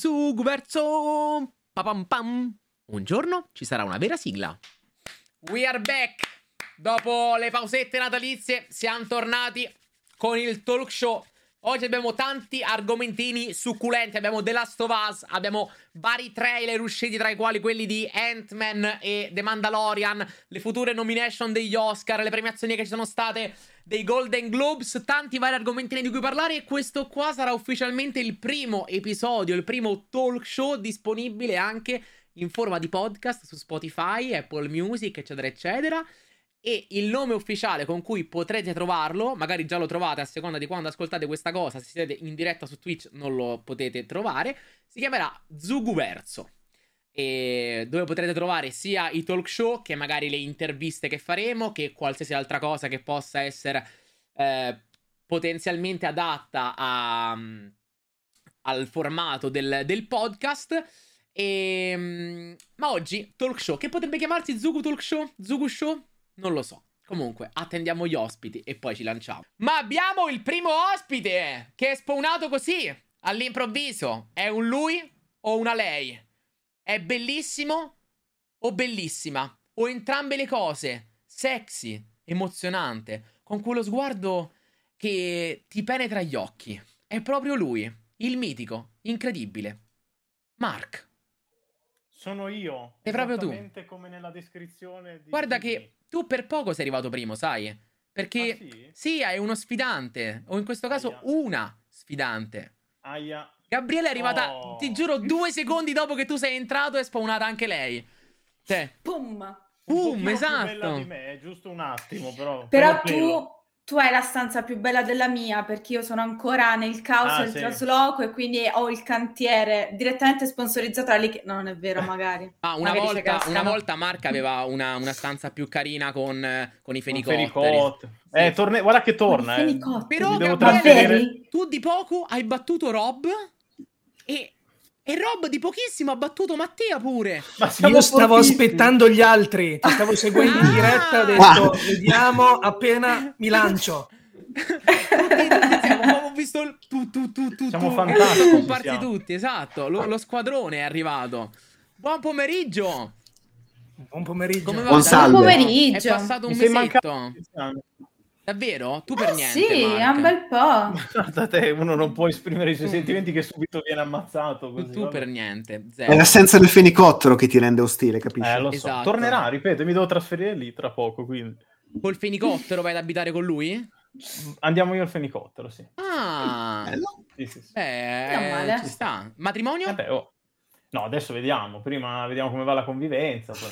Zug verso papam pam. Un giorno ci sarà una vera sigla. We are back. Dopo le pausette natalizie siamo tornati con il talk show. Oggi abbiamo tanti argomentini succulenti. Abbiamo The Last of Us, abbiamo vari trailer usciti, tra i quali quelli di Ant-Man e The Mandalorian, le future nomination degli Oscar, le premiazioni che ci sono state dei Golden Globes, tanti vari argomentini di cui parlare. E questo qua sarà ufficialmente il primo episodio, il primo talk show disponibile anche in forma di podcast su Spotify, Apple Music, eccetera eccetera. E il nome ufficiale con cui potrete trovarlo, magari già lo trovate a seconda di quando ascoltate questa cosa, se siete in diretta su Twitch non lo potete trovare, si chiamerà Zuguverso, e dove potrete trovare sia i talk show, che magari le interviste che faremo, che qualsiasi altra cosa che possa essere potenzialmente adatta al formato del podcast. Ma oggi talk show, che potrebbe chiamarsi Zugu Talk Show? Zugu Show? Non lo so. Comunque, attendiamo gli ospiti e poi ci lanciamo. Ma abbiamo il primo ospite che è spawnato così, all'improvviso. È un lui o una lei? È bellissimo o bellissima? O entrambe le cose? Sexy, emozionante, con quello sguardo che ti penetra gli occhi. È proprio lui, il mitico, incredibile Mark. Sono io. È proprio tu. Esattamente come nella descrizione di... Guarda che tu per poco sei arrivato primo, sai? Perché Ah, sì? sì, hai uno sfidante, o in questo caso Aia. una sfidante. Aia. Gabriele è arrivata, Oh. ti giuro, 2 secondi dopo che tu sei entrato è spawnata anche lei. Cioè, Pum. Un pochino più bella esatto. di me, è giusto un attimo, però... Però pelo. tu hai la stanza più bella della mia, perché io sono ancora nel caos Ah, del sì. trasloco e quindi ho il cantiere direttamente sponsorizzato da lì. No, non è vero, magari. Ah, una Magari ci volta cascano. Mark aveva una stanza più carina con i Un fenicotteri. fenicotto. Sì. Guarda che torna, Con i fenicotteri. Però Mi devo Gabriele, trasferire. tu di poco hai battuto Rob e Rob di pochissimo ha battuto Mattia pure. Ma siamo Io stavo fortissimi. aspettando gli altri, ti stavo seguendo in diretta, ho detto vediamo appena mi lancio. tutti siamo, ho visto il Siamo fantastici, comparsi siamo. tutti, esatto, lo squadrone è arrivato. Buon pomeriggio. Buon pomeriggio. Come va? Buon salve. Buon È pomeriggio. passato un Mi sei mesetto. mancato. Davvero? Tu per niente, Sì, è Mark. un bel po'. Guarda te, uno non può esprimere i suoi sentimenti che subito viene ammazzato. Così, Tu vabbè. per niente, È zero. l'assenza del fenicottero che ti rende ostile, capisci? Lo so. Esatto. Tornerà, ripeto, mi devo trasferire lì tra poco, quindi... Col fenicottero vai ad abitare con lui? Andiamo io al fenicottero, sì. Ah, Bello. Sì, sì, sì. Non male. ci sta. Matrimonio? Beh, oh. No, adesso vediamo. Prima vediamo come va la convivenza. Poi.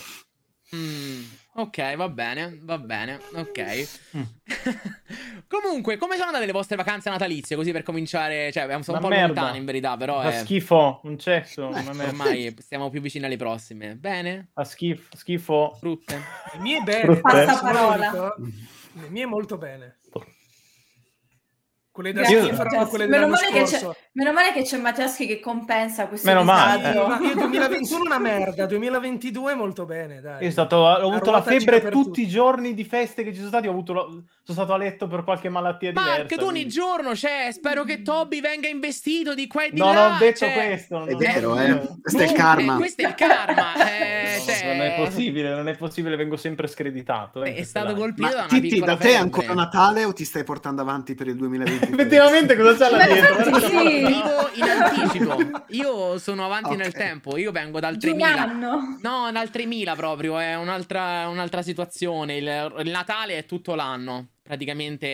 Ok, va bene, ok. Mm. Comunque, come sono andate le vostre vacanze natalizie? Così per cominciare, cioè, sono un Una po' merda. lontane in verità, però Fa schifo, un cesso. Una merda. ormai stiamo più vicini alle prossime. Bene? Fa schifo. Brutte? Le mie bene, Brutte. Passaparola. le mie molto bene. Quelle da Grazie, schifo erano Jess. quelle Meno dell'anno male, scorso. meno male che c'è Mattiaschi che compensa questo Meno male. disagio. Ma io 2021 una merda, 2022 molto bene, dai. Io ho avuto la ruota gira febbre per tutti tutti. i giorni di feste che ci sono stati. Sono stato a letto per qualche malattia diversa. Mark, tu ogni quindi- giorno c'è. Spero che Toby venga investito di qua e di Non là. ho detto cioè, questo. non È ho vero, detto- questo è il karma. Questo è il karma. Non è possibile, vengo sempre screditato. È stato Dai. colpito da Ma una Titti, piccola da te è febbre. ancora Natale o ti stai portando avanti per il 2023? Effettivamente cosa c'è là Ma dietro? infatti Guarda- sì. Vivo in anticipo. Io sono avanti Ok. nel tempo. Io vengo dal Di un 3000. anno. No, dal 3000 proprio. È un'altra situazione. Il Natale è tutto l'anno. Praticamente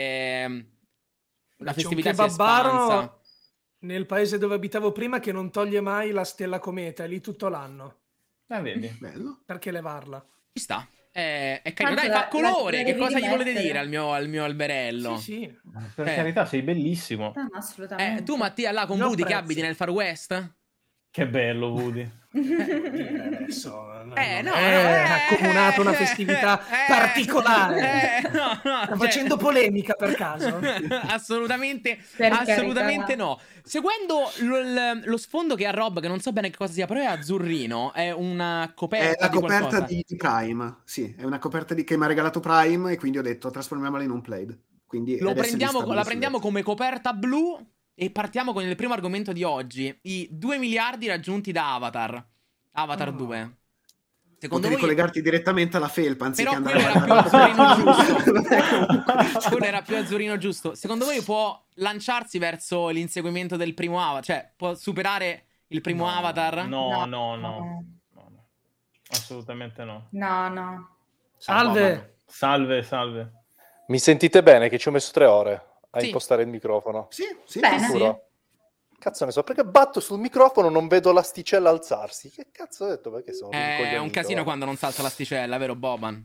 la C'è un festività si è espansa. kebabaro nel paese dove abitavo prima che non toglie mai la stella cometa, è lì tutto l'anno. Vedi? Bello. Perché levarla? Ci sta. È carino. Tanto Dai, fa colore. la Che devi cosa gli volete rimettere. dire al mio alberello? Sì, sì. Per Eh. carità, sei bellissimo. Ah, assolutamente. Tu, Mattia, là con Io Woody che apprezzo. abiti nel Far West? Che bello, Woody. Adesso No, ha accomunato una festività particolare. No, Sta facendo polemica per caso? Assolutamente, Per assolutamente carità. no. Seguendo lo sfondo che ha Rob, che non so bene che cosa sia, però è azzurrino, è una È coperta la di coperta qualcosa. di Prime. Sì, è una coperta che mi ha regalato Prime e quindi ho detto trasformiamola in un plaid. Quindi La adesso prendiamo come coperta blu E partiamo con il primo argomento di oggi. I 2 miliardi raggiunti da Avatar. Avatar 2. Secondo Potevi voi... collegarti direttamente alla felpa anziché Però andare quello era più a azzurrino giusto. giusto. Quello era più azzurrino giusto. Secondo voi può lanciarsi verso l'inseguimento del primo Avatar? Cioè, può superare il primo Avatar? No. Assolutamente no. No. Salve. Salve. Mi sentite bene che ci ho messo 3 ore a Sì. impostare il microfono? Sì. Bene. Sicuro? Cazzo ne so, perché batto sul microfono non vedo l'asticella alzarsi. Che cazzo ho detto? Perché sono È un casino quando non salta l'asticella, vero Boban?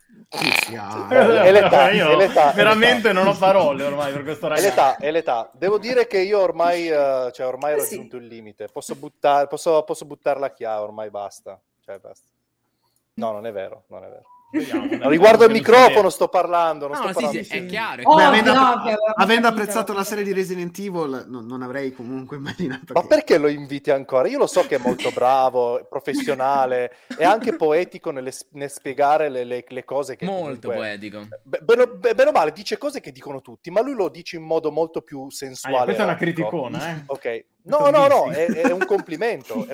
È l'età, Io è l'età, veramente non ho parole ormai per questo ragazzo. È l'età. Devo dire che io ormai ho Sì. raggiunto il limite. Posso buttarla a chiave, ormai basta. Cioè, basta. No, non è vero. Vediamo, No, riguardo il microfono sto parlando, non sto parlando. Sì, è chiaro. Oh, Avendo apprezzato la serie di Resident Evil, non avrei comunque immaginato Ma che... perché lo inviti ancora? Io lo so che è molto bravo, professionale e anche poetico nel spiegare le cose che Molto comunque... poetico. Bene o male, dice cose che dicono tutti, ma lui lo dice in modo molto più sensuale. Questa è una erotico. criticona, eh? Ok. No, è un complimento,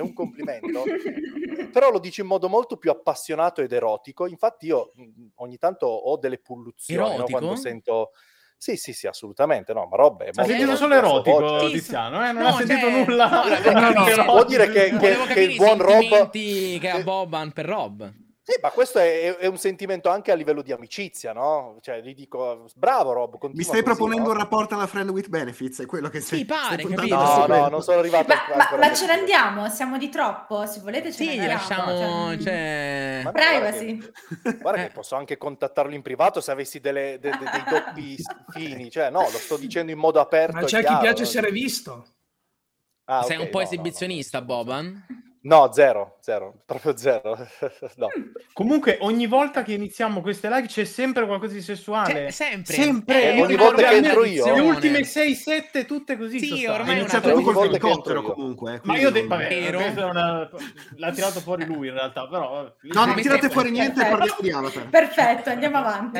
però lo dice in modo molto più appassionato ed erotico. Infatti io ogni tanto ho delle pulluzioni, no? Erotico? Quando sento... Sì, assolutamente, no, ma roba è Ha molto... sentito solo erotico, voce. Tiziano, non No, ha sentito cioè, nulla. no, ragazzi, No. Vuol dire che Volevo capire il buon i Rob... sentimenti che ha Boban per Rob. Sì, ma questo è un sentimento anche a livello di amicizia, no? Cioè, gli dico, bravo Rob, continua Mi stai così, proponendo no? un rapporto alla Friend with Benefits, è quello che Sì, pare, stai capito? puntando su quello. No, non sono arrivato ancora. Ma ce ne andiamo? Siamo di troppo? Se volete ce Sì, ne lasciamo... andiamo. Cioè... Ma no, Privacy. Guarda che posso anche contattarlo in privato se avessi dei doppi fini, cioè no, lo sto dicendo in modo aperto. Ma e c'è chi chiaro, piace no? essere visto. Ah, Sei ok, un po' no, esibizionista, Boban? No, zero, proprio zero. No. Comunque, ogni volta che iniziamo queste live c'è sempre qualcosa di sessuale. Sempre. Ogni volta che entro io. Le ultime 6-7 tutte così. Sì, sono state. ormai È è iniziato una tu col volta che elicottero entro io. comunque. Ma io quindi vabbè, Vero? questa l'ha tirato fuori lui in realtà, però... No, non tirate fuori niente e parliamo di Avatar. Perfetto, andiamo avanti.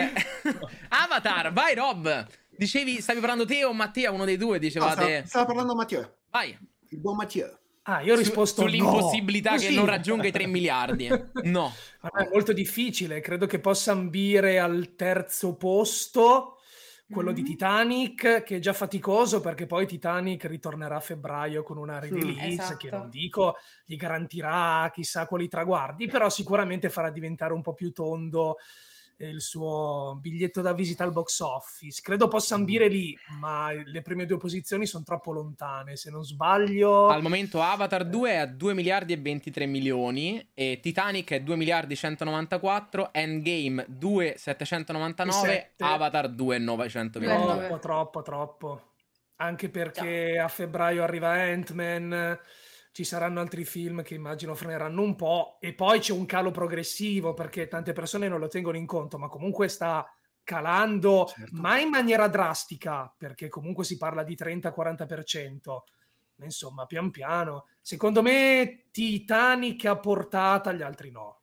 Avatar, vai Rob! Dicevi, stavi parlando te o Mattia, uno dei due, No, dicevate... stava parlando Mathieu. Vai! Il buon Mathieu. Ah, io ho risposto Sull'impossibilità no. che Così. non raggiunga i 3 miliardi. No. È molto difficile, credo che possa ambire al terzo posto, quello di Titanic, che è già faticoso perché poi Titanic ritornerà a febbraio con una release Esatto. che non dico gli garantirà chissà quali traguardi, però sicuramente farà diventare un po' più tondo il suo biglietto da visita al box office. Credo possa ambire lì, ma le prime 2 posizioni sono troppo lontane, se non sbaglio. Al momento Avatar 2 è a 2 miliardi e 23 milioni e Titanic è 2 miliardi 194, Endgame 2 799, 7. Avatar 2 929. Troppo. Anche perché a febbraio arriva Ant-Man, ci saranno altri film che immagino freneranno un po', e poi c'è un calo progressivo perché tante persone non lo tengono in conto, ma comunque sta calando, Certo. ma in maniera drastica, perché comunque si parla di 30-40%. Insomma, pian piano. Secondo me Titanic ha portata, gli altri no.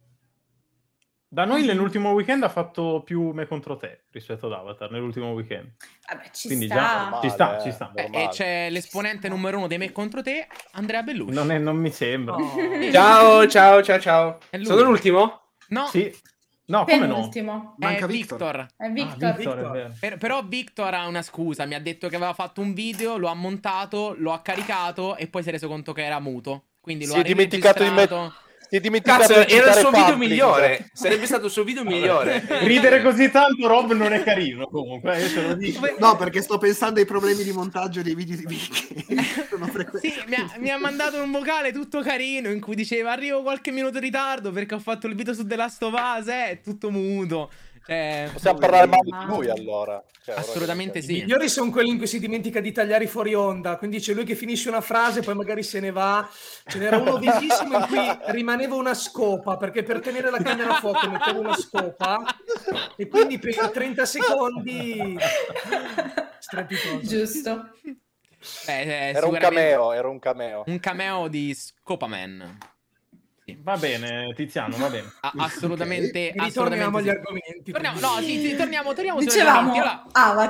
Da noi nell'ultimo weekend ha fatto più me contro te rispetto ad Avatar, nell'ultimo weekend. Vabbè, ci Quindi sta. già Normale, ci sta. E normale. c'è l'esponente numero 1 dei me contro te, Andrea Bellucci. Non mi sembra. Oh. Ciao. È lui. Sono l'ultimo? No, Sì. No, come no? Penultimo. Manca è Victor. È Victor. Victor, è vero. Però Victor ha una scusa, mi ha detto che aveva fatto un video, lo ha montato, lo ha caricato e poi si è reso conto che era muto. Quindi lo Si ha è dimenticato di riregistrato. Si è dimenticato Cazzo, di era il citare suo video Public. migliore. Sarebbe stato il suo video migliore. Ridere così tanto, Rob, non è carino comunque, io te lo dico. No, perché sto pensando ai problemi di montaggio dei video di Vicky. Sono frequenti. Sì, mi ha mandato un vocale tutto carino in cui diceva arrivo qualche minuto in ritardo perché ho fatto il video su The Last of Us, è tutto muto. Cioè, Possiamo parlare male di lui allora. Cioè, assolutamente ora che- sì. I migliori sono quelli in cui si dimentica di tagliare fuori onda, quindi c'è lui che finisce una frase, poi magari se ne va. Ce n'era uno bellissimo in cui rimaneva una scopa, perché per tenere la camera a fuoco mettevo una scopa e quindi per 30 secondi strepitoso. Giusto. Era un cameo, era un cameo. Un cameo di Scopaman. Sì. Va bene, Tiziano, va bene. Assolutamente. Ritorniamo agli sì. argomenti. Torniamo sugli Dicevamo argomenti. Allora,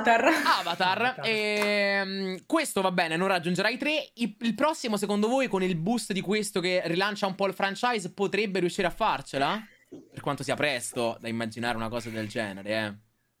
Avatar. Questo va bene, non raggiungerà i 3. Il prossimo, secondo voi, con il boost di questo che rilancia un po' il franchise, potrebbe riuscire a farcela? Per quanto sia presto da immaginare una cosa del genere,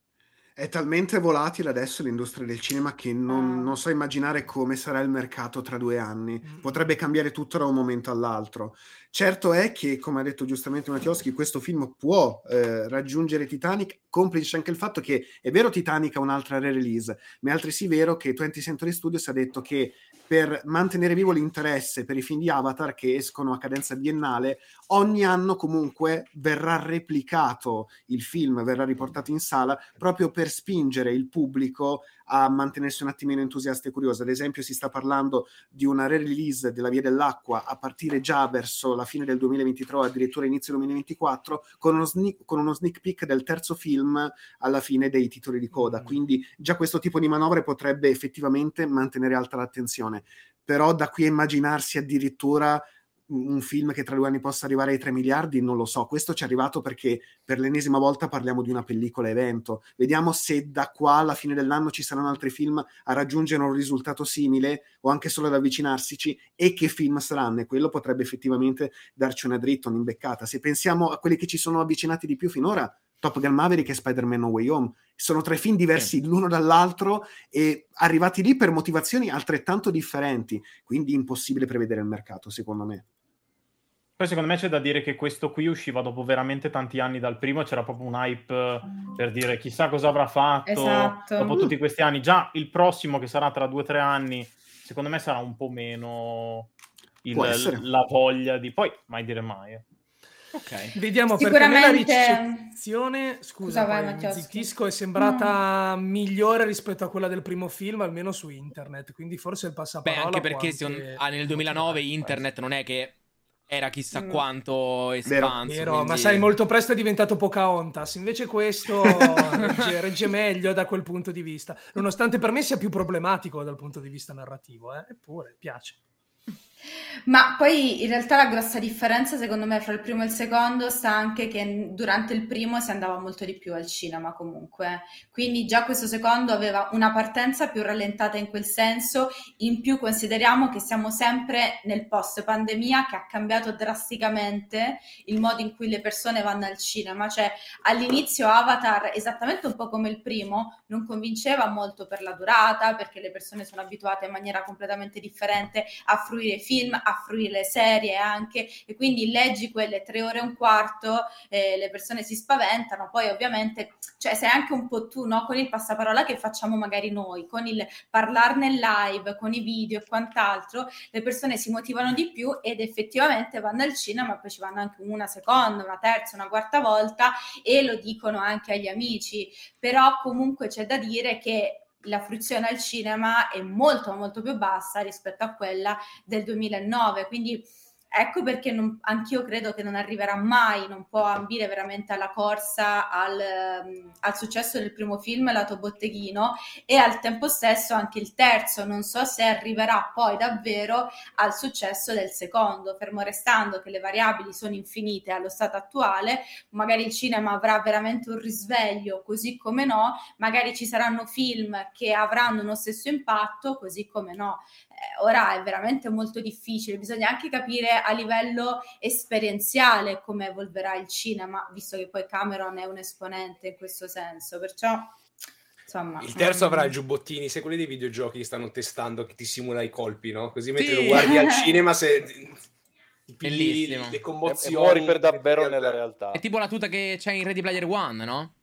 È talmente volatile adesso l'industria del cinema che non so immaginare come sarà il mercato tra 2 anni. Potrebbe cambiare tutto da un momento all'altro. Certo è che, come ha detto giustamente Mattioschi, questo film può raggiungere Titanic, complice anche il fatto che è vero Titanic ha un'altra re-release, ma è altresì vero che 20th Century Studios ha detto che per mantenere vivo l'interesse per i film di Avatar che escono a cadenza biennale, ogni anno comunque verrà replicato il film, verrà riportato in sala proprio per spingere il pubblico a mantenersi un attimino entusiasta e curioso. Ad esempio si sta parlando di una re-release della Via dell'Acqua a partire già verso la fine del 2023 o addirittura inizio 2024 con uno sneak peek del terzo film alla fine dei titoli di coda, quindi già questo tipo di manovre potrebbe effettivamente mantenere alta l'attenzione, però da qui a immaginarsi addirittura un film che tra 2 anni possa arrivare ai 3 miliardi, non lo so. Questo ci è arrivato perché per l'ennesima volta parliamo di una pellicola evento. Vediamo se da qua alla fine dell'anno ci saranno altri film a raggiungere un risultato simile o anche solo ad avvicinarsici, e che film saranno, e quello potrebbe effettivamente darci una dritta, un'imbeccata. Se pensiamo a quelli che ci sono avvicinati di più finora, Top Gun Maverick e Spider-Man No Way Home, sono 3 film diversi l'uno dall'altro e arrivati lì per motivazioni altrettanto differenti, quindi impossibile prevedere il mercato, secondo me. Poi secondo me c'è da dire che questo qui usciva dopo veramente tanti anni dal primo, c'era proprio un hype per dire chissà cosa avrà fatto. Esatto. Dopo tutti questi anni. Già il prossimo, che sarà tra 2 o 3 anni, secondo me sarà un po' meno la voglia di... Poi mai dire mai. Ok. Vediamo, Sicuramente... perché la ricezione, scusa, vai, mi Mattioschi. zittisco, è sembrata migliore rispetto a quella del primo film, almeno su internet, quindi forse il passaparola Anche perché nel 2009 internet non è che era chissà quanto espanso. Vero, quindi... ma sai, molto presto è diventato Pocahontas, invece questo regge meglio da quel punto di vista, nonostante per me sia più problematico dal punto di vista narrativo, eppure piace. Ma poi in realtà la grossa differenza secondo me fra il primo e il secondo sta anche che durante il primo si andava molto di più al cinema comunque, quindi già questo secondo aveva una partenza più rallentata in quel senso, in più consideriamo che siamo sempre nel post pandemia che ha cambiato drasticamente il modo in cui le persone vanno al cinema, cioè all'inizio Avatar, esattamente un po' come il primo, non convinceva molto per la durata, perché le persone sono abituate in maniera completamente differente a fruire film, a fruire le serie anche, e quindi leggi quelle 3 ore e un quarto, le persone si spaventano, poi ovviamente cioè sei anche un po' tu, no? Con il passaparola che facciamo magari noi, con il parlarne in live, con i video e quant'altro, le persone si motivano di più ed effettivamente vanno al cinema, poi ci vanno anche una seconda, una terza, una quarta volta e lo dicono anche agli amici, però comunque c'è da dire che la fruizione al cinema è molto molto più bassa rispetto a quella del 2009, quindi ecco perché anch'io credo che non arriverà mai, non può ambire veramente alla corsa, al successo del primo film, Lato Botteghino, e al tempo stesso anche il terzo, non so se arriverà poi davvero al successo del secondo, fermo restando che le variabili sono infinite allo stato attuale, magari il cinema avrà veramente un risveglio, così come no, magari ci saranno film che avranno uno stesso impatto, così come no. Ora è veramente molto difficile, bisogna anche capire a livello esperienziale come evolverà il cinema, visto che poi Cameron è un esponente in questo senso, perciò insomma... Il terzo avrà i giubbottini, sai quelli dei videogiochi che stanno testando, che ti simula i colpi, no? Così mentre lo guardi al cinema Bellissimo. le commozioni... E muori per davvero nella realtà. È tipo la tuta che c'è in Ready Player One, no?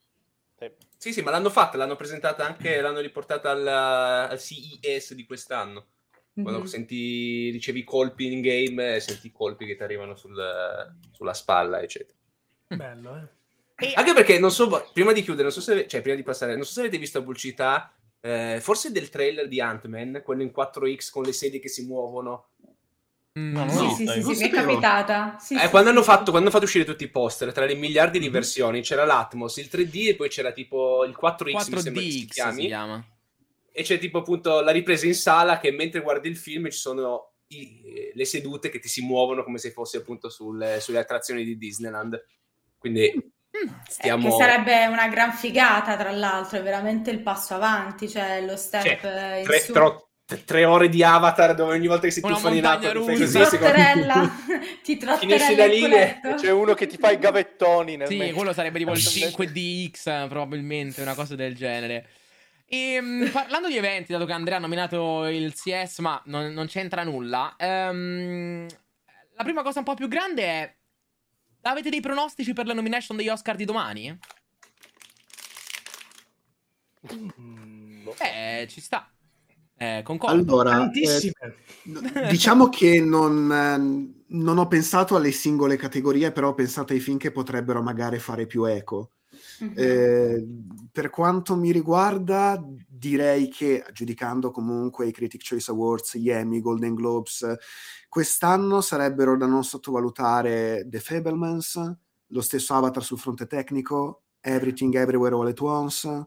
Sì, ma l'hanno fatta, l'hanno presentata anche, l'hanno riportata al CES di quest'anno. Quando ricevi i colpi in game, senti i colpi che ti arrivano sulla spalla, eccetera. Bello, Anche perché, non so, prima di chiudere, prima di passare, non so se avete visto la pubblicità, forse del trailer di Ant-Man, quello in 4X con le sedie che si muovono. Sì, mi è capitata. Quando hanno fatto uscire tutti i poster, tra le miliardi di versioni, c'era l'Atmos, il 3D e poi c'era tipo il 4X, mi sembra che si chiama. E c'è tipo appunto la ripresa in sala che mentre guardi il film ci sono le sedute che ti si muovono come se fossi appunto sulle attrazioni di Disneyland. Quindi stiamo... Che sarebbe una gran figata, tra l'altro, è veramente il passo avanti, cioè lo step in su. 3 ore di Avatar dove ogni volta che si tuffano in acqua ti trotterella finisci da lì, c'è uno che ti fa i gavettoni nel sì, quello sarebbe tipo il 5DX probabilmente, una cosa del genere. E parlando di eventi, dato che Andrea ha nominato il CS ma non c'entra nulla, la prima cosa un po' più grande è: avete dei pronostici per le nomination degli Oscar di domani? Ci sta. Concordo. Allora, diciamo che non ho pensato alle singole categorie, però ho pensato ai film che potrebbero magari fare più eco. Per quanto mi riguarda, direi che, giudicando comunque i Critic Choice Awards, gli Emmy, i Golden Globes, quest'anno sarebbero da non sottovalutare The Fabelmans, lo stesso Avatar sul fronte tecnico, Everything Everywhere All at Once,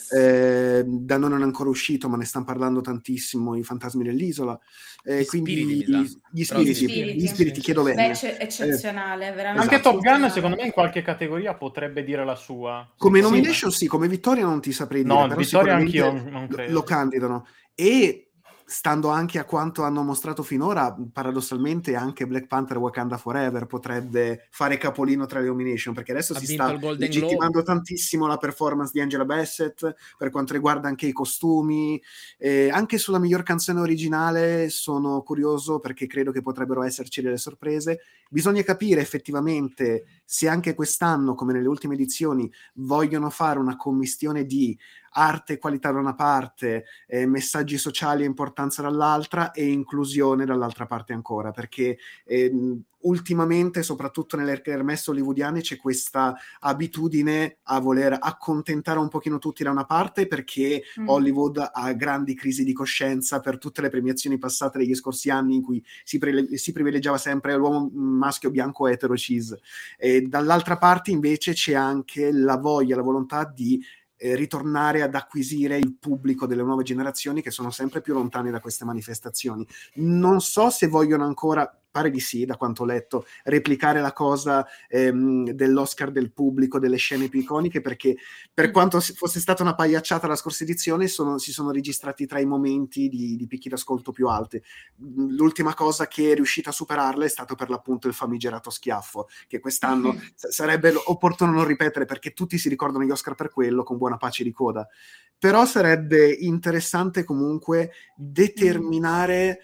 da non è ancora uscito ma ne stanno parlando tantissimo, I Fantasmi dell'Isola, quindi gli spiriti chiedo bene. Eccezionale, veramente. Anche Top Gun secondo me in qualche categoria potrebbe dire la sua. Come nomination sì, come vittoria non ti saprei dire, no, però vittoria sicuramente anch'io non credo. Lo candidano. E stando anche a quanto hanno mostrato finora, paradossalmente anche Black Panther Wakanda Forever potrebbe fare capolino tra le nomination, perché adesso si sta legittimando tantissimo la performance di Angela Bassett per quanto riguarda anche i costumi, anche sulla miglior canzone originale sono curioso perché credo che potrebbero esserci delle sorprese. Bisogna capire effettivamente se anche quest'anno, come nelle ultime edizioni, vogliono fare una commistione di arte e qualità da una parte, messaggi sociali e importanza dall'altra, e inclusione dall'altra parte ancora, perché ultimamente, soprattutto nelle kermesse hollywoodiane, c'è questa abitudine a voler accontentare un pochino tutti da una parte, perché Hollywood ha grandi crisi di coscienza per tutte le premiazioni passate degli scorsi anni in cui si privilegiava sempre l'uomo maschio bianco etero cis, e dall'altra parte invece c'è anche la volontà di ritornare ad acquisire il pubblico delle nuove generazioni che sono sempre più lontani da queste manifestazioni. Non so se vogliono ancora, pare di sì, da quanto ho letto, replicare la cosa dell'Oscar del pubblico, delle scene più iconiche, perché per quanto fosse stata una pagliacciata la scorsa edizione, si sono registrati tra i momenti di picchi d'ascolto più alti. L'ultima cosa che è riuscita a superarla è stato per l'appunto il famigerato schiaffo, che quest'anno sarebbe opportuno non ripetere, perché tutti si ricordano gli Oscar per quello, con buona pace di coda. Però sarebbe interessante comunque determinare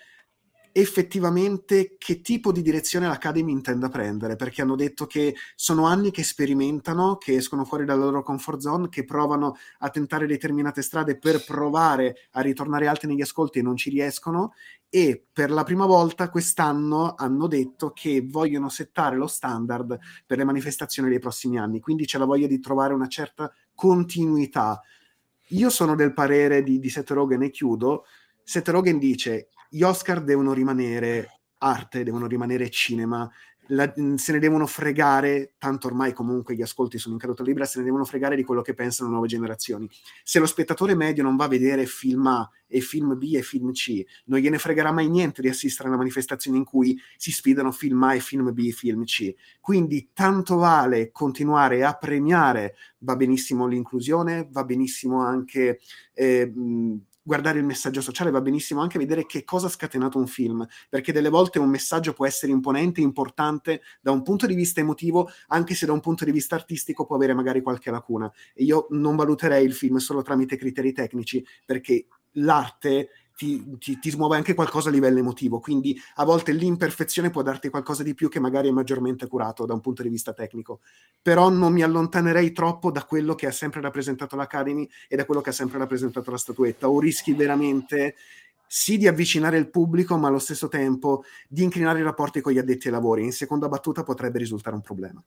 effettivamente che tipo di direzione l'Academy intenda prendere, perché hanno detto che sono anni che sperimentano, che escono fuori dalla loro comfort zone, che provano a tentare determinate strade per provare a ritornare alti negli ascolti e non ci riescono, e per la prima volta quest'anno hanno detto che vogliono settare lo standard per le manifestazioni dei prossimi anni, quindi c'è la voglia di trovare una certa continuità. Io sono del parere di Seth Rogen, e chiudo. Seth Rogen dice: gli Oscar devono rimanere arte, devono rimanere cinema, se ne devono fregare, tanto ormai comunque gli ascolti sono in caduta libera, se ne devono fregare di quello che pensano le nuove generazioni. Se lo spettatore medio non va a vedere film A e film B e film C, non gliene fregherà mai niente di assistere a una manifestazione in cui si sfidano film A e film B e film C. Quindi tanto vale continuare a premiare, va benissimo l'inclusione, va benissimo anche guardare il messaggio sociale, va benissimo anche vedere che cosa ha scatenato un film, perché delle volte un messaggio può essere imponente, importante da un punto di vista emotivo, anche se da un punto di vista artistico può avere magari qualche lacuna. E io non valuterei il film solo tramite criteri tecnici, perché l'arte ti smuove anche qualcosa a livello emotivo, quindi a volte l'imperfezione può darti qualcosa di più che magari è maggiormente curato da un punto di vista tecnico. Però non mi allontanerei troppo da quello che ha sempre rappresentato l'Academy e da quello che ha sempre rappresentato la statuetta, o rischi veramente sì di avvicinare il pubblico, ma allo stesso tempo di incrinare i rapporti con gli addetti ai lavori. In seconda battuta potrebbe risultare un problema.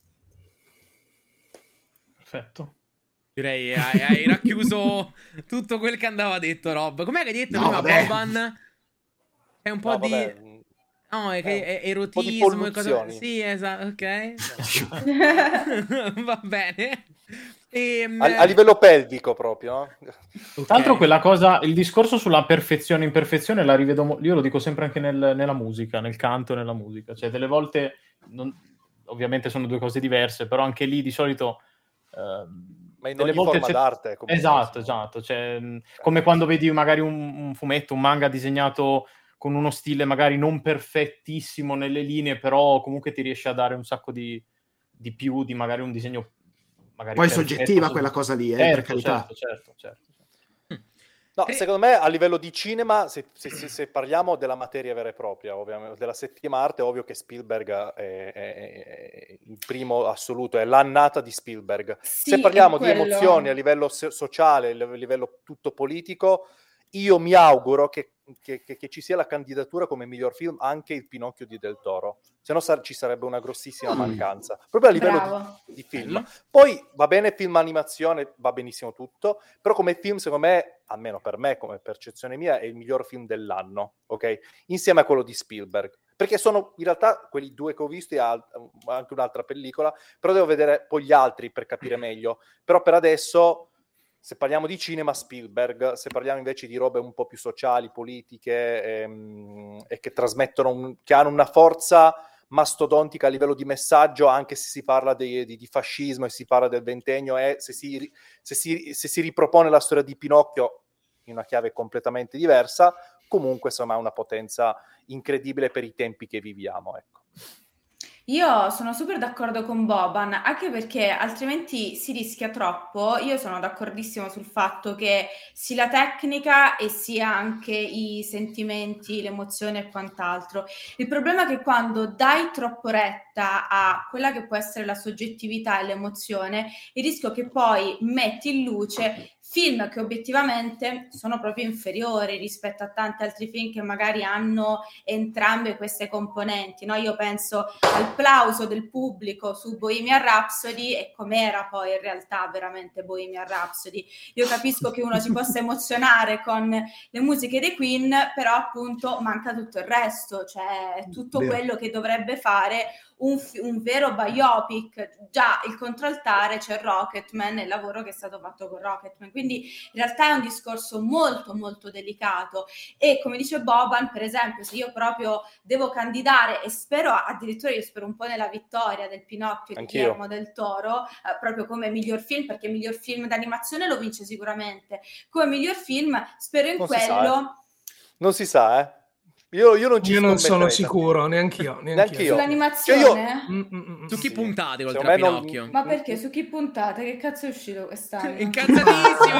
Perfetto. Direi hai racchiuso tutto quel che andava detto, Rob. Com'è che hai detto prima, Boban? È un po' di... No, è erotismo e cose... Sì, esatto, ok. Va bene. A livello pelvico proprio, no? Okay. Tra l'altro quella cosa, il discorso sulla perfezione e imperfezione la rivedo, io lo dico sempre anche nella musica, nel canto e nella musica, cioè delle volte, ovviamente sono due cose diverse, però anche lì di solito... ma in ogni forma d'arte. Esatto, cioè, come quando vedi magari un fumetto, un manga disegnato con uno stile magari non perfettissimo nelle linee, però comunque ti riesce a dare un sacco di più di magari un disegno magari poi soggettiva quella cosa lì, per carità. Certo. No, secondo me a livello di cinema, se parliamo della materia vera e propria, ovviamente, della settima arte, è ovvio che Spielberg è il primo assoluto, è l'annata di Spielberg. Sì, se parliamo di emozioni a livello sociale, a livello tutto politico, io mi auguro che ci sia la candidatura come miglior film anche il Pinocchio di Del Toro, se no ci sarebbe una grossissima mancanza proprio a livello di film. Poi va bene film animazione, va benissimo tutto, però come film secondo me, almeno per me come percezione mia, è il miglior film dell'anno, ok? Insieme a quello di Spielberg, perché sono in realtà quelli due che ho visto e anche un'altra pellicola, però devo vedere poi gli altri per capire meglio. Però per adesso, se parliamo di cinema, Spielberg, se parliamo invece di robe un po' più sociali, politiche, e che trasmettono, che hanno una forza mastodontica a livello di messaggio, anche se si parla di fascismo e si parla del ventennio, e se si ripropone la storia di Pinocchio in una chiave completamente diversa, comunque insomma ha una potenza incredibile per i tempi che viviamo, ecco. Io sono super d'accordo con Boban, anche perché altrimenti si rischia troppo. Io sono d'accordissimo sul fatto che sia la tecnica e sia anche i sentimenti, l'emozione e quant'altro. Il problema è che quando dai troppo retta a quella che può essere la soggettività e l'emozione, il rischio che poi metti in luce film che obiettivamente sono proprio inferiori rispetto a tanti altri film che magari hanno entrambe queste componenti, no? Io penso al plauso del pubblico su Bohemian Rhapsody e com'era poi in realtà veramente Bohemian Rhapsody. Io capisco che uno si possa emozionare con le musiche dei Queen, però appunto manca tutto il resto, cioè tutto quello che dovrebbe fare un vero biopic. Già il controaltare c'è Rocketman e il lavoro che è stato fatto con Rocketman, quindi in realtà è un discorso molto molto delicato. E come dice Boban, per esempio, se io proprio devo candidare, e spero addirittura, io spero un po' nella vittoria del Pinocchio di Guillermo del Toro, proprio come miglior film, perché miglior film d'animazione lo vince sicuramente, come miglior film spero in quello. Non si sa, Io non sono sicuro, neanch'io. Sull'animazione? Cioè su chi puntate oltre a Pinocchio? Ma perché? Su chi puntate? Che cazzo è uscito quest'anno? Incazzatissimo!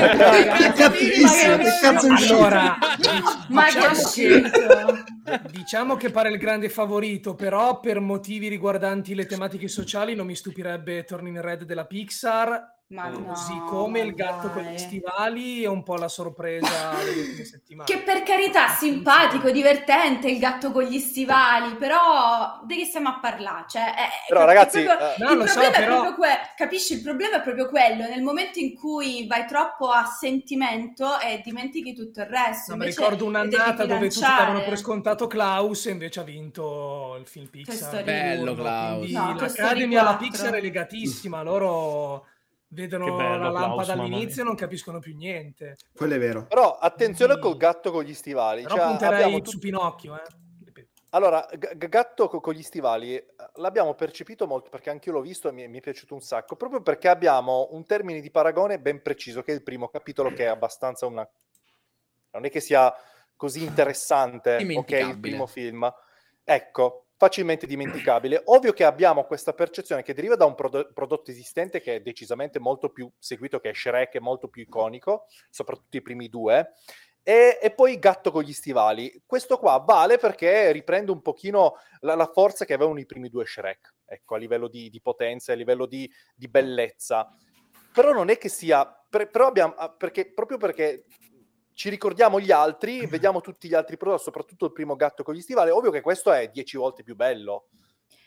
Allora, ma che è uscito? Diciamo che pare il grande favorito, però per motivi riguardanti le tematiche sociali non mi stupirebbe Turning Red della Pixar. Ma così come il gatto con gli stivali è un po' la sorpresa delle ultime settimane. Che per carità, simpatico, divertente il gatto con gli stivali, però di che stiamo a parlare? Cioè, però ragazzi, capisci? Il problema è proprio quello, nel momento in cui vai troppo a sentimento e dimentichi tutto il resto. No, mi ricordo un'annata dove tutti davano per scontato Klaus e invece ha vinto il film Pixar. Bello Klaus. L'Academy alla Pixar è legatissima, loro vedono la lampada all'inizio e non capiscono più niente. Quello è vero. Però attenzione col gatto con gli stivali. Però punterei su Pinocchio. Allora, gatto con gli stivali l'abbiamo percepito molto, perché anche io l'ho visto e mi è piaciuto un sacco, proprio perché abbiamo un termine di paragone ben preciso, che è il primo capitolo, che è abbastanza non è che sia così interessante, ok, il primo film. Ecco, facilmente dimenticabile. Ovvio che abbiamo questa percezione che deriva da un prodotto esistente che è decisamente molto più seguito, che è Shrek, è molto più iconico, soprattutto i primi due, e poi Gatto con gli stivali. Questo qua vale perché riprende un pochino la forza che avevano i primi due Shrek, ecco, a livello di potenza, a livello di bellezza. Però non è che sia... però abbiamo... proprio perché ci ricordiamo gli altri, vediamo tutti gli altri prodotti, soprattutto il primo Gatto con gli stivali, ovvio che questo è 10 volte più bello.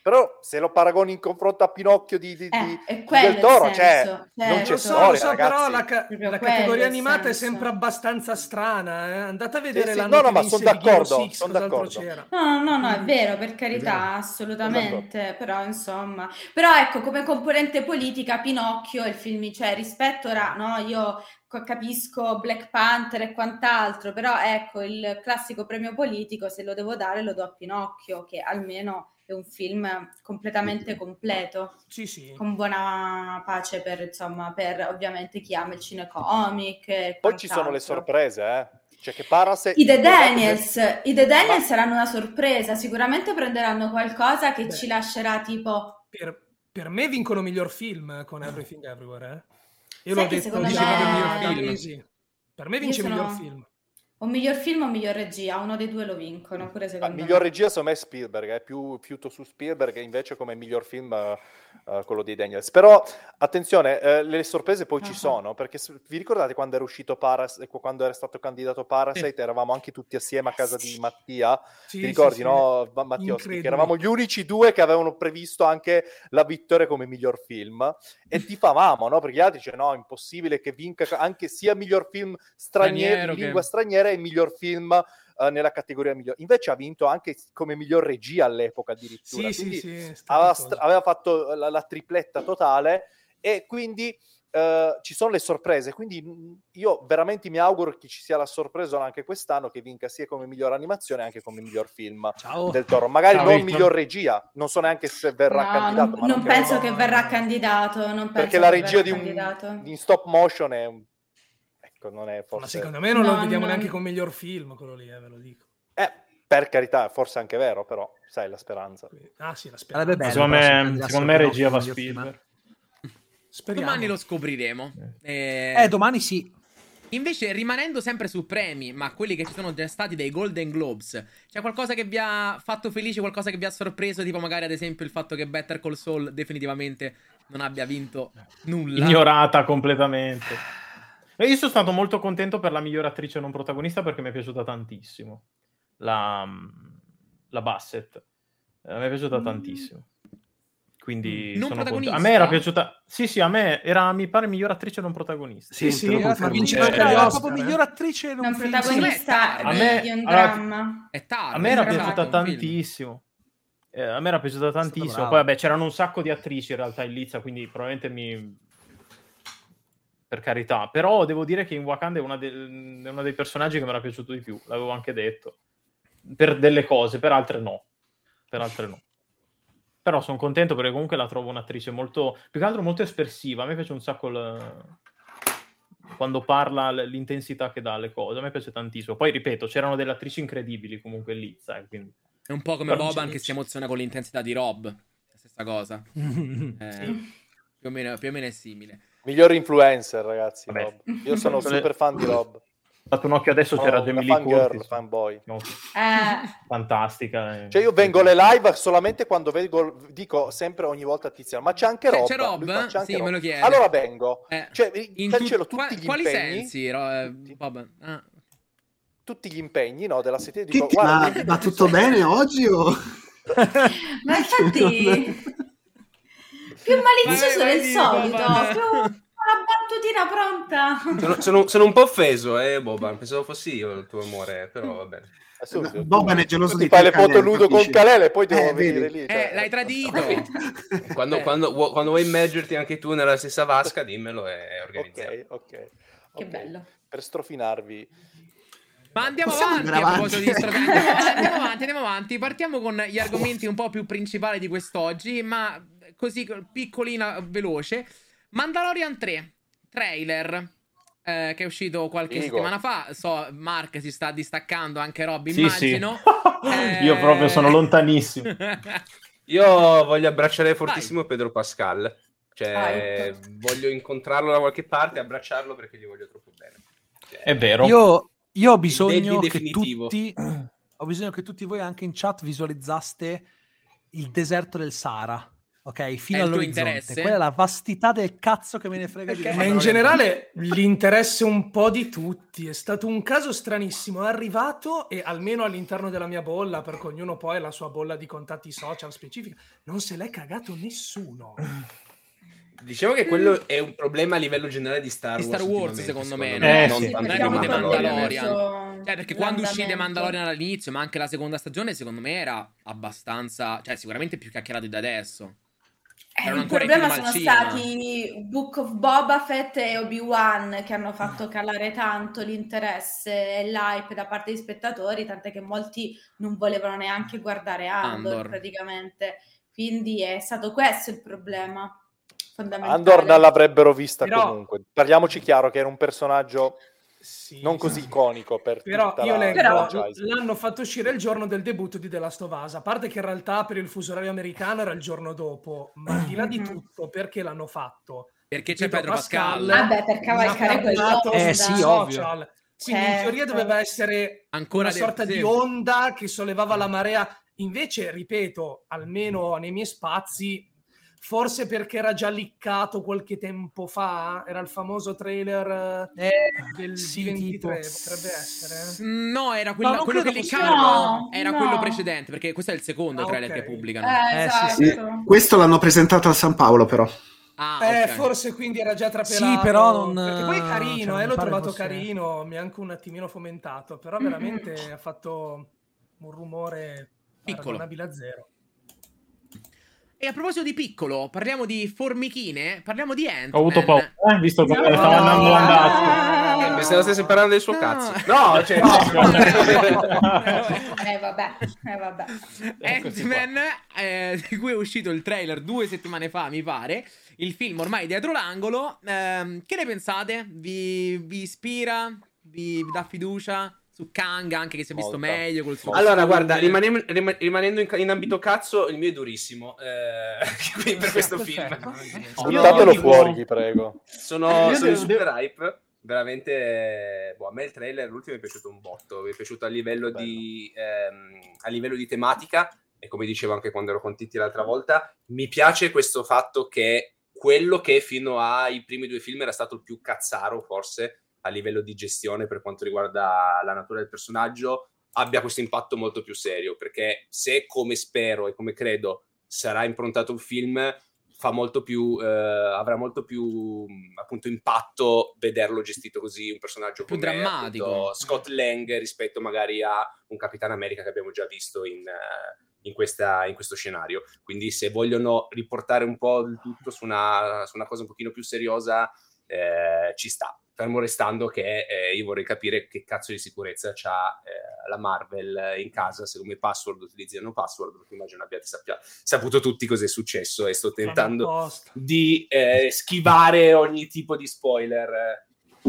Però se lo paragoni in confronto a Pinocchio di quello Del Toro, il cioè, senso. non c'è Lo storia, so, ragazzi. però la Proprio categoria quello il animata è senso. sempre abbastanza strana, eh. Andate a vedere Sì, l'anno che ma vinse sono Big Hero d'accordo, 6, sono cos'altro d'accordo. c'era. No, è vero, per carità, È vero. assolutamente, però insomma, però ecco, come componente politica Pinocchio il film, cioè rispetto ora, no, io capisco Black Panther e quant'altro, però ecco, il classico premio politico, se lo devo dare, lo do a Pinocchio, che almeno è un film completamente completo, Sì. con buona pace per, insomma, per ovviamente chi ama il cinecomic e Poi ci sono le quant'altro. sorprese, Cioè che Parasite... I The Daniels saranno una sorpresa, sicuramente prenderanno qualcosa che ci lascerà tipo... Per me vincono miglior film con Everything Everywhere, Io Sai l'ho che detto secondo dicendo me- del miglior film. mesi. Per me vince Io sono- miglior film. O miglior film o miglior regia, uno dei due lo vincono, pure secondo miglior me. regia secondo me è Spielberg, è più su Spielberg, e invece come miglior film quello dei Daniels. Però attenzione, le sorprese poi ci sono, perché vi ricordate quando era uscito quando era stato candidato Parasite, eravamo anche tutti assieme a casa di Mattia, ti ricordi, no, Mattioschi, che eravamo gli unici due che avevano previsto anche la vittoria come miglior film, e tifavamo, no, perché gli altri dicevano no, impossibile che vinca anche sia miglior film straniero, in lingua straniera, e miglior film nella categoria migliore. Invece ha vinto anche come miglior regia all'epoca addirittura. Quindi aveva fatto la tripletta totale, e quindi ci sono le sorprese. Quindi io veramente mi auguro che ci sia la sorpresa anche quest'anno, che vinca sia come miglior animazione anche come miglior film del Toro. Magari non miglior regia, non so neanche se verrà candidato. Non penso che verrà candidato. Perché la regia di stop motion è non è forse... Ma secondo me non lo vediamo neanche come miglior film, quello lì, ve lo dico. Per carità, forse anche vero, però sai, la speranza. Sì, la speranza. Bello, secondo me regia va Spielberg. Speriamo. Domani lo scopriremo. Domani sì. Invece, rimanendo sempre su premi, ma quelli che ci sono già stati dei Golden Globes, c'è qualcosa che vi ha fatto felice, qualcosa che vi ha sorpreso, tipo magari ad esempio il fatto che Better Call Saul definitivamente non abbia vinto nulla? Ignorata completamente. Io sono stato molto contento per la miglior attrice non protagonista, perché mi è piaciuta tantissimo la Bassett. Mi è piaciuta tantissimo. Quindi non sono protagonista? a me era piaciuta. Sì, a me era, mi pare, miglior attrice non protagonista. Sì, ma vince anche proprio miglior attrice non protagonista di un dramma. È tardi. A me era piaciuta tantissimo. A me era piaciuta tantissimo. Poi vabbè, c'erano un sacco di attrici in realtà in lizza, quindi probabilmente per carità, però devo dire che in Wakanda è uno dei personaggi che mi era piaciuto di più, l'avevo anche detto, per delle cose, per altre no. Però sono contento perché comunque la trovo un'attrice molto, più che altro molto espressiva. A me piace un sacco quando parla, l'intensità che dà alle cose, a me piace tantissimo. Poi ripeto, c'erano delle attrici incredibili comunque lì, quindi... È un po' come Boban che si emoziona con l'intensità di Rob, la stessa cosa. Più o meno è simile. Miglior influencer, ragazzi, Rob. Io sono super fan di Rob. Ho dato un occhio adesso, c'era Jamie Lee Curtis, fanboy. Fantastica. Cioè io vengo alle live solamente quando dico sempre ogni volta a Tiziano, ma c'è anche Rob. C'è Rob? Sì, Rob. Me lo chiede. Allora vengo. Cioè, cancelo tutti gli quali impegni. sensi, Bob? Tutti gli impegni, no, della settimana. Dico, guarda, va tutto bene oggi o... Ma infatti... più malizioso del solito, più una battutina pronta. Sono un po' offeso, Boban. Pensavo fossi io il tuo amore, però va bene. Boban è geloso di fai le foto nudo con Calele e poi devo venire lì. L'hai tradito. Quando vuoi immergerti anche tu nella stessa vasca, dimmelo e organizziamo. Ok. Che bello. Per strofinarvi. Ma andiamo avanti, a proposito di andiamo avanti. Partiamo con gli argomenti un po' più principali di quest'oggi, ma così piccolina, veloce. Mandalorian 3 trailer che è uscito qualche settimana fa. Mark si sta distaccando, anche Rob immagino. Sì. Io proprio sono lontanissimo. Io voglio abbracciare fortissimo Pedro Pascal. Cioè, voglio incontrarlo da qualche parte, abbracciarlo perché gli voglio troppo bene. È vero. Io ho bisogno che tutti voi anche in chat visualizzaste il deserto del Sahara. ok, fino È il tuo all'orizzonte. interesse? Quella è la vastità del cazzo che me ne frega di Ma in generale l'interesse un po' di tutti è stato un caso stranissimo, è arrivato e almeno all'interno della mia bolla, perché ognuno poi ha la sua bolla di contatti social specifica, non se l'è cagato nessuno. Diciamo che quello è un problema a livello generale di Star Wars, secondo me, non sì, tanto non è di come The Mandalorian. Mandalorian. Cioè, perché quando uscì The Mandalorian all'inizio, ma anche la seconda stagione, secondo me era abbastanza, cioè sicuramente più chiacchierato di adesso. Il problema sono stati Book of Boba Fett e Obi-Wan che hanno fatto calare tanto l'interesse e l'hype da parte degli spettatori, tant'è che molti non volevano neanche guardare Andor. Praticamente. Quindi è stato questo il problema fondamentale. Andor non l'avrebbero vista Però, comunque. Parliamoci chiaro che era un personaggio non così iconico per però tutta io la leggo, franchise. l'hanno fatto uscire il giorno del debutto di The Last of Us, a parte che in realtà per il fuso orario americano era il giorno dopo, ma al di là di tutto, perché l'hanno fatto? Perché c'è Pedro Pascal. Vabbè, per cavalcare quello sì, ovvio. Quindi in teoria doveva essere ancora una sorta di onda che sollevava la marea. Invece, ripeto, almeno nei miei spazi, forse perché era già liccato qualche tempo fa, era il famoso trailer del sì, 23, tipo. potrebbe essere. No, era quello che liccarono, era quello precedente, perché questo è il secondo trailer che pubblicano. Esatto. Sì. Questo l'hanno presentato a San Paolo, però. Okay. Forse quindi era già trapelato. Sì, però non... Perché poi è carino, cioè, l'ho trovato fosse... carino, mi ha anche un attimino fomentato, però veramente ha fatto un rumore paragonabile a zero. E a proposito di piccolo, parliamo di formichine, parliamo di Ant-Man. Ho avuto paura, visto che stava andando andato. Pensavo stesse parlando del suo cazzo. No, cioè... vabbè. Ant-Man, di cui è uscito il trailer 2 settimane fa, mi pare. Il film ormai dietro l'angolo. Che ne pensate? Vi ispira? Vi dà fiducia? Su Kang, anche che si è visto meglio col suo Allora, guarda, rimanendo in ambito cazzo, il mio è durissimo per questo film. Buttatelo fuori, vi prego. Sono in super hype. Veramente, a me il trailer, l'ultimo, mi è piaciuto un botto. Mi è piaciuto a livello di tematica, e come dicevo anche quando ero con Titti l'altra volta, mi piace questo fatto che quello che fino ai primi 2 film era stato il più cazzaro, forse, a livello di gestione per quanto riguarda la natura del personaggio, abbia questo impatto molto più serio, perché se, come spero e come credo, sarà improntato un film, fa molto più avrà molto più appunto impatto vederlo gestito così, un personaggio più come drammatico, appunto, Scott Lang, rispetto magari a un Capitan America che abbiamo già visto in questo scenario. Quindi se vogliono riportare un po' il tutto su una cosa un pochino più seriosa, ci sta. Fermo restando che io vorrei capire che cazzo di sicurezza c'ha la Marvel in casa, se come password utilizzano password, perché immagino abbiate saputo tutti cosa è successo, e sto tentando di schivare ogni tipo di spoiler.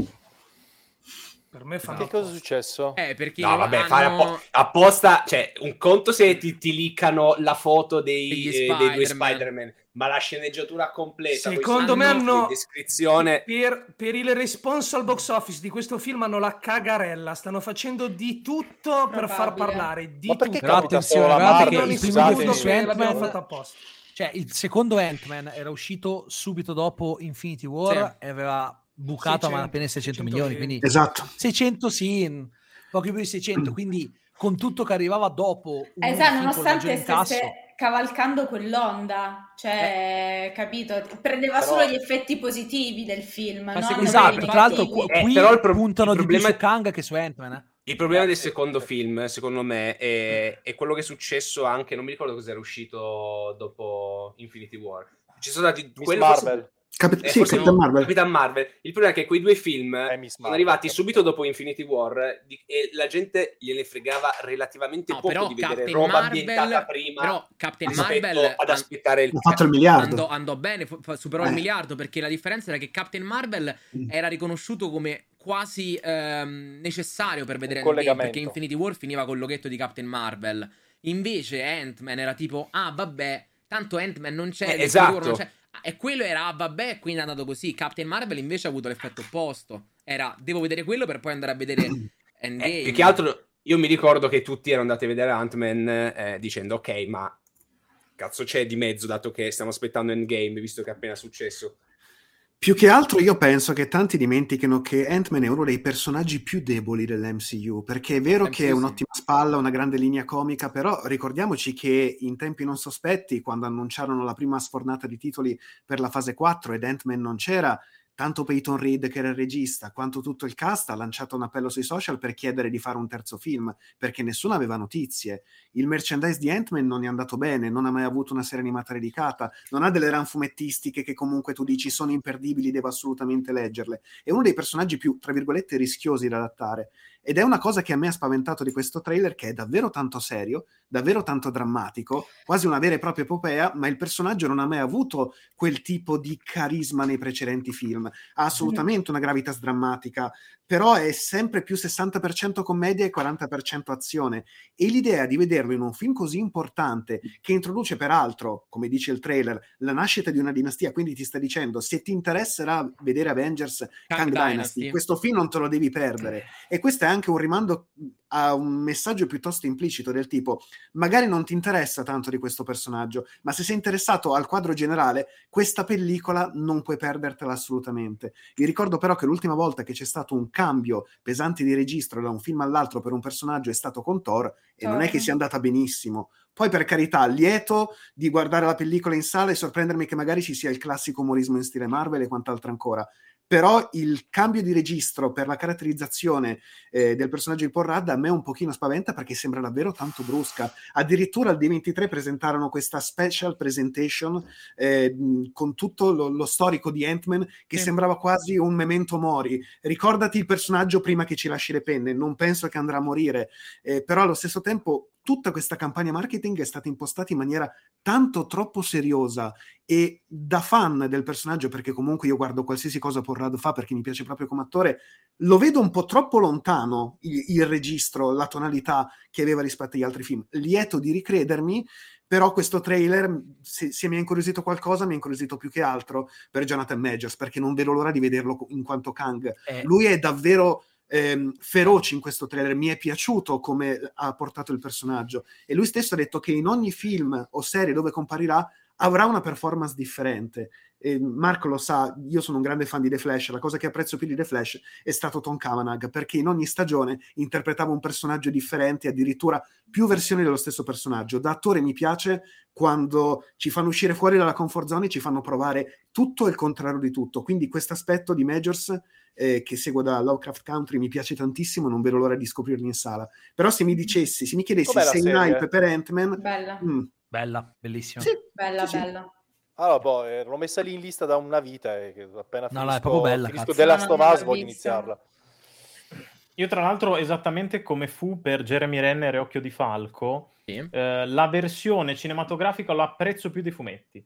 Per me che cosa è successo? Perché no, vabbè, fare apposta, cioè un conto se ti liccano la foto dei 2 Spider-Man, ma la sceneggiatura completa, secondo me hanno descrizione per il response al box office di questo film hanno la cagarella, stanno facendo di tutto per far parlare di tutto. Però attenzione, Marvel, il primo film su l'abbiamo fatto apposta. Cioè il secondo Ant-Man era uscito subito dopo Infinity War e aveva bucato a malapena 600 milioni, quindi esatto. 600 sì, pochi più di 600, quindi con tutto che arrivava dopo nonostante stesse cavalcando quell'onda, cioè capito, prendeva solo gli effetti positivi del film, no? Esatto, tra l'altro qui però puntano di più su Kang che su Ant-Man. Il problema del secondo film, secondo me, è quello che è successo anche, non mi ricordo cosa era uscito dopo Infinity War. Ci sono stati Marvel. Capitan Marvel. Capitan Marvel. Il problema è che quei 2 film sono arrivati subito dopo Infinity War e la gente gliene fregava relativamente poco di vedere Captain roba Marvel, ambientata prima, però Captain Marvel ad aspettare il... Ha fatto il miliardo. Andò bene, superò il miliardo, perché la differenza era che Captain Marvel era riconosciuto come quasi necessario per vedere Endgame, perché Infinity War finiva col loghetto di Captain Marvel. Invece Ant-Man era tipo, vabbè, tanto Ant-Man non c'è, esatto. Non c'è. E quello era vabbè, quindi è andato così. Captain Marvel invece ha avuto l'effetto opposto. Era devo vedere quello per poi andare a vedere Endgame. Più che altro io mi ricordo che tutti erano andati a vedere Ant-Man dicendo ok, ma cazzo c'è di mezzo, dato che stiamo aspettando Endgame, visto che è appena successo. Più che altro io penso che tanti dimenticano che Ant-Man è uno dei personaggi più deboli dell'MCU, perché è vero che è un'ottima spalla, una grande linea comica, però ricordiamoci che in tempi non sospetti, quando annunciarono la prima sfornata di titoli per la fase 4 ed Ant-Man non c'era, tanto Peyton Reed, che era il regista, quanto tutto il cast ha lanciato un appello sui social per chiedere di fare un terzo film, perché nessuno aveva notizie. Il merchandise di Ant-Man non è andato bene, non ha mai avuto una serie animata dedicata, non ha delle run fumettistiche che comunque tu dici sono imperdibili, devo assolutamente leggerle. È uno dei personaggi più, tra virgolette, rischiosi da adattare. Ed è una cosa che a me ha spaventato di questo trailer, che è davvero tanto serio, davvero tanto drammatico, quasi una vera e propria epopea, ma il personaggio non ha mai avuto quel tipo di carisma nei precedenti film. Ha assolutamente una gravitas drammatica, però è sempre più 60% commedia e 40% azione. E l'idea di vederlo in un film così importante, che introduce peraltro, come dice il trailer, la nascita di una dinastia, quindi ti sta dicendo, se ti interesserà vedere Avengers Kang Dynasty, questo film non te lo devi perdere. E questo è anche un rimando a un messaggio piuttosto implicito del tipo, magari non ti interessa tanto di questo personaggio, ma se sei interessato al quadro generale, questa pellicola non puoi perdertela assolutamente. Vi ricordo però che l'ultima volta che c'è stato un cambio pesante di registro da un film all'altro per un personaggio è stato con Thor, e non è che sia andata benissimo. Poi, per carità, lieto di guardare la pellicola in sala e sorprendermi che magari ci sia il classico umorismo in stile Marvel e quant'altro ancora. Però il cambio di registro per la caratterizzazione del personaggio di Paul Rudd a me un pochino spaventa, perché sembra davvero tanto brusca. Addirittura al D23 presentarono questa special presentation con tutto lo storico di Ant-Man, che sembrava quasi un memento mori. Ricordati il personaggio prima che ci lasci le penne, non penso che andrà a morire, però allo stesso tempo tutta questa campagna marketing è stata impostata in maniera tanto troppo seriosa e da fan del personaggio, perché comunque io guardo qualsiasi cosa Paul Rudd fa perché mi piace proprio come attore, lo vedo un po' troppo lontano il registro, la tonalità che aveva rispetto agli altri film. Lieto di ricredermi, però questo trailer, se mi ha incuriosito qualcosa, mi ha incuriosito più che altro per Jonathan Majors, perché non vedo l'ora di vederlo in quanto Kang. Lui è davvero feroce in questo trailer, mi è piaciuto come ha portato il personaggio, e lui stesso ha detto che in ogni film o serie dove comparirà avrà una performance differente. Marco lo sa, io sono un grande fan di The Flash, la cosa che apprezzo più di The Flash è stato Tom Cavanagh, perché in ogni stagione interpretava un personaggio differente, addirittura più versioni dello stesso personaggio. Da attore mi piace quando ci fanno uscire fuori dalla comfort zone e ci fanno provare tutto e il contrario di tutto, quindi questo aspetto di Majors che seguo da Lovecraft Country mi piace tantissimo, non vedo l'ora di scoprirli in sala. Però se mi chiedessi se in hype per Ant-Man, bella, bellissima. Sì, bella. Allora, l'ho messa lì in lista da una vita e appena è proprio bella, finisco The Last of Us voglio iniziarla. Io tra l'altro, esattamente come fu per Jeremy Renner e Occhio di Falco, la versione cinematografica lo apprezzo più dei fumetti.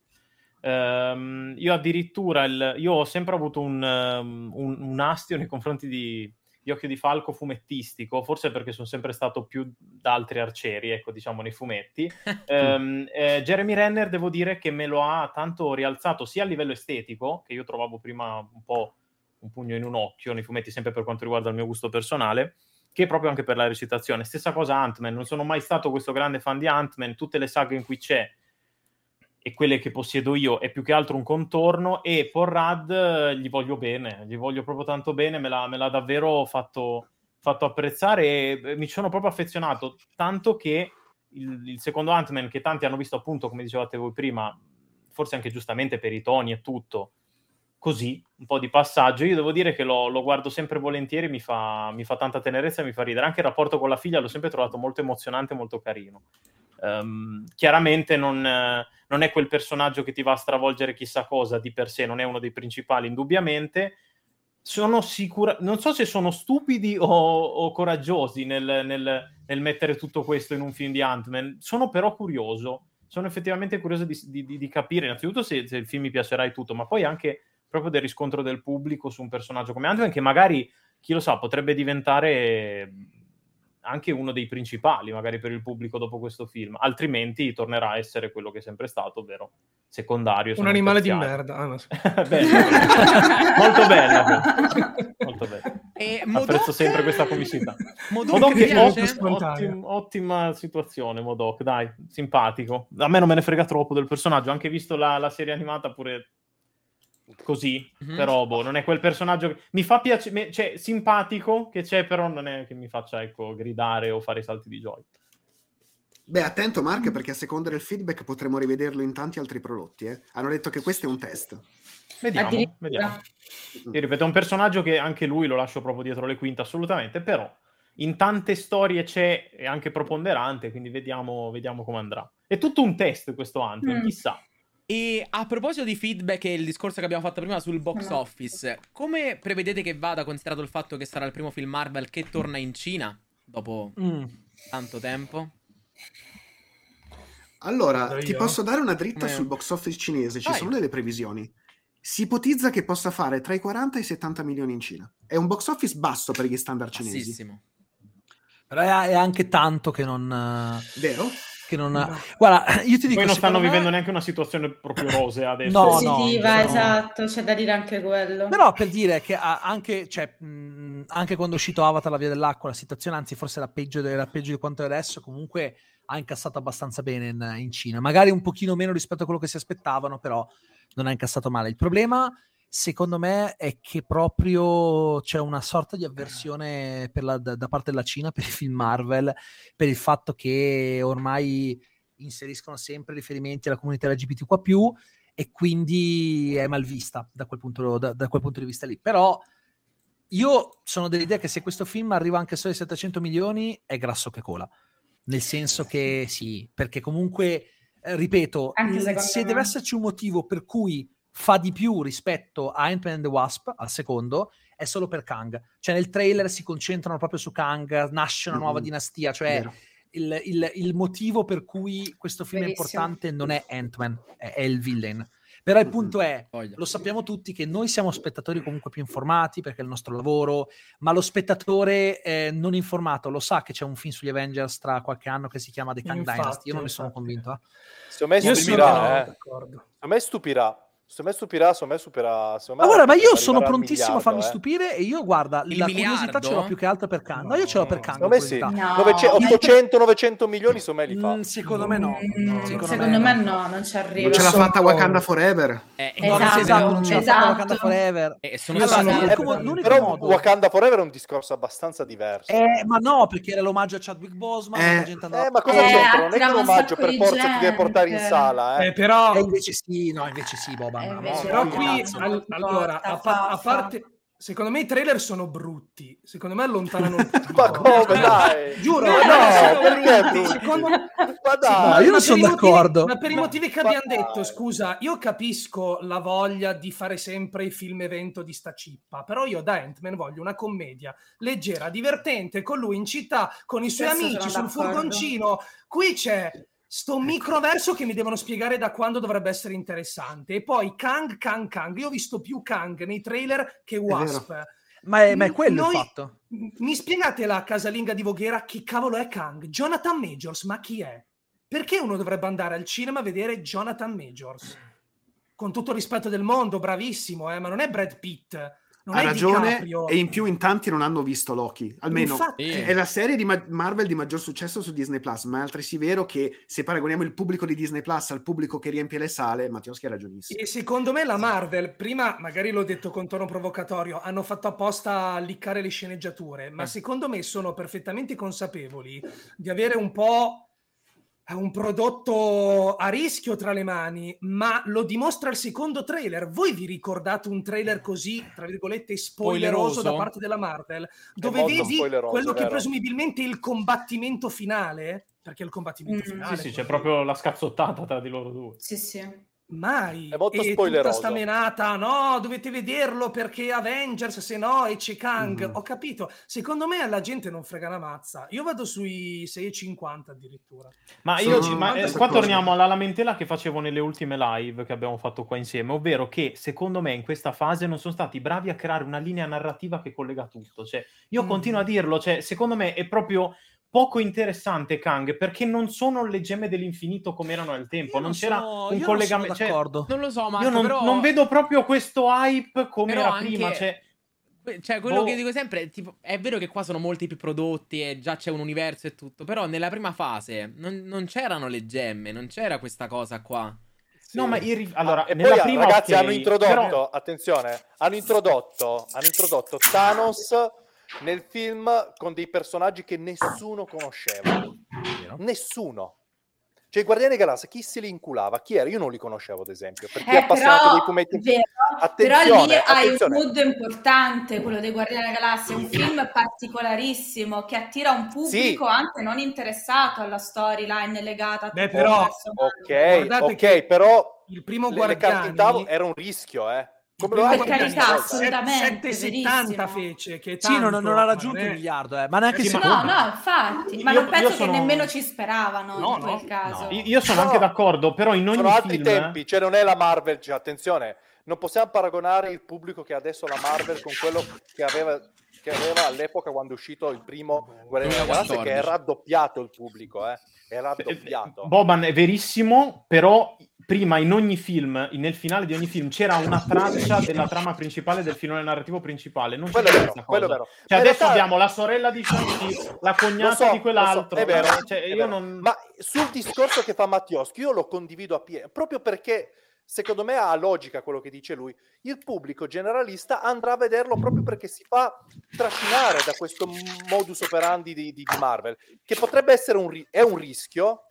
Io addirittura io ho sempre avuto un astio nei confronti di Occhio di Falco fumettistico, forse perché sono sempre stato più da altri arcieri, ecco, diciamo, nei fumetti. Jeremy Renner, devo dire che me lo ha tanto rialzato sia a livello estetico, che io trovavo prima un po' un pugno in un occhio nei fumetti, sempre per quanto riguarda il mio gusto personale, che proprio anche per la recitazione. Stessa cosa Ant-Man, non sono mai stato questo grande fan di Ant-Man, tutte le saghe in cui c'è e quelle che possiedo io è più che altro un contorno, e Paul Rudd gli voglio bene, gli voglio proprio tanto bene, me l'ha davvero fatto apprezzare e mi sono proprio affezionato, tanto che il secondo Ant-Man, che tanti hanno visto appunto, come dicevate voi prima, forse anche giustamente per i toni e tutto, così, un po' di passaggio, io devo dire che lo guardo sempre volentieri, mi fa tanta tenerezza e mi fa ridere. Anche il rapporto con la figlia l'ho sempre trovato molto emozionante, molto carino. Chiaramente non è quel personaggio che ti va a stravolgere chissà cosa di per sé, non è uno dei principali indubbiamente. Sono sicura, non so se sono stupidi o coraggiosi nel mettere tutto questo in un film di Ant-Man, sono però curioso, sono effettivamente curioso di capire innanzitutto se il film mi piacerà e tutto, ma poi anche proprio del riscontro del pubblico su un personaggio come Ant-Man, che magari, chi lo sa, potrebbe diventare anche uno dei principali magari per il pubblico dopo questo film, altrimenti tornerà a essere quello che è sempre stato, ovvero secondario. Un animale di merda. Bello. Molto bella. Molto bella. Apprezzo sempre questa comicità. Modok ti piace? Ottima situazione, Modok, dai, simpatico. A me non me ne frega troppo del personaggio, ho anche visto la serie animata pure così, però non è quel personaggio che mi fa piacere, cioè simpatico che c'è, però non è che mi faccia, ecco, gridare o fare salti di gioia. Beh, attento Mark, perché a seconda del feedback potremo rivederlo in tanti altri prodotti. Hanno detto che questo è un test. Vediamo. Io ripeto, è un personaggio che anche lui lo lascio proprio dietro le quinte, assolutamente, però in tante storie c'è, è anche preponderante, quindi vediamo come andrà. È tutto un test questo Ant-Man, chissà. E a proposito di feedback e il discorso che abbiamo fatto prima sul box office, come prevedete che vada, considerato il fatto che sarà il primo film Marvel che torna in Cina dopo tanto tempo? Allora, ti posso dare una dritta sul box office cinese, ci sono delle previsioni. Si ipotizza che possa fare tra i 40 e i 70 milioni in Cina. È un box office basso per gli standard cinesi. Bassissimo. Però è anche tanto che non... Vero? Che non... Guarda, io ti dico... Poi non stanno vivendo neanche una situazione proprio rosea adesso. Positiva, esatto, c'è da dire anche quello. Però per dire che anche quando è uscito Avatar, la via dell'acqua, la situazione anzi forse era peggio di quanto è adesso, comunque ha incassato abbastanza bene in Cina. Magari un pochino meno rispetto a quello che si aspettavano, però non ha incassato male. Il problema, secondo me, è che proprio c'è una sorta di avversione da parte della Cina per i film Marvel, per il fatto che ormai inseriscono sempre riferimenti alla comunità LGBTQ+, e quindi è mal vista da quel punto di vista lì. Però io sono dell'idea che se questo film arriva anche solo ai 700 milioni è grasso che cola, nel senso che sì, perché comunque ripeto, se deve esserci un motivo per cui fa di più rispetto a Ant-Man and the Wasp al secondo, è solo per Kang. Cioè nel trailer si concentrano proprio su Kang, nasce una nuova dinastia, cioè il motivo per cui questo film è importante non è Ant-Man, è il villain. Però il punto è, lo sappiamo tutti che noi siamo spettatori comunque più informati perché è il nostro lavoro, ma lo spettatore non informato lo sa che c'è un film sugli Avengers tra qualche anno che si chiama The Kang Dynasty. Io non ne sono convinto. Secondo me stupirà. Secondo me supererà. Ma guarda, ma io sono prontissimo a farmi stupire, e io guarda, la curiosità ce l'ho più che altro per Kang. No, io ce l'ho per Kang. Secondo me sì. 800-900 milioni secondo me li fa. Secondo me no. Secondo me no, non ci arriva. Non ce l'ha fatta Wakanda Forever. Esatto, non ce l'ha fatta Wakanda Forever. Però Wakanda Forever è un discorso abbastanza diverso. Ma no, perché era l'omaggio a Chadwick Boseman. La gente ma cosa c'entra? Non è che l'omaggio per forza ti deve portare in sala. Però invece sì, Bob. Però qui allora a parte, secondo me i trailer sono brutti, secondo me allontanano il pubblico. Ma come, dai? Giuro, io non sono d'accordo. Ma per i motivi che abbiamo detto, scusa, io capisco la voglia di fare sempre i film evento di sta cippa, però io da Ant-Man voglio una commedia leggera, divertente, con lui in città, con i suoi amici sul furgoncino. Qui c'è sto microverso che mi devono spiegare da quando dovrebbe essere interessante. E poi Kang. Io ho visto più Kang nei trailer che Wasp. Ma è quello il fatto. Mi spiegate la casalinga di Voghera chi cavolo è Kang? Jonathan Majors, ma chi è? Perché uno dovrebbe andare al cinema a vedere Jonathan Majors? Con tutto il rispetto del mondo, bravissimo, ma non è Brad Pitt. Non ha è ragione, DiCaprio. E in più in tanti non hanno visto Loki. Almeno è la serie di Marvel di maggior successo su Disney Plus, ma è altresì vero che se paragoniamo il pubblico di Disney Plus al pubblico che riempie le sale, Mattioschi ha ragionissimo. E secondo me la Marvel, prima magari l'ho detto con tono provocatorio, hanno fatto apposta a liccare le sceneggiature, ma secondo me sono perfettamente consapevoli di avere un po' un prodotto a rischio tra le mani, ma lo dimostra il secondo trailer. Voi vi ricordate un trailer così, tra virgolette, spoileroso da parte della Marvel, dove vedi quello che presumibilmente è il combattimento finale? Perché il combattimento finale... Sì, c'è proprio la scazzottata tra di loro due. Sì. Mai. È molto spoileroso. Tutta sta menata, no, dovete vederlo perché Avengers, se no e c'è Kang. Ho capito. Secondo me alla gente non frega la mazza. Io vado sui 6,50 addirittura. Ma qua torniamo alla lamentela che facevo nelle ultime live che abbiamo fatto qua insieme, ovvero che secondo me in questa fase non sono stati bravi a creare una linea narrativa che collega tutto. Cioè, io continuo a dirlo, cioè, secondo me è proprio poco interessante Kang, perché non sono le gemme dell'infinito come erano al tempo, non c'era un collegamento, non lo so, Marco, io non vedo proprio questo hype come era anche... prima, cioè... Cioè, quello che dico sempre, tipo, è vero che qua sono molti più prodotti e già c'è un universo e tutto, però nella prima fase non c'erano le gemme, non c'era questa cosa qua. Sì. No, ma allora, e nella poi prima, ragazzi ok, hanno introdotto, però... attenzione, hanno introdotto Thanos nel film con dei personaggi che nessuno conosceva. Nessuno. Cioè, i Guardiani della Galassia, chi se li inculava? Chi era? Io non li conoscevo, ad esempio, per chi è appassionato dei fumetti. Però lì hai un mood importante, quello dei Guardiani della Galassia, è un film particolarissimo che attira un pubblico anche non interessato alla storyline legata a tutto però, ok, però il primo le carte in tavolo era un rischio, Come lo per carità, assolutamente 7,70 fece, che sì, non ha raggiunto il miliardo, ma neanche no, infatti, ma non penso che nemmeno ci speravano in quel caso. Io sono anche d'accordo, però in ogni sono altri film... tempi, cioè non è la Marvel, cioè, attenzione, non possiamo paragonare il pubblico che ha adesso la Marvel con quello che aveva all'epoca quando è uscito il primo Guardiani della Galassia, che è raddoppiato il pubblico, è raddoppiato. Boban è verissimo, però prima in ogni film, nel finale di ogni film c'era una traccia della trama principale, del filone narrativo principale. Non quello è vero. Cioè adesso abbiamo la sorella di Shang-Chi, la cognata di quell'altro. È vero, cioè, Ma sul discorso che fa Mattioschi io lo condivido appieno, proprio perché secondo me ha logica quello che dice lui. Il pubblico generalista andrà a vederlo proprio perché si fa trascinare da questo modus operandi di Marvel, che potrebbe essere un rischio,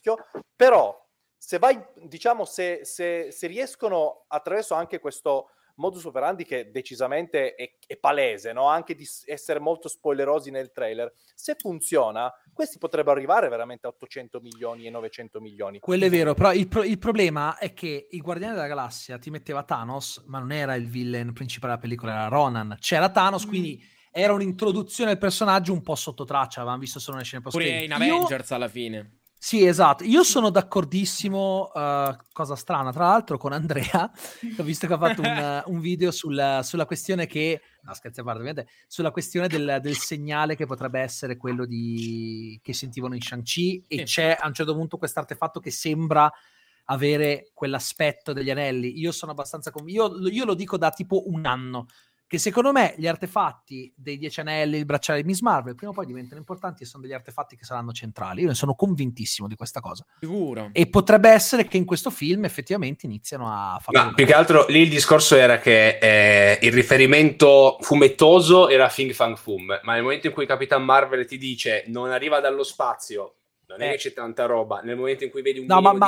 però se vai, diciamo, se riescono attraverso anche questo modus operandi che decisamente è palese, no? Anche di essere molto spoilerosi nel trailer, se funziona, questi potrebbero arrivare veramente a 800 milioni e 900 milioni. Quello è vero, però il problema è che i Guardiani della Galassia ti metteva Thanos, ma non era il villain principale della pellicola, era Ronan. C'era Thanos, quindi era un'introduzione al personaggio un po' sotto traccia, l'avevamo visto solo nelle scene post pure in Avengers alla fine. Sì, esatto. Io sono d'accordissimo, cosa strana, tra l'altro, con Andrea, che ho visto che ha fatto un video sulla questione che... No, scherzi a parte, ovviamente, sulla questione del segnale che potrebbe essere quello che sentivano in Shang-Chi, e c'è a un certo punto questo artefatto che sembra avere quell'aspetto degli anelli. Io sono abbastanza convinto, io lo dico da tipo un anno, che secondo me gli artefatti dei 10 anelli, il bracciale di Miss Marvel, prima o poi diventano importanti e sono degli artefatti che saranno centrali. Io ne sono convintissimo di questa cosa. Sicuro. E potrebbe essere che in questo film effettivamente iniziano a fare... Ma più che altro lì il discorso era che il riferimento fumettoso era Fing Fang Fum, ma nel momento in cui Capitan Marvel ti dice non arriva dallo spazio, non è che c'è tanta roba, nel momento in cui vedi un ma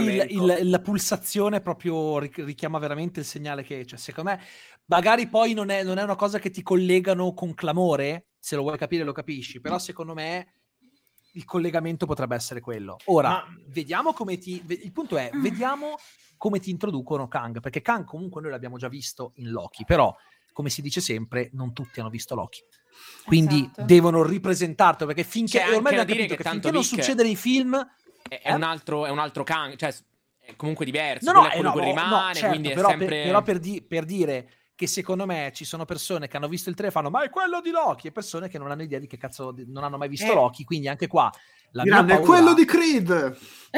poi la pulsazione proprio richiama veramente il segnale che, cioè, secondo me magari poi non è una cosa che ti collegano con clamore, se lo vuoi capire lo capisci, però secondo me il collegamento potrebbe essere quello. Ora, vediamo come il punto è, vediamo come ti introducono Kang, perché Kang comunque noi l'abbiamo già visto in Loki, però come si dice sempre, non tutti hanno visto Loki. Quindi devono ripresentarlo, perché finché ormai abbiamo capito che finché non succede nei film è un altro Kang, cioè è comunque diverso, no, quello che rimane, certo, quindi però, è sempre... però per dire che secondo me ci sono persone che hanno visto il trailer e fanno ma è quello di Loki, e persone che non hanno idea di che cazzo, non hanno mai visto Loki, quindi anche qua la mia paura... è quello di Creed!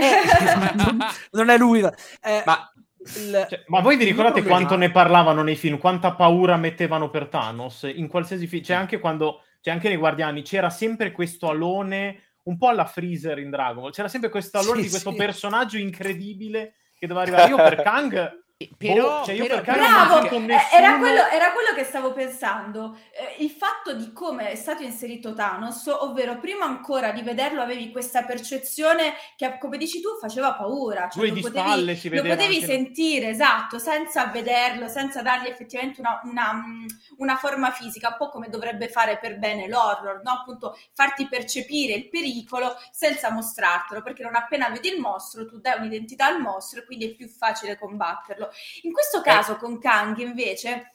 Non è lui, ma voi vi ricordate quanto ne parlavano nei film, quanta paura mettevano per Thanos in qualsiasi film? Cioè anche quando, cioè anche nei Guardiani c'era sempre questo alone un po' alla Freezer in Dragon Ball, c'era sempre questo alone di questo personaggio incredibile che doveva arrivare. Io per Kang Bravo, era quello che stavo pensando, il fatto di come è stato inserito Thanos, ovvero prima ancora di vederlo avevi questa percezione che, come dici tu, faceva paura, cioè lo potevi sentire, esatto, senza vederlo, senza dargli effettivamente una forma fisica, un po' come dovrebbe fare per bene l'horror, no? Appunto farti percepire il pericolo senza mostrartelo, perché non appena vedi il mostro tu dai un'identità al mostro e quindi è più facile combatterlo. In questo caso con Kang invece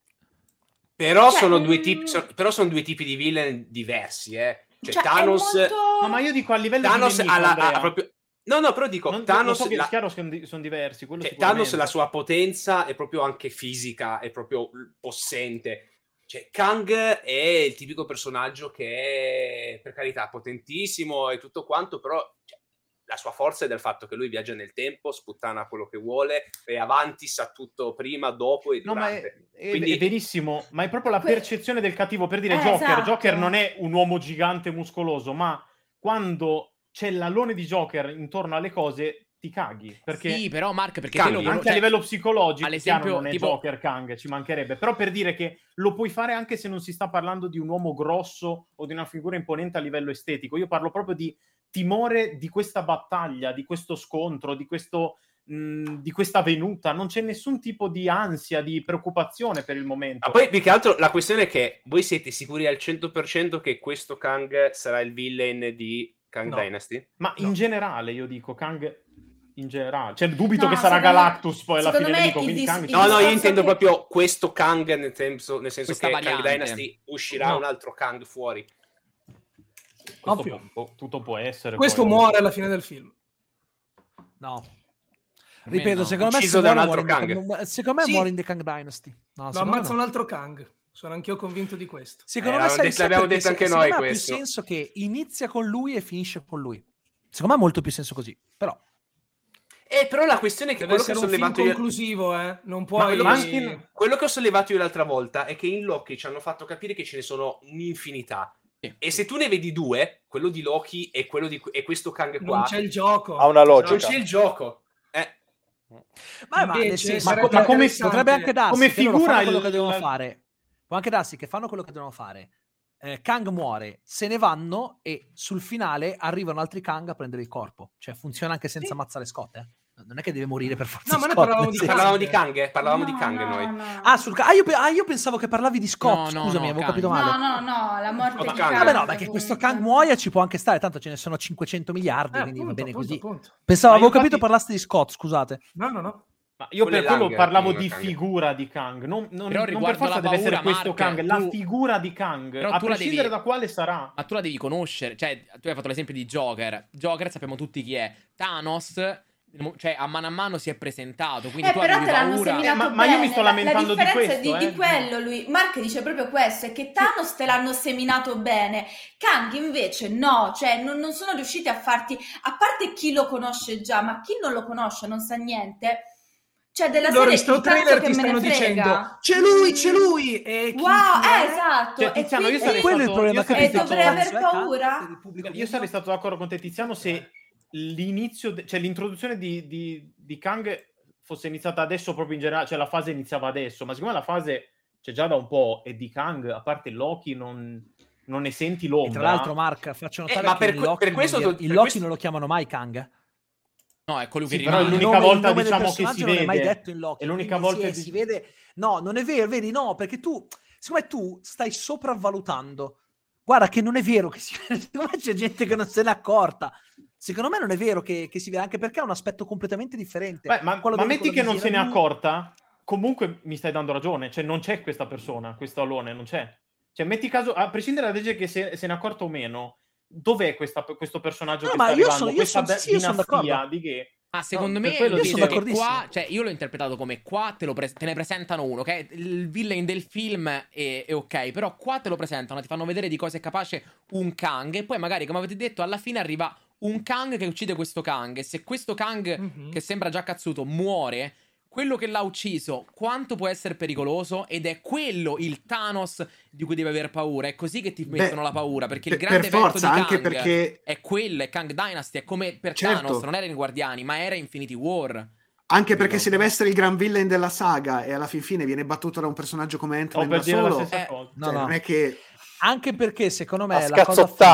però sono due tipi di villain diversi, Cioè Thanos molto... No, ma io dico a livello Thanos di nemico, ha proprio però dico Thanos so che è chiaro che sono diversi, Thanos la sua potenza è proprio anche fisica, è proprio possente. Cioè Kang è il tipico personaggio che è, per carità, potentissimo e tutto quanto, però la sua forza è del fatto che lui viaggia nel tempo, sputtana quello che vuole, è avanti, sa tutto prima, dopo e durante. Quindi è verissimo, ma è proprio la percezione del cattivo. Per dire, esatto. Joker non è un uomo gigante muscoloso, ma quando c'è l'alone di Joker intorno alle cose ti caghi, perché sì, però Mark, perché Kang, anche a livello psicologico, all'esempio, non è tipo... Joker Kang, ci mancherebbe, però per dire che lo puoi fare anche se non si sta parlando di un uomo grosso o di una figura imponente a livello estetico. Io parlo proprio di timore di questa battaglia, di questo scontro, di questa venuta. Non c'è nessun tipo di ansia, di preoccupazione per il momento. Ma poi più che altro la questione è che voi siete sicuri al 100% che questo Kang sarà il villain di Kang Dynasty? Ma in generale io dico Kang in generale, cioè dubito che sarà Galactus poi alla fine nemico, quindi Kang... No, io intendo proprio questo Kang nel senso questa che variante. Kang Dynasty uscirà un altro Kang fuori. Tutto può essere. Questo poi muore alla fine del film. No. Ripeto, secondo me ucciso da un altro Kang. Secondo me muore in The Kang Dynasty. No, lo ammazza un altro Kang. Sono anch'io convinto di questo. Secondo me l'abbiamo detto anche noi ha questo. più senso che inizia con lui e finisce con lui. Secondo me ha molto più senso così, però però la questione è che deve quello che ho essere un film sollevato io... conclusivo, non puoi... quello che ho sollevato io l'altra volta è che in Loki ci hanno fatto capire che ce ne sono un'infinità. E se tu ne vedi due, quello di Loki e quello di e questo Kang qua, non c'è il gioco. Ha una logica. Non c'è il gioco. ma nel senso, come potrebbe anche darsi come che figura quello che devono fare. Può anche darsi che fanno quello che devono fare. Kang muore, se ne vanno e sul finale arrivano altri Kang a prendere il corpo. Cioè funziona anche senza ammazzare Scott, Non è che deve morire per forza. No, ma noi parlavamo di Kang. Parlavamo di Kang noi. No. Io pensavo che parlavi di Scott. Scusami, avevo capito male. No, la morte di Kang. Kang. Vabbè, no, perché questo Kang muoia ci può anche stare, tanto ce ne sono 500 miliardi, quindi va bene così. Pensavo, avevo capito parlaste di Scott, scusate. No. Ma io per quello parlavo di Kang. figura di Kang, non per la forza deve essere questo Mark, Kang, la figura di Kang, a prescindere da quale sarà. Ma tu la devi conoscere, cioè tu hai fatto l'esempio di Joker. Joker sappiamo tutti chi è. Thanos, cioè a mano si è presentato, quindi tu però avevi te l'hanno paura. seminato ma io mi sto lamentando la di questo. Di quello lui, Mark dice proprio questo, è che Thanos te l'hanno seminato bene, Kang invece no, cioè non sono riusciti a farti, a parte chi lo conosce già, ma chi non lo conosce, non sa niente. Cioè della serie sto trailer che ti me stanno ne frega. dicendo c'è lui e esatto, Cioè, Tiziano, io sarei quello è il problema, e dovrei aver paura. Io sarei stato d'accordo con te, Tiziano, se l'inizio, cioè l'introduzione di Kang fosse iniziata adesso proprio in generale, cioè la fase iniziava adesso, ma siccome la fase c'è già da un po' e di Kang, a parte Loki, non ne senti l'ombra. E tra l'altro, Mark, faccio notare che il Loki non lo chiamano mai Kang. No, è colui che però è l'unica volta, diciamo, che si vede. Non è mai detto in Loki. È l'unica volta che si vede. No, non è vero, vedi, no, perché secondo me tu stai sopravvalutando. Guarda che non è vero che si vede, secondo me c'è gente che non se n'è accorta. Secondo me non è vero che si vede, anche perché è un aspetto completamente differente. Beh, ma metti che non se n'è accorta, comunque mi stai dando ragione, cioè non c'è questa persona, questo alone, non c'è. Cioè metti caso, a prescindere da legge che se ne è accorto o meno, dov'è questo personaggio che sta arrivando? Questa dinastia di che? Ah, secondo me io sono d'accordissimo. Qua, cioè io l'ho interpretato come qua te ne presentano uno, che è il villain del film è ok, però qua te lo presentano, ti fanno vedere di cosa è capace un Kang e poi magari, come avete detto, alla fine arriva un Kang che uccide questo Kang e se questo Kang, che sembra già cazzuto, muore, quello che l'ha ucciso quanto può essere pericoloso, ed è quello il Thanos di cui devi aver paura. È così che ti mettono la paura, perché il grande evento di Kang anche perché è quello, è Kang Dynasty, è come per Thanos, non era in Guardiani, ma era Infinity War. Anche perché se deve essere il gran villain della saga e alla fin fine viene battuto da un personaggio come Ant-Man da solo, non è che... Anche perché secondo me la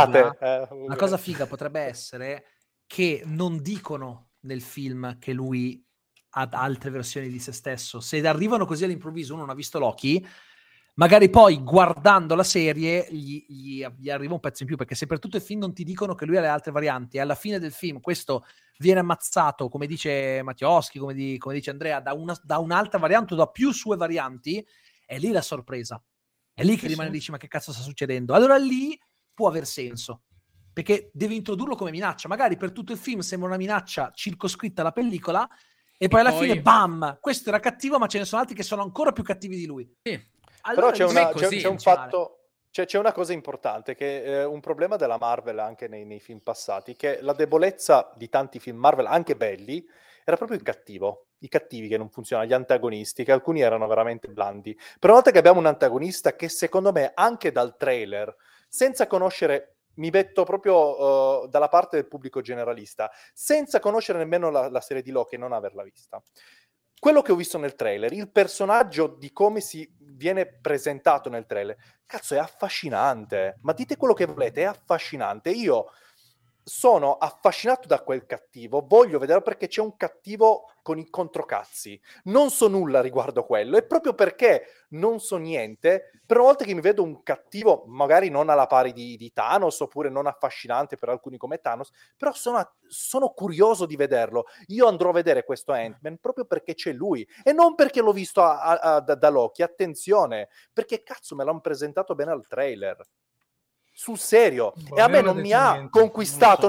cosa figa potrebbe essere che non dicono nel film che lui ha altre versioni di se stesso. Se arrivano così all'improvviso, uno non ha visto Loki, magari poi guardando la serie gli arriva un pezzo in più, perché se per tutto il film non ti dicono che lui ha le altre varianti e alla fine del film questo viene ammazzato, come dice Mattioschi, come dice Andrea, da un'altra variante o da più sue varianti, è lì la sorpresa. È lì che rimane e dici ma che cazzo sta succedendo? Allora lì può aver senso, perché devi introdurlo come minaccia. Magari per tutto il film sembra una minaccia circoscritta alla pellicola e poi alla fine bam, questo era cattivo ma ce ne sono altri che sono ancora più cattivi di lui. Sì. Allora, però c'è un C'è una cosa importante, che è un problema della Marvel anche nei film passati, che la debolezza di tanti film Marvel, anche belli, era proprio il cattivo. I cattivi che non funzionano, gli antagonisti, che alcuni erano veramente blandi. Per una volta che abbiamo un antagonista che secondo me, anche dal trailer, senza conoscere, mi metto proprio dalla parte del pubblico generalista, senza conoscere nemmeno la serie di Loki e non averla vista. Quello che ho visto nel trailer, il personaggio di come si viene presentato nel trailer, cazzo, è affascinante. Ma dite quello che volete, è affascinante. Io sono affascinato da quel cattivo, voglio vederlo perché c'è un cattivo con i controcazzi. Non so nulla riguardo quello, e proprio perché non so niente, per una volta che mi vedo un cattivo, magari non alla pari di Thanos, oppure non affascinante per alcuni come Thanos, però sono curioso di vederlo. Io andrò a vedere questo Ant-Man proprio perché c'è lui, e non perché l'ho visto da Loki, attenzione, perché cazzo me l'hanno presentato bene al trailer. Sul serio, e a me non mi ha conquistato,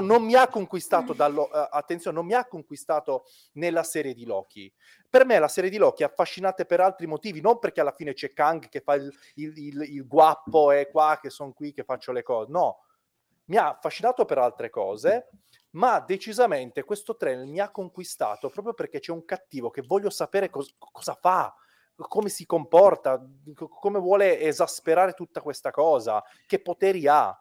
attenzione, non mi ha conquistato nella serie di Loki. Per me la serie di Loki è affascinante per altri motivi, non perché alla fine c'è Kang che fa il guappo e qua che sono qui che faccio le cose, no, mi ha affascinato per altre cose, ma decisamente questo trailer mi ha conquistato proprio perché c'è un cattivo che voglio sapere cosa fa, come si comporta, come vuole esasperare tutta questa cosa, che poteri ha.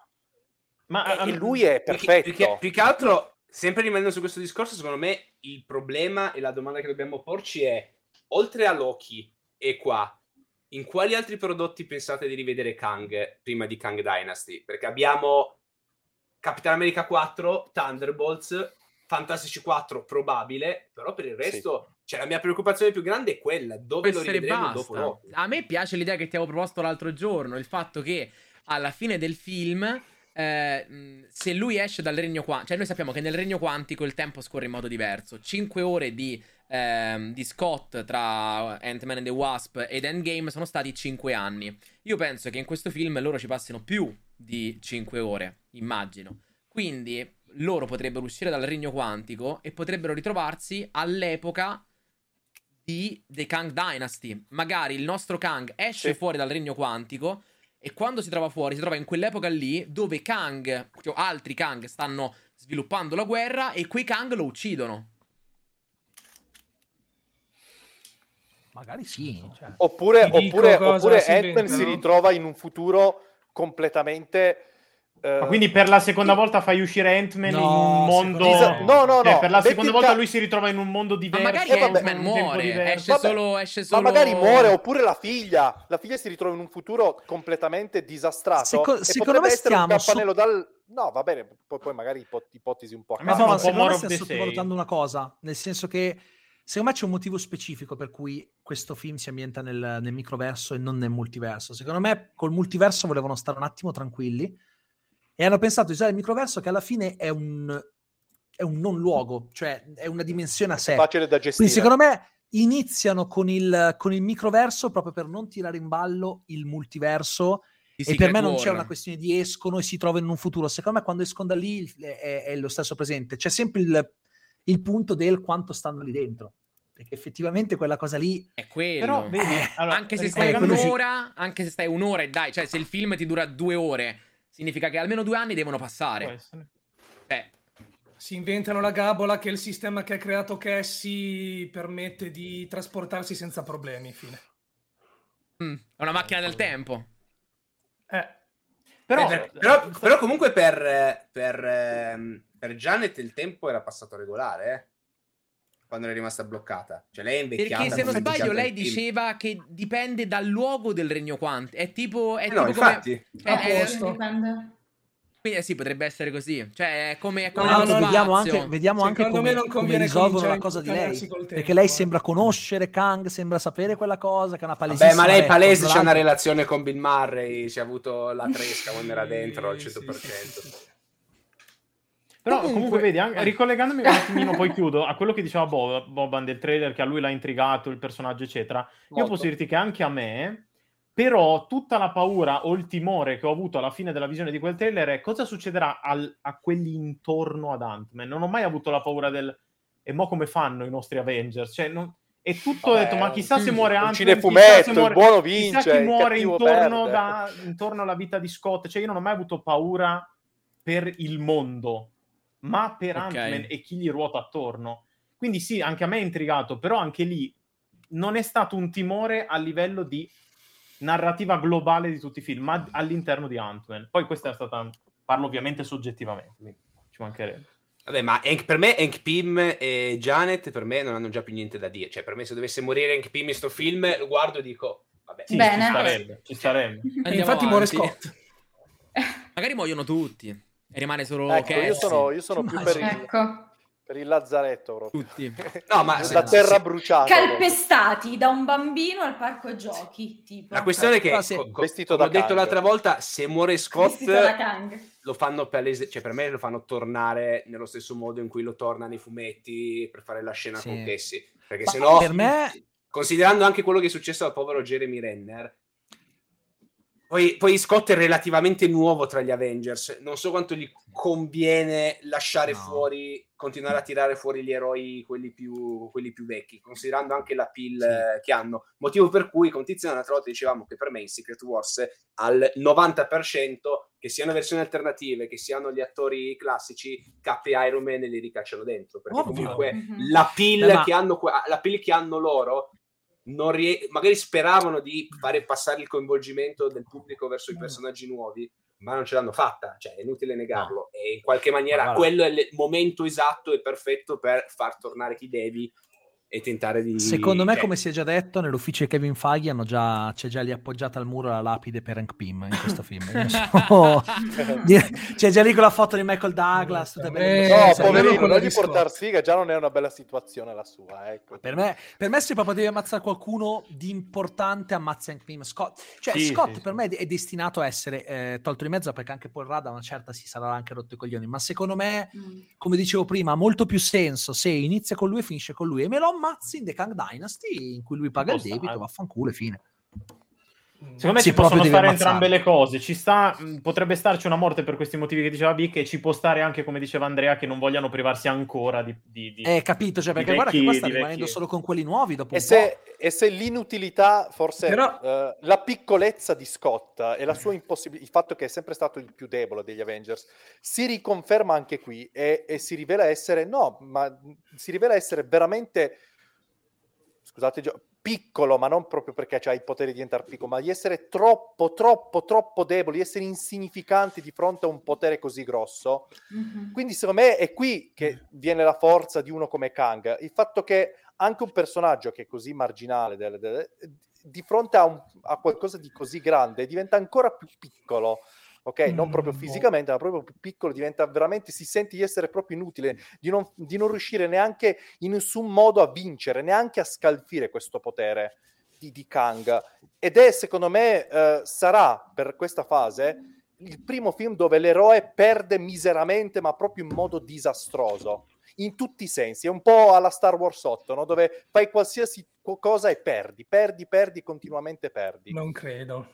E lui è perfetto. Più che altro, sempre rimanendo su questo discorso, secondo me il problema e la domanda che dobbiamo porci è: oltre a Loki e qua, in quali altri prodotti pensate di rivedere Kang prima di Kang Dynasty? Perché abbiamo Capitan America 4, Thunderbolts, Fantastici 4 probabile, però per il resto cioè la mia preoccupazione più grande è quella, dove lo rivedremo dopo Loki. A me piace l'idea che ti avevo proposto l'altro giorno, il fatto che alla fine del film se lui esce dal regno quantico, cioè noi sappiamo che nel regno quantico il tempo scorre in modo diverso. 5 ore di Scott tra Ant-Man and the Wasp ed Endgame sono stati 5 anni. Io penso che in questo film loro ci passino più di 5 ore, immagino. Quindi loro potrebbero uscire dal regno quantico e potrebbero ritrovarsi all'epoca di The Kang Dynasty. Magari il nostro Kang esce fuori dal regno quantico e quando si trova fuori si trova in quell'epoca lì dove Kang, cioè altri Kang stanno sviluppando la guerra e quei Kang lo uccidono. Magari sì. Cioè. Oppure Ant-Man si ritrova in un futuro completamente... Ma quindi per la seconda volta fai uscire Ant-Man in un mondo... No. Per la seconda volta lui si ritrova in un mondo diverso. Ma magari Ant-Man muore, esce solo... Ma magari muore, oppure la figlia si ritrova in un futuro completamente disastrato. Secondo me stiamo... un campanello No, va bene, poi magari ipotesi un po' a caso. No, secondo me stiamo sottovalutando una cosa, nel senso che secondo me c'è un motivo specifico per cui questo film si ambienta nel microverso e non nel multiverso. Secondo me col multiverso volevano stare un attimo tranquilli e hanno pensato di usare il microverso, che alla fine è un non luogo, cioè è una dimensione a sé. Facile da gestire. Quindi secondo me iniziano con il microverso proprio per non tirare in ballo il multiverso. E per me non c'è una questione di escono e si trovano in un futuro. Secondo me quando escono da lì è lo stesso presente. C'è sempre il punto del quanto stanno lì dentro. Perché effettivamente quella cosa lì è quello. Però vedi, allora, anche se stai un'ora e dai, cioè se il film ti dura 2 ore, significa che almeno 2 anni devono passare. Si inventano la gabola che il sistema che ha creato Cassie permette di trasportarsi senza problemi. Fine. È una macchina del tempo. Però comunque per Janet il tempo era passato regolare, quando era rimasta bloccata. Cioè lei è invecchiata. Perché se non sbaglio lei diceva che dipende dal luogo del regno quantico. È tipo come... infatti. Quindi sì, potrebbe essere così. Cioè è come vediamo anche come risolvono la cosa di lei. Perché lei sembra conoscere Kang, sembra sapere quella cosa, che è una palesissima... Beh, ma lei palese c'è una relazione con Bill Murray, ci ha avuto la tresca quando era dentro al 100%. Però comunque vedi, ricollegandomi un attimino, poi chiudo, a quello che diceva Boban del trailer, che a lui l'ha intrigato, il personaggio eccetera, io posso dirti che anche a me, però tutta la paura o il timore che ho avuto alla fine della visione di quel trailer è cosa succederà a quelli intorno ad Ant-Man. Non ho mai avuto la paura e mo come fanno i nostri Avengers? Cioè, E tutto ho detto, ma chissà se muore un Ant-Man, cinefumetto, il buono vince, chissà chi muore il intorno alla vita di Scott. Cioè io non ho mai avuto paura per il mondo, ma per Ant-Man e chi gli ruota attorno. Quindi sì, anche a me è intrigato, però anche lì non è stato un timore a livello di narrativa globale di tutti i film, ma all'interno di Ant-Man. Poi questa è stata, parlo ovviamente soggettivamente, quindi ci mancherebbe. Vabbè, ma per me Hank Pym e Janet per me non hanno già più niente da dire. Cioè, per me se dovesse morire Hank Pym in sto film, lo guardo e dico, vabbè. Sì, bene. Ci starebbe. E infatti muore Scott. Magari muoiono tutti e rimane solo ecco, io sono più per il lazzaretto proprio. Tutti. No, ma la terra bruciata. Calpestati da un bambino al parco giochi, tipo. La questione è che, vestito come da ho detto Kang. l'altra volta, se muore Scott lo fanno cioè per me lo fanno tornare nello stesso modo in cui lo torna nei fumetti per fare la scena con Casey. Perché sennò, per me, considerando anche quello che è successo al povero Jeremy Renner, poi Scott è relativamente nuovo tra gli Avengers, non so quanto gli conviene lasciare fuori, continuare a tirare fuori gli eroi, quelli più vecchi, considerando anche la pill che hanno. Motivo per cui con Tiziano l'altra volta dicevamo che per me in Secret Wars al 90%, che siano versioni alternative, che siano gli attori classici, Cap e Iron Man li ricacciano dentro, perché comunque la pill che hanno loro magari speravano di fare passare il coinvolgimento del pubblico verso i personaggi nuovi, ma non ce l'hanno fatta, cioè è inutile negarlo, e in qualche maniera quello è il momento esatto e perfetto per far tornare chi devi e tentare di... Secondo me, come si è già detto, nell'ufficio di Kevin Feige c'è già lì appoggiata al muro la lapide per Hank Pym in questo film. C'è già lì con la foto di Michael Douglas. No, poverino, non gli portar sfiga, già non è una bella situazione la sua. Ecco. Per me se proprio devi ammazzare qualcuno di importante, ammazza Hank Pym. Scott per me è destinato a essere tolto di mezzo, perché anche Paul Rudd a una certa si sarà anche rotto i coglioni, ma secondo me, come dicevo prima, ha molto più senso se inizia con lui e finisce con lui, e me lo ammazzi in The Kang Dynasty, in cui lui paga il debito, vaffanculo e fine. Secondo me si possono fare entrambe le cose. Potrebbe starci una morte per questi motivi che diceva Vic, e ci può stare anche, come diceva Andrea, che non vogliano privarsi ancora di capito, cioè, perché guarda che qua sta rimanendo solo con quelli nuovi dopo e se l'inutilità, forse la piccolezza di Scott e la sua impossibilità, il fatto che è sempre stato il più debole degli Avengers, si riconferma anche qui e si rivela essere veramente, scusate, piccolo, ma non proprio perché ha i poteri di diventare piccolo, ma di essere troppo deboli, di essere insignificanti di fronte a un potere così grosso. Quindi secondo me è qui che viene la forza di uno come Kang, il fatto che anche un personaggio che è così marginale di fronte a qualcosa di così grande diventa ancora più piccolo. Ok, non proprio fisicamente, ma proprio più piccolo, diventa veramente, si sente di essere proprio inutile, di non riuscire neanche in nessun modo a vincere, neanche a scalfire questo potere di Kang. Ed è, secondo me, sarà per questa fase il primo film dove l'eroe perde miseramente, ma proprio in modo disastroso, in tutti i sensi. È un po' alla Star Wars 8, no? Dove fai qualsiasi cosa e perdi, continuamente perdi. Non credo.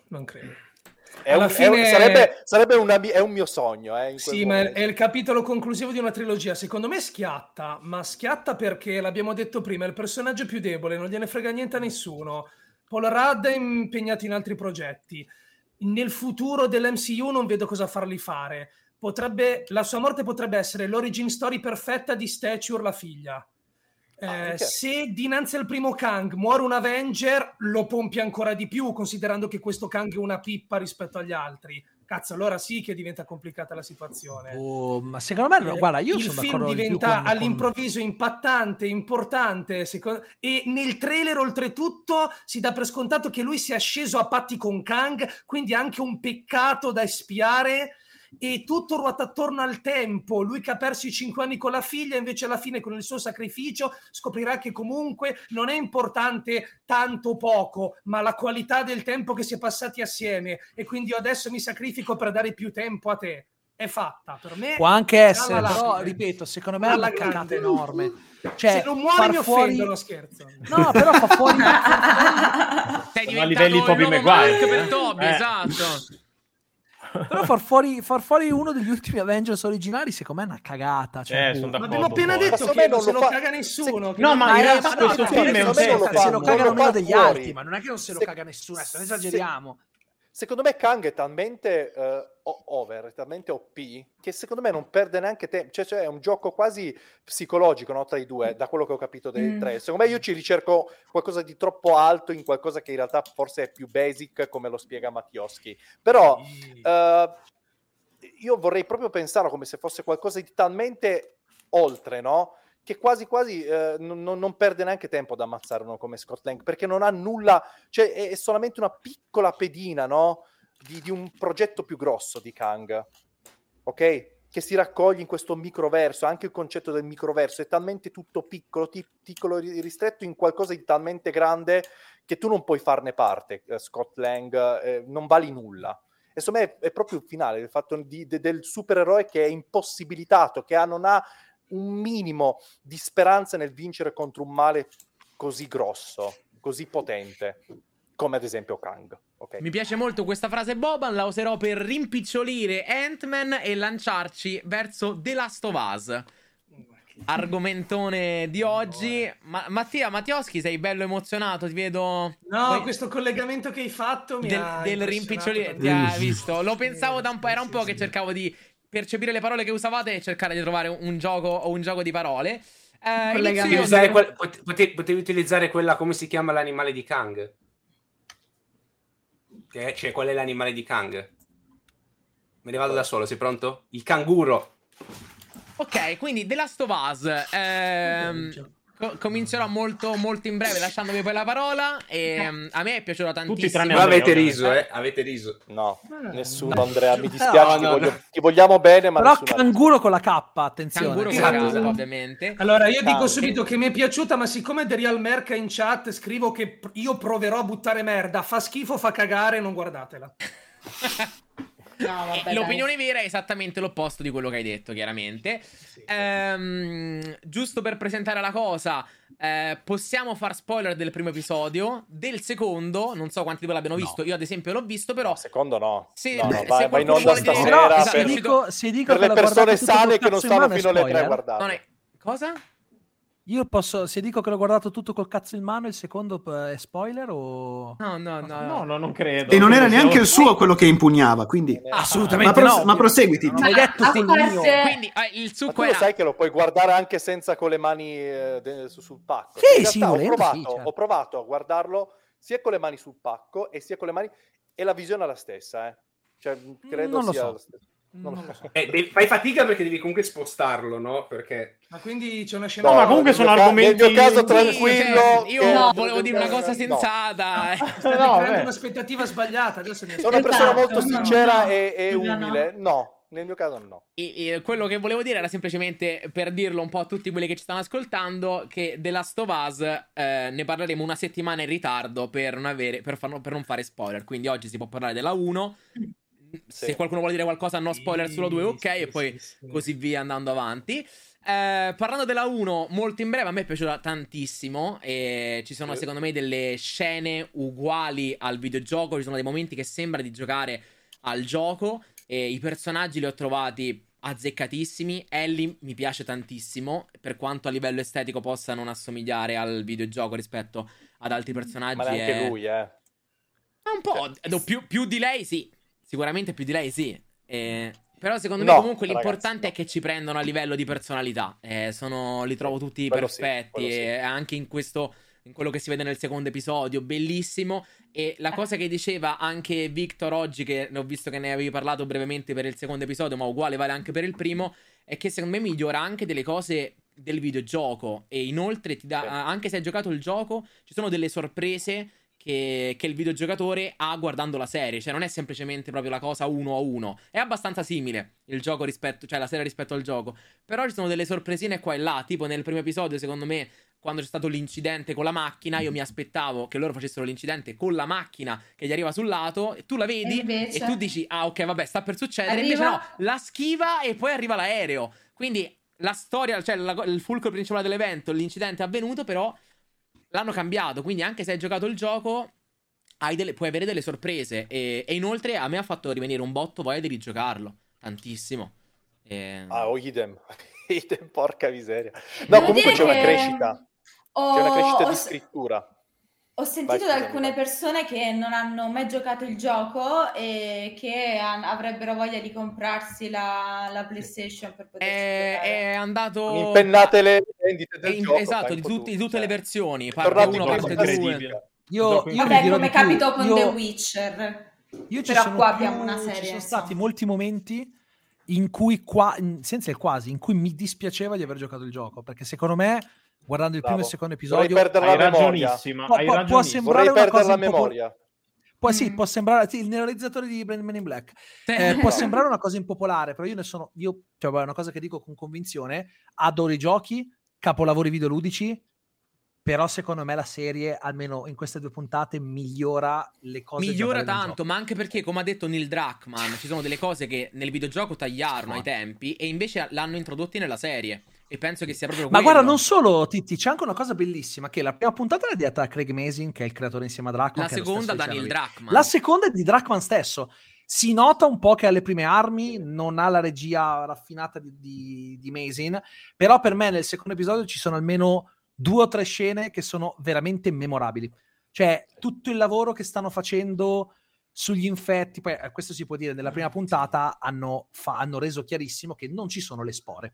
Sarebbe un mio sogno. Sì, ma è il capitolo conclusivo di una trilogia. Secondo me schiatta, ma schiatta perché, l'abbiamo detto prima, è il personaggio più debole, non gliene frega niente a nessuno. Paul Rudd è impegnato in altri progetti. Nel futuro dell'MCU non vedo cosa fargli fare. La sua morte potrebbe essere l'origin story perfetta di Stature, la figlia. Se dinanzi al primo Kang muore un Avenger, lo pompi ancora di più, considerando che questo Kang è una pippa rispetto agli altri. Cazzo, allora sì che diventa complicata la situazione. Ma secondo me, guarda, io il sono film d'accordo diventa all'improvviso impattante, importante, e nel trailer oltretutto si dà per scontato che lui sia sceso a patti con Kang, quindi anche un peccato da espiare. E tutto ruota attorno al tempo, lui che ha perso i 5 anni con la figlia, invece alla fine con il suo sacrificio scoprirà che comunque non è importante tanto o poco, ma la qualità del tempo che si è passati assieme, e quindi io adesso mi sacrifico per dare più tempo a te. È fatta, per me può anche essere, però ripeto, secondo me è una cagata enorme. Cioè, se non muore mi offendono, scherzo. No, però fa fuori sei diventato a livelli Tobey Maguire per Tobey, esatto. Però far fuori uno degli ultimi Avengers originali secondo me è una cagata. Cioè, sono Ma d'accordo. abbiamo appena detto Ma che non se lo lo fa- caga nessuno. No, ma in realtà questo film è un se lo test. cagano meno degli fuori. altri, ma non è che non se lo caga nessuno, adesso ne esageriamo. Secondo me Kang è talmente over, è talmente OP, che secondo me non perde neanche tempo. Cioè è un gioco quasi psicologico, no, tra i due, da quello che ho capito dei tre. Secondo me io ci ricerco qualcosa di troppo alto in qualcosa che in realtà forse è più basic, come lo spiega Mattioschi. Però io vorrei proprio pensarlo come se fosse qualcosa di talmente oltre, no? Che quasi non perde neanche tempo ad ammazzare uno come Scott Lang, perché non ha nulla, cioè è solamente una piccola pedina, no? Di un progetto più grosso di Kang, ok? Che si raccoglie in questo microverso. Anche il concetto del microverso è talmente tutto piccolo ristretto in qualcosa di talmente grande che tu non puoi farne parte. Scott Lang non vali nulla. E secondo me è proprio il finale, il fatto del supereroe che è impossibilitato, che non ha un minimo di speranza nel vincere contro un male così grosso, così potente, come ad esempio Kang. Okay. Mi piace molto questa frase Boban, la userò per rimpicciolire Ant-Man e lanciarci verso The Last of Us. Argomentone di oggi. Mattia Mattioschi, sei bello emozionato, ti vedo. No, questo collegamento che hai fatto mi ha del rimpicciolire, ti ha visto. Lo pensavo da un po', era un po' che cercavo di percepire le parole che usavate e cercare di trovare un gioco o un gioco di parole. Potevi utilizzare quella, come si chiama l'animale di Kang? Cioè, qual è l'animale di Kang? Me ne vado da solo, sei pronto? Il canguro. Ok, quindi The Last of Us. Comincerò molto molto in breve lasciandovi poi la parola. A me è piaciuto tantissimo. Tutti tranne Ma avete Andrea, riso, avete riso. No, nessuno, Andrea, mi dispiace, ti vogliamo bene, ma però canguro con la K, attenzione. Canguro con la K, ovviamente. Allora, io dico subito che mi è piaciuta, ma siccome The Real Merca in chat scrivo che io proverò a buttare merda, fa schifo, fa cagare, non guardatela. No, vabbè, l'opinione vera è esattamente l'opposto di quello che hai detto, chiaramente. Sì. Giusto per presentare la cosa, possiamo far spoiler del primo episodio. Del secondo, non so quanti di voi l'abbiano visto. Io ad esempio l'ho visto, però secondo no. Se vai in onda stasera per le persone sane che non stanno fino alle 3 a guardare. Cosa? Io posso, se dico che l'ho guardato tutto col cazzo in mano, il secondo è spoiler o... No, non credo. E non era neanche il suo quello che impugnava, quindi... Assolutamente ma proseguiti. Non hai detto che quindi il succo tu lo sai che lo puoi guardare anche senza con le mani sul pacco. Sì, Ho provato a guardarlo sia con le mani sul pacco e sia con le mani... E la visione è la stessa, Cioè, credo sia la stessa. Fai fatica perché devi comunque spostarlo, no? Perché ma quindi c'è una scena. No, ma comunque sono argomenti. Nel mio caso, tranquillo. Io volevo dire una cosa sensata. Stai creando un'aspettativa sbagliata. Adesso sono una persona molto sincera e umile. No, nel mio caso no. Quello che volevo dire era semplicemente per dirlo un po' a tutti quelli che ci stanno ascoltando, che The Last of Us ne parleremo una settimana in ritardo per non fare spoiler. Quindi oggi si può parlare della 1. Se qualcuno vuole dire qualcosa, no spoiler sulla 2, ok, e poi così via andando avanti. Parlando della 1, molto in breve, a me è piaciuta tantissimo. E ci sono secondo me delle scene uguali al videogioco. Ci sono dei momenti che sembra di giocare al gioco. E i personaggi li ho trovati azzeccatissimi. Ellie mi piace tantissimo, per quanto a livello estetico possa non assomigliare al videogioco rispetto ad altri personaggi. Ma neanche lui, un po', più di lei sì. Sicuramente più di lei sì. Però secondo me comunque l'importante è che ci prendono a livello di personalità. Li trovo tutti perfetti. Sì. Anche in quello che si vede nel secondo episodio, bellissimo. E la cosa che diceva anche Victor oggi, che ho visto che ne avevi parlato brevemente per il secondo episodio, ma uguale vale anche per il primo, è che secondo me migliora anche delle cose del videogioco. E inoltre ti dà, anche se hai giocato il gioco, ci sono delle sorprese che il videogiocatore ha guardando la serie. Cioè non è semplicemente proprio la cosa 1-1. È abbastanza simile il gioco cioè la serie rispetto al gioco. Però ci sono delle sorpresine qua e là. Tipo nel primo episodio, secondo me, quando c'è stato l'incidente con la macchina, io mi aspettavo che loro facessero l'incidente con la macchina che gli arriva sul lato, e tu la vedi e tu dici ok, vabbè, sta per succedere. Invece no, la schiva e poi arriva l'aereo. Quindi la storia, cioè il fulcro principale dell'evento, l'incidente è avvenuto, però l'hanno cambiato. Quindi anche se hai giocato il gioco, puoi avere delle sorprese. E inoltre a me ha fatto rimanere un botto voglia di rigiocarlo. Tantissimo. Idem. Idem, porca miseria. No, comunque c'è una crescita. C'è una crescita di scrittura. Ho sentito da alcune persone che non hanno mai giocato il gioco e che avrebbero voglia di comprarsi la PlayStation per poter giocare. È andato... Impennate le vendite del gioco. Esatto, di tutte le versioni. Parte 1, parte 2. Vabbè, come capito con The Witcher. Però qua abbiamo una serie. Ci sono stati molti momenti in cui senza il quasi, in cui mi dispiaceva di aver giocato il gioco, perché secondo me... Guardando il primo e il secondo episodio, hai ragionissima. Può sembrare una cosa la memoria. Sì, può sembrare il realizzatore di Men in Black. Può sembrare una cosa impopolare, però è una cosa che dico con convinzione. Adoro i giochi, capolavori videoludici, però secondo me la serie, almeno in queste 2 puntate, migliora le cose. Migliora tanto, ma anche perché, come ha detto Neil Druckmann, ci sono delle cose che nel videogioco tagliarono ai tempi e invece l'hanno introdotti nella serie. E penso che sia proprio Ma quello. guarda, non solo, Titti, c'è anche una cosa bellissima, che la prima puntata l'ha dieta da Craig Mazin, che è il creatore insieme a Druckmann. La seconda da Neil Druckmann. La seconda è di Druckmann stesso. Si nota un po' che alle prime armi non ha la regia raffinata di Mazin, però per me nel secondo episodio ci sono almeno 2 o 3 scene che sono veramente memorabili. Cioè, tutto il lavoro che stanno facendo sugli infetti, poi questo si può dire, nella prima puntata hanno reso chiarissimo che non ci sono le spore.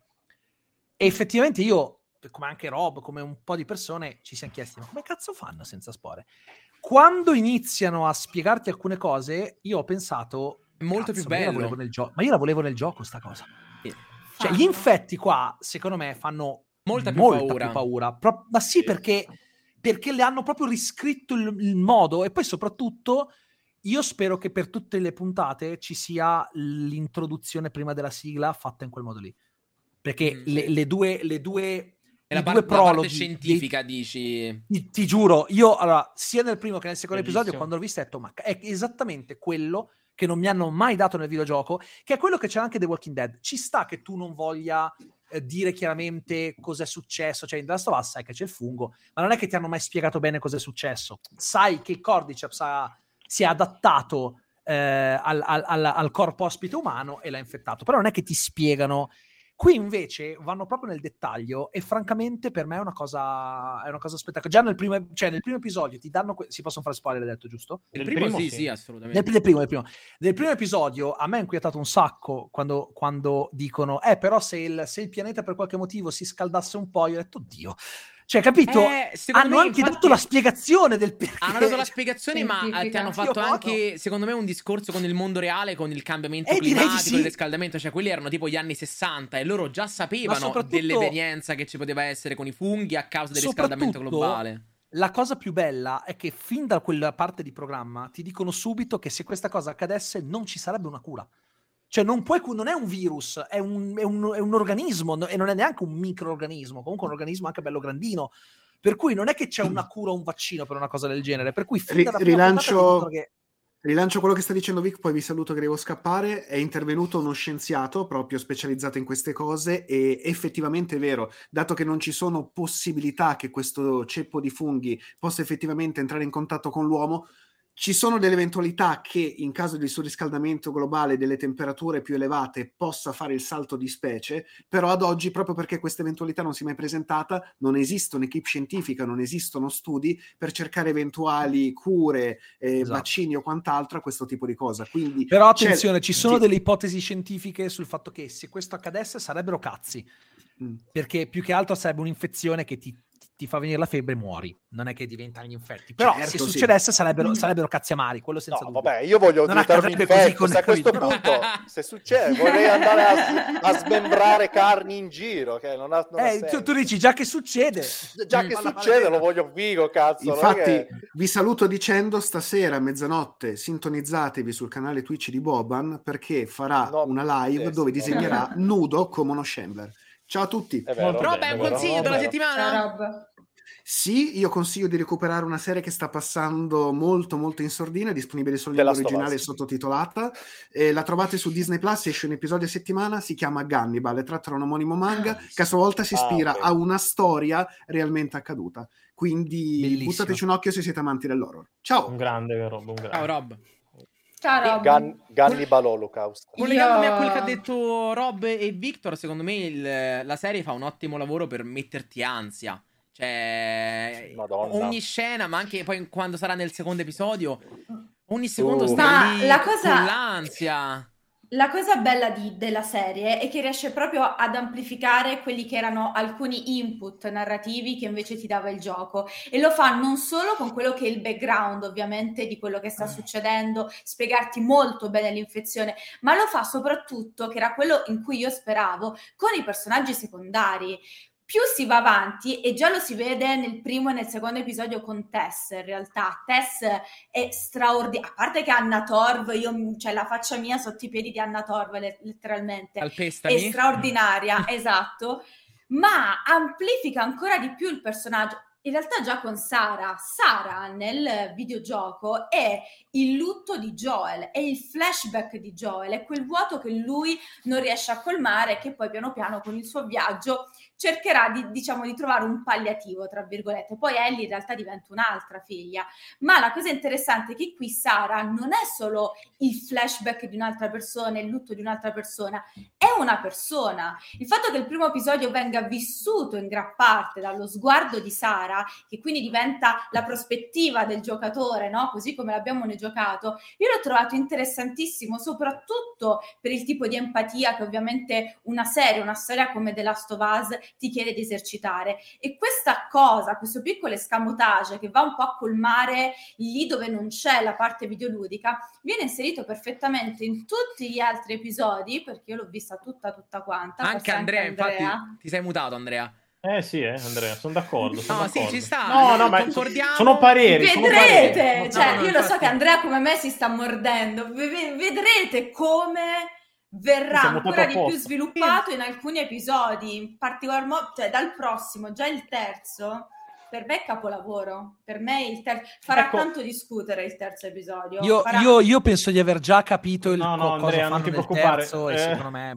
E effettivamente io, come anche Rob, come un po' di persone, ci siamo chiesti, ma come cazzo fanno senza spore? Quando iniziano a spiegarti alcune cose, io ho pensato, molto più bello. Ma io la volevo nel gioco sta cosa. Cioè, gli infetti qua, secondo me, fanno molta più paura. Ma sì, perché le hanno proprio riscritto il modo, e poi soprattutto io spero che per tutte le puntate ci sia l'introduzione prima della sigla fatta in quel modo lì. Perché le due prologhi, la parte scientifica, dici? Ti giuro, io allora, sia nel primo che nel secondo episodio, quando l'ho visto, ho detto, ma è esattamente quello che non mi hanno mai dato nel videogioco, che è quello che c'è anche The Walking Dead. Ci sta che tu non voglia dire chiaramente cos'è successo, cioè in The Last of Us sai che c'è il fungo, ma non è che ti hanno mai spiegato bene cos'è successo. Sai che il Cordyceps si è adattato al corpo ospite umano e l'ha infettato, però non è che ti spiegano. Qui invece vanno proprio nel dettaglio e francamente per me è una cosa spettacolare. Già nel primo episodio ti danno si possono fare spoiler, hai detto, giusto? Nel primo sì, assolutamente. Nel primo episodio a me ha inquietato un sacco quando dicono però se il pianeta per qualche motivo si scaldasse un po', io ho detto oddio. Cioè, capito? Hanno anche dato la spiegazione del perché. Hanno dato la spiegazione, ma ti hanno fatto anche, secondo me, un discorso con il mondo reale, con il cambiamento climatico, il riscaldamento. Cioè, quelli erano tipo gli anni 60 e loro già sapevano dell'evenienza che ci poteva essere con i funghi a causa del riscaldamento globale. La cosa più bella è che fin da quella parte di programma ti dicono subito che se questa cosa accadesse non ci sarebbe una cura. Cioè non è un virus, è un organismo, e non è neanche un microorganismo, comunque un organismo anche bello grandino, per cui non è che c'è una cura o un vaccino per una cosa del genere, per cui rilancio quello che sta dicendo Vic, poi vi saluto che devo scappare. È intervenuto uno scienziato proprio specializzato in queste cose e effettivamente è vero, dato che non ci sono possibilità che questo ceppo di funghi possa effettivamente entrare in contatto con l'uomo, ci sono delle eventualità che in caso di surriscaldamento globale, delle temperature più elevate, possa fare il salto di specie, però ad oggi, proprio perché questa eventualità non si è mai presentata, non esiste un'equipe scientifica, non esistono studi per cercare eventuali cure, vaccini o quant'altro a questo tipo di cosa. Quindi però attenzione, ci sono delle ipotesi scientifiche sul fatto che se questo accadesse sarebbero cazzi, perché più che altro sarebbe un'infezione che ti fa venire la febbre e muori, non è che diventano gli infetti, però se succedesse sarebbero cazzi amari, quello senza dubbio. Vabbè, io voglio diventarmi infetto, se a questo punto se succede vorrei andare a smembrare carni in giro, che non ha senso. Tu dici già che succede lo voglio figo, cazzo. Infatti vi saluto dicendo stasera a mezzanotte sintonizzatevi sul canale Twitch di Boban, perché farà una live dove disegnerà nudo come uno Shambler. Ciao a tutti. Rob, è un consiglio della settimana? Ciao, Rob. Sì, io consiglio di recuperare una serie che sta passando molto molto in sordina, è disponibile solo in The lingua Last of originale e Us. sottotitolata. La trovate su Disney Plus, esce un episodio a settimana, si chiama Gannibal, è tratto da un omonimo manga che a sua volta si ispira ok. a una storia realmente accaduta. Quindi Bellissimo. buttateci un occhio se siete amanti dell'horror. Ciao! Un grande Rob, un grande. Ciao Rob. Ciao Rob. Gannibal Holocaust. Collegandomi a quel che ha detto Rob e Victor, secondo me la serie fa un ottimo lavoro per metterti ansia. Cioè, Madonna. ogni scena, ma anche poi quando sarà nel secondo episodio, ogni secondo Ma stai lì la cosa- con l'ansia. La cosa bella della serie è che riesce proprio ad amplificare quelli che erano alcuni input narrativi che invece ti dava il gioco, e lo fa non solo con quello che è il background ovviamente di quello che sta succedendo, spiegarti molto bene l'infezione, ma lo fa soprattutto, che era quello in cui io speravo, con i personaggi secondari. Più si va avanti, e già lo si vede nel primo e nel secondo episodio con Tess, in realtà Tess è straordinaria, a parte che Anna Torv, cioè la faccia mia sotto i piedi di Anna Torv letteralmente, Calpestami. è straordinaria, esatto, ma amplifica ancora di più il personaggio. In realtà già con Sara nel videogioco è il lutto di Joel, è il flashback di Joel, è quel vuoto che lui non riesce a colmare, che poi piano piano con il suo viaggio cercherà di trovare un palliativo, tra virgolette. Poi Ellie in realtà diventa un'altra figlia, ma la cosa interessante è che qui Sara non è solo il flashback di un'altra persona, il lutto di un'altra persona, è una persona. Il fatto che il primo episodio venga vissuto in gran parte dallo sguardo di Sara, che quindi diventa la prospettiva del giocatore, no? Così come l'abbiamo noi giocato, io l'ho trovato interessantissimo, soprattutto per il tipo di empatia che ovviamente una storia come The Last of Us ti chiede di esercitare, e questa cosa, questo piccolo escamotage che va un po' a colmare lì dove non c'è la parte videoludica, viene inserito perfettamente in tutti gli altri episodi, perché io l'ho vista tutta quanta. Anche Andrea, infatti, ti sei mutato, Andrea. Sì, Andrea, sono d'accordo. Sì, ci sta. No, ma concordiamo. sono pareri. Vedrete, No, io lo so che Andrea come me si sta mordendo. Vedrete come verrà ancora di più sviluppato in alcuni episodi, in particolar modo, cioè dal prossimo, già il terzo. Per me è capolavoro, per me il terzo farà tanto discutere il terzo episodio. Io penso di aver già capito cosa Andrea, fanno nel terzo, e secondo me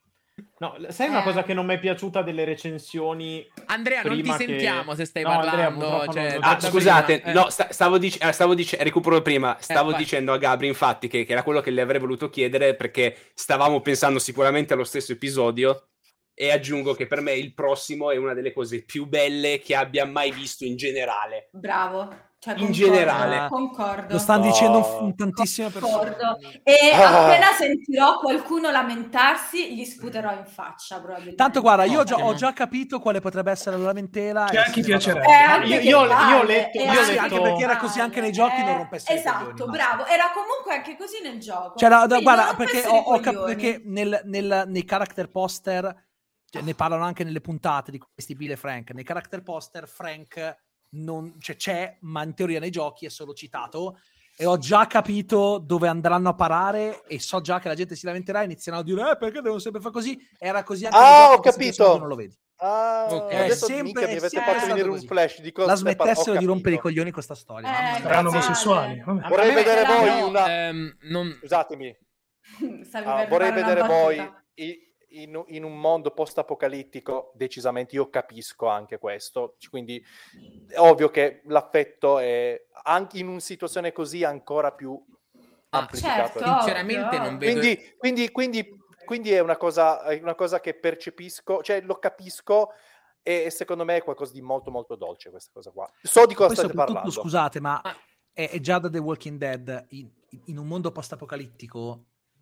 No, sai una cosa che non mi è piaciuta delle recensioni? Andrea, non ti sentiamo se stai Andrea, parlando. Scusate, no, stavo dicendo, recupero prima, dicendo a Gabri, infatti, che era quello che le avrei voluto chiedere, perché stavamo pensando sicuramente allo stesso episodio, e aggiungo che per me il prossimo è una delle cose più belle che abbia mai visto in generale. Bravo. Cioè, in generale concordo. Lo stanno dicendo tantissime persone. E appena sentirò qualcuno lamentarsi, gli sputerò in faccia probabilmente. Tanto guarda, io ho già capito quale potrebbe essere la lamentela. Che a chi piacerebbe. Io ho letto anche perché era così anche nei giochi, non rompesse esatto, bravo, era comunque anche così nel gioco. Cioè, guarda, perché ho capito, perché nei character poster, cioè, ne parlano anche nelle puntate di questi Bill e Frank, nei character poster Frank c'è, ma in teoria nei giochi è solo citato, e ho già capito dove andranno a parare, e so già che la gente si lamenterà e inizieranno a dire perché devono sempre fare così. Era così anche nei giochi, ho capito, non lo vedi. Sempre, mi avete fatto venire un flash di cosa la smettessero di rompere i coglioni con questa storia. Saranno omosessuali. Vorrei vedere voi scusatemi, vorrei vedere voi in un mondo post-apocalittico. Decisamente io capisco anche questo, quindi è ovvio che l'affetto è anche in una situazione così ancora più amplificato. Certo, sinceramente non vedo. Quindi è una cosa che percepisco, cioè lo capisco, e secondo me è qualcosa di molto molto dolce questa cosa qua. So di cosa state parlando. Scusate, ma è già da The Walking Dead in un mondo post-apocalittico.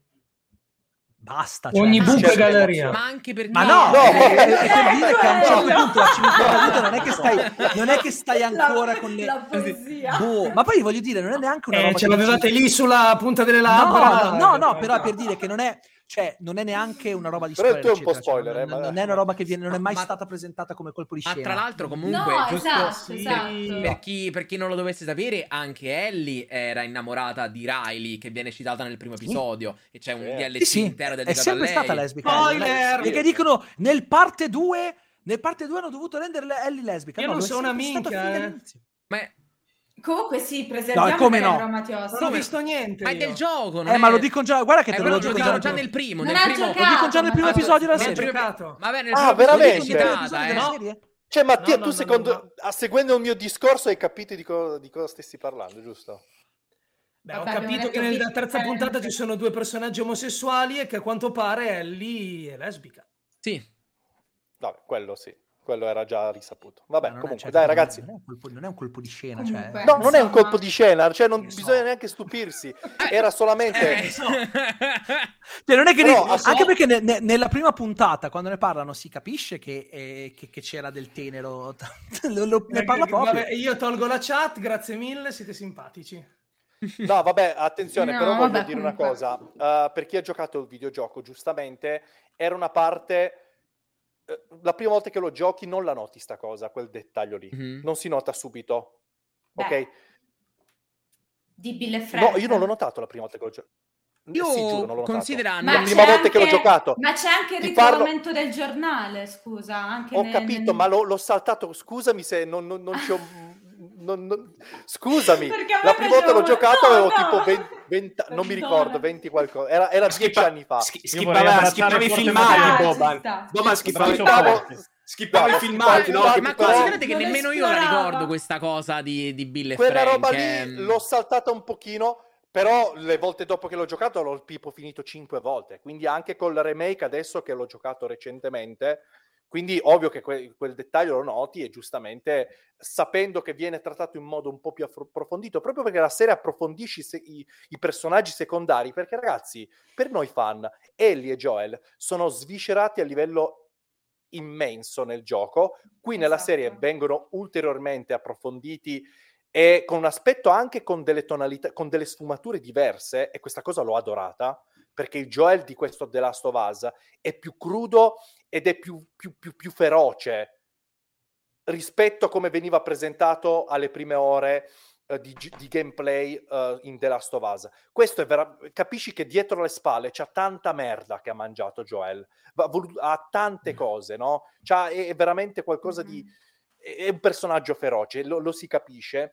Basta, ogni buco è galleria. Ma anche per è per dire che a un certo punto la civiltà non è che stai ancora con le ma poi voglio dire, non è neanche una roba ce l'avevate lì sulla punta delle labbra. No, però per dire che non è neanche una roba di spoiler. Però tu è un po' spoiler, non è una roba che non è mai stata presentata come colpo di scena. Ma tra l'altro comunque per chi non lo dovesse sapere, anche Ellie era innamorata di Riley, che viene citata nel primo episodio, e c'è un DLC intero dedicato a lei. È sempre stata lesbica. Spoiler! Perché dicono nel parte 2 Nel parte 2 hanno dovuto rendere Ellie lesbica. Io non sono una minchia, Ma Comunque sì, preserviamo No, come no? Pedro Mattiossi. Non ho visto niente. è io. del gioco, non Ma è- lo dico già, guarda che te però lo lo dico dicevano già già nel primo, Non nel ha primo. giocato, Lo dico già nel primo ma- episodio della nel serie. primo- giocato. Vabbè, nel Ah, primo episodio veramente? di Nel primo puntata, episodio della No. serie? Cioè, Mattia, No, tu no, secondo, no. seguendo il mio discorso hai capito di cosa stessi parlando, giusto? Beh, Vabbè, ho capito abbiamo che detto nella terza differenze. puntata ci sono 2 personaggi omosessuali e che a quanto pare Ellie è lesbica. Sì. Vabbè, quello sì, quello era già risaputo. Vabbè, Ma non è- comunque, cioè, dai capito, ragazzi. non è un colpo di scena. Comunque. Cioè. No, non è un Insomma. colpo di scena, cioè non Che so. bisogna neanche stupirsi. Era solamente... Cioè, non è che Però, anche perché nella prima puntata, quando ne parlano, si capisce che c'era del tenero. Ne parla proprio. Vabbè, io tolgo la chat, grazie mille, siete simpatici. No, vabbè, attenzione, No, però voglio vabbè, dire una comunque. cosa. Per chi ha giocato il videogioco, giustamente, era una parte... la prima volta che lo giochi non la noti sta cosa, quel dettaglio lì. Mhm. Non si nota subito. Beh, Ok? Di Bill e Fred. No, io non l'ho notato la prima volta che l'ho giocato. Io Sì, giuro, non l'ho considera- notato. Ma La c'è prima volta che l'ho anche- giocato. Ma c'è anche il Ti parlo- ritrovamento del giornale, scusa. Anche Ho nel- capito, ma l'ho saltato. Scusami se non ci ho... Scusami, Perché a me la prima volta l'ho piaceva- giocato, No, avevo no. tipo 20, non mi Perdona. ricordo, 20 qualcosa. Era 10 anni fa. vorrei abbracciare Schippavi i forte filmati, Boban. Boban. Ci sta. Boban schippavi i Schippavi- filmati. Schippavi i No, filmati, no? schippavi- Che Ma però- considerate che Non nemmeno io la esplorava. ricordo questa cosa di Bill e Quella Frank. roba lì l'ho saltata un pochino, però le volte dopo che l'ho giocato l'ho tipo finito 5 volte, quindi anche col remake adesso che l'ho giocato recentemente, quindi ovvio che quel dettaglio lo noti e giustamente sapendo che viene trattato in modo un po' più approfondito, proprio perché la serie approfondisce i personaggi secondari, perché ragazzi, per noi fan, Ellie e Joel sono sviscerati a livello immenso nel gioco, qui nella Esatto. serie vengono ulteriormente approfonditi e con un aspetto anche con delle tonalità, con delle sfumature diverse, e questa cosa l'ho adorata, perché il Joel di questo The Last of Us è più crudo ed è più feroce rispetto a come veniva presentato alle prime ore di gameplay in The Last of Us. Questo è capisci che dietro le spalle c'ha tanta merda che ha mangiato Joel, ha tante cose, no? È veramente qualcosa di... è un personaggio feroce, lo si capisce.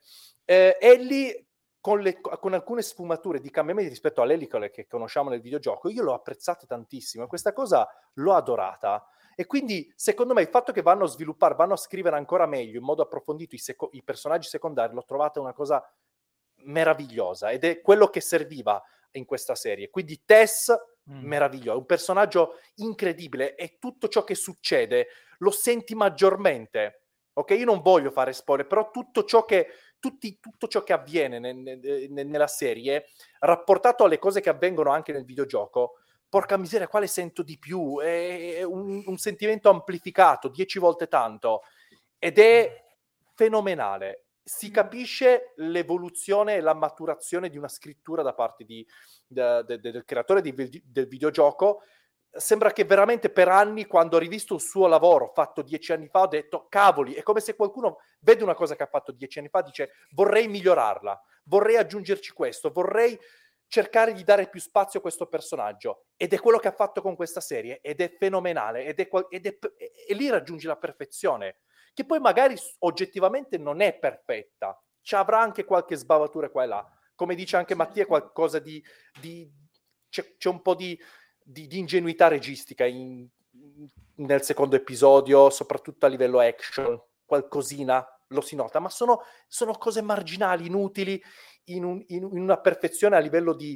Ellie con alcune sfumature di cambiamenti rispetto all'Ellie che conosciamo nel videogioco, io l'ho apprezzata tantissimo e questa cosa l'ho adorata. E quindi, secondo me, il fatto che vanno a sviluppare, vanno a scrivere ancora meglio, in modo approfondito, i personaggi secondari, l'ho trovata una cosa meravigliosa ed è quello che serviva in questa serie. Quindi Tess, meraviglioso, un personaggio incredibile e tutto ciò che succede lo senti maggiormente. Ok, io non voglio fare spoiler, però tutto ciò che avviene nella serie, rapportato alle cose che avvengono anche nel videogioco, porca miseria, quale sento di più? È un sentimento amplificato, 10 volte tanto, ed è fenomenale. Si capisce l'evoluzione e la maturazione di una scrittura da parte del creatore del videogioco. Sembra che veramente per anni, quando ho rivisto il suo lavoro fatto 10 anni fa, ho detto, cavoli, è come se qualcuno vede una cosa che ha fatto 10 anni fa, dice, vorrei migliorarla, vorrei aggiungerci questo, vorrei cercare di dare più spazio a questo personaggio, ed è quello che ha fatto con questa serie, ed è fenomenale, e lì raggiungi la perfezione, che poi magari oggettivamente non è perfetta, ci avrà anche qualche sbavatura qua e là, come dice anche Mattia, qualcosa c'è un po' di ingenuità registica nel secondo episodio, soprattutto a livello action, qualcosina lo si nota, ma sono cose marginali, inutili, in una perfezione a livello di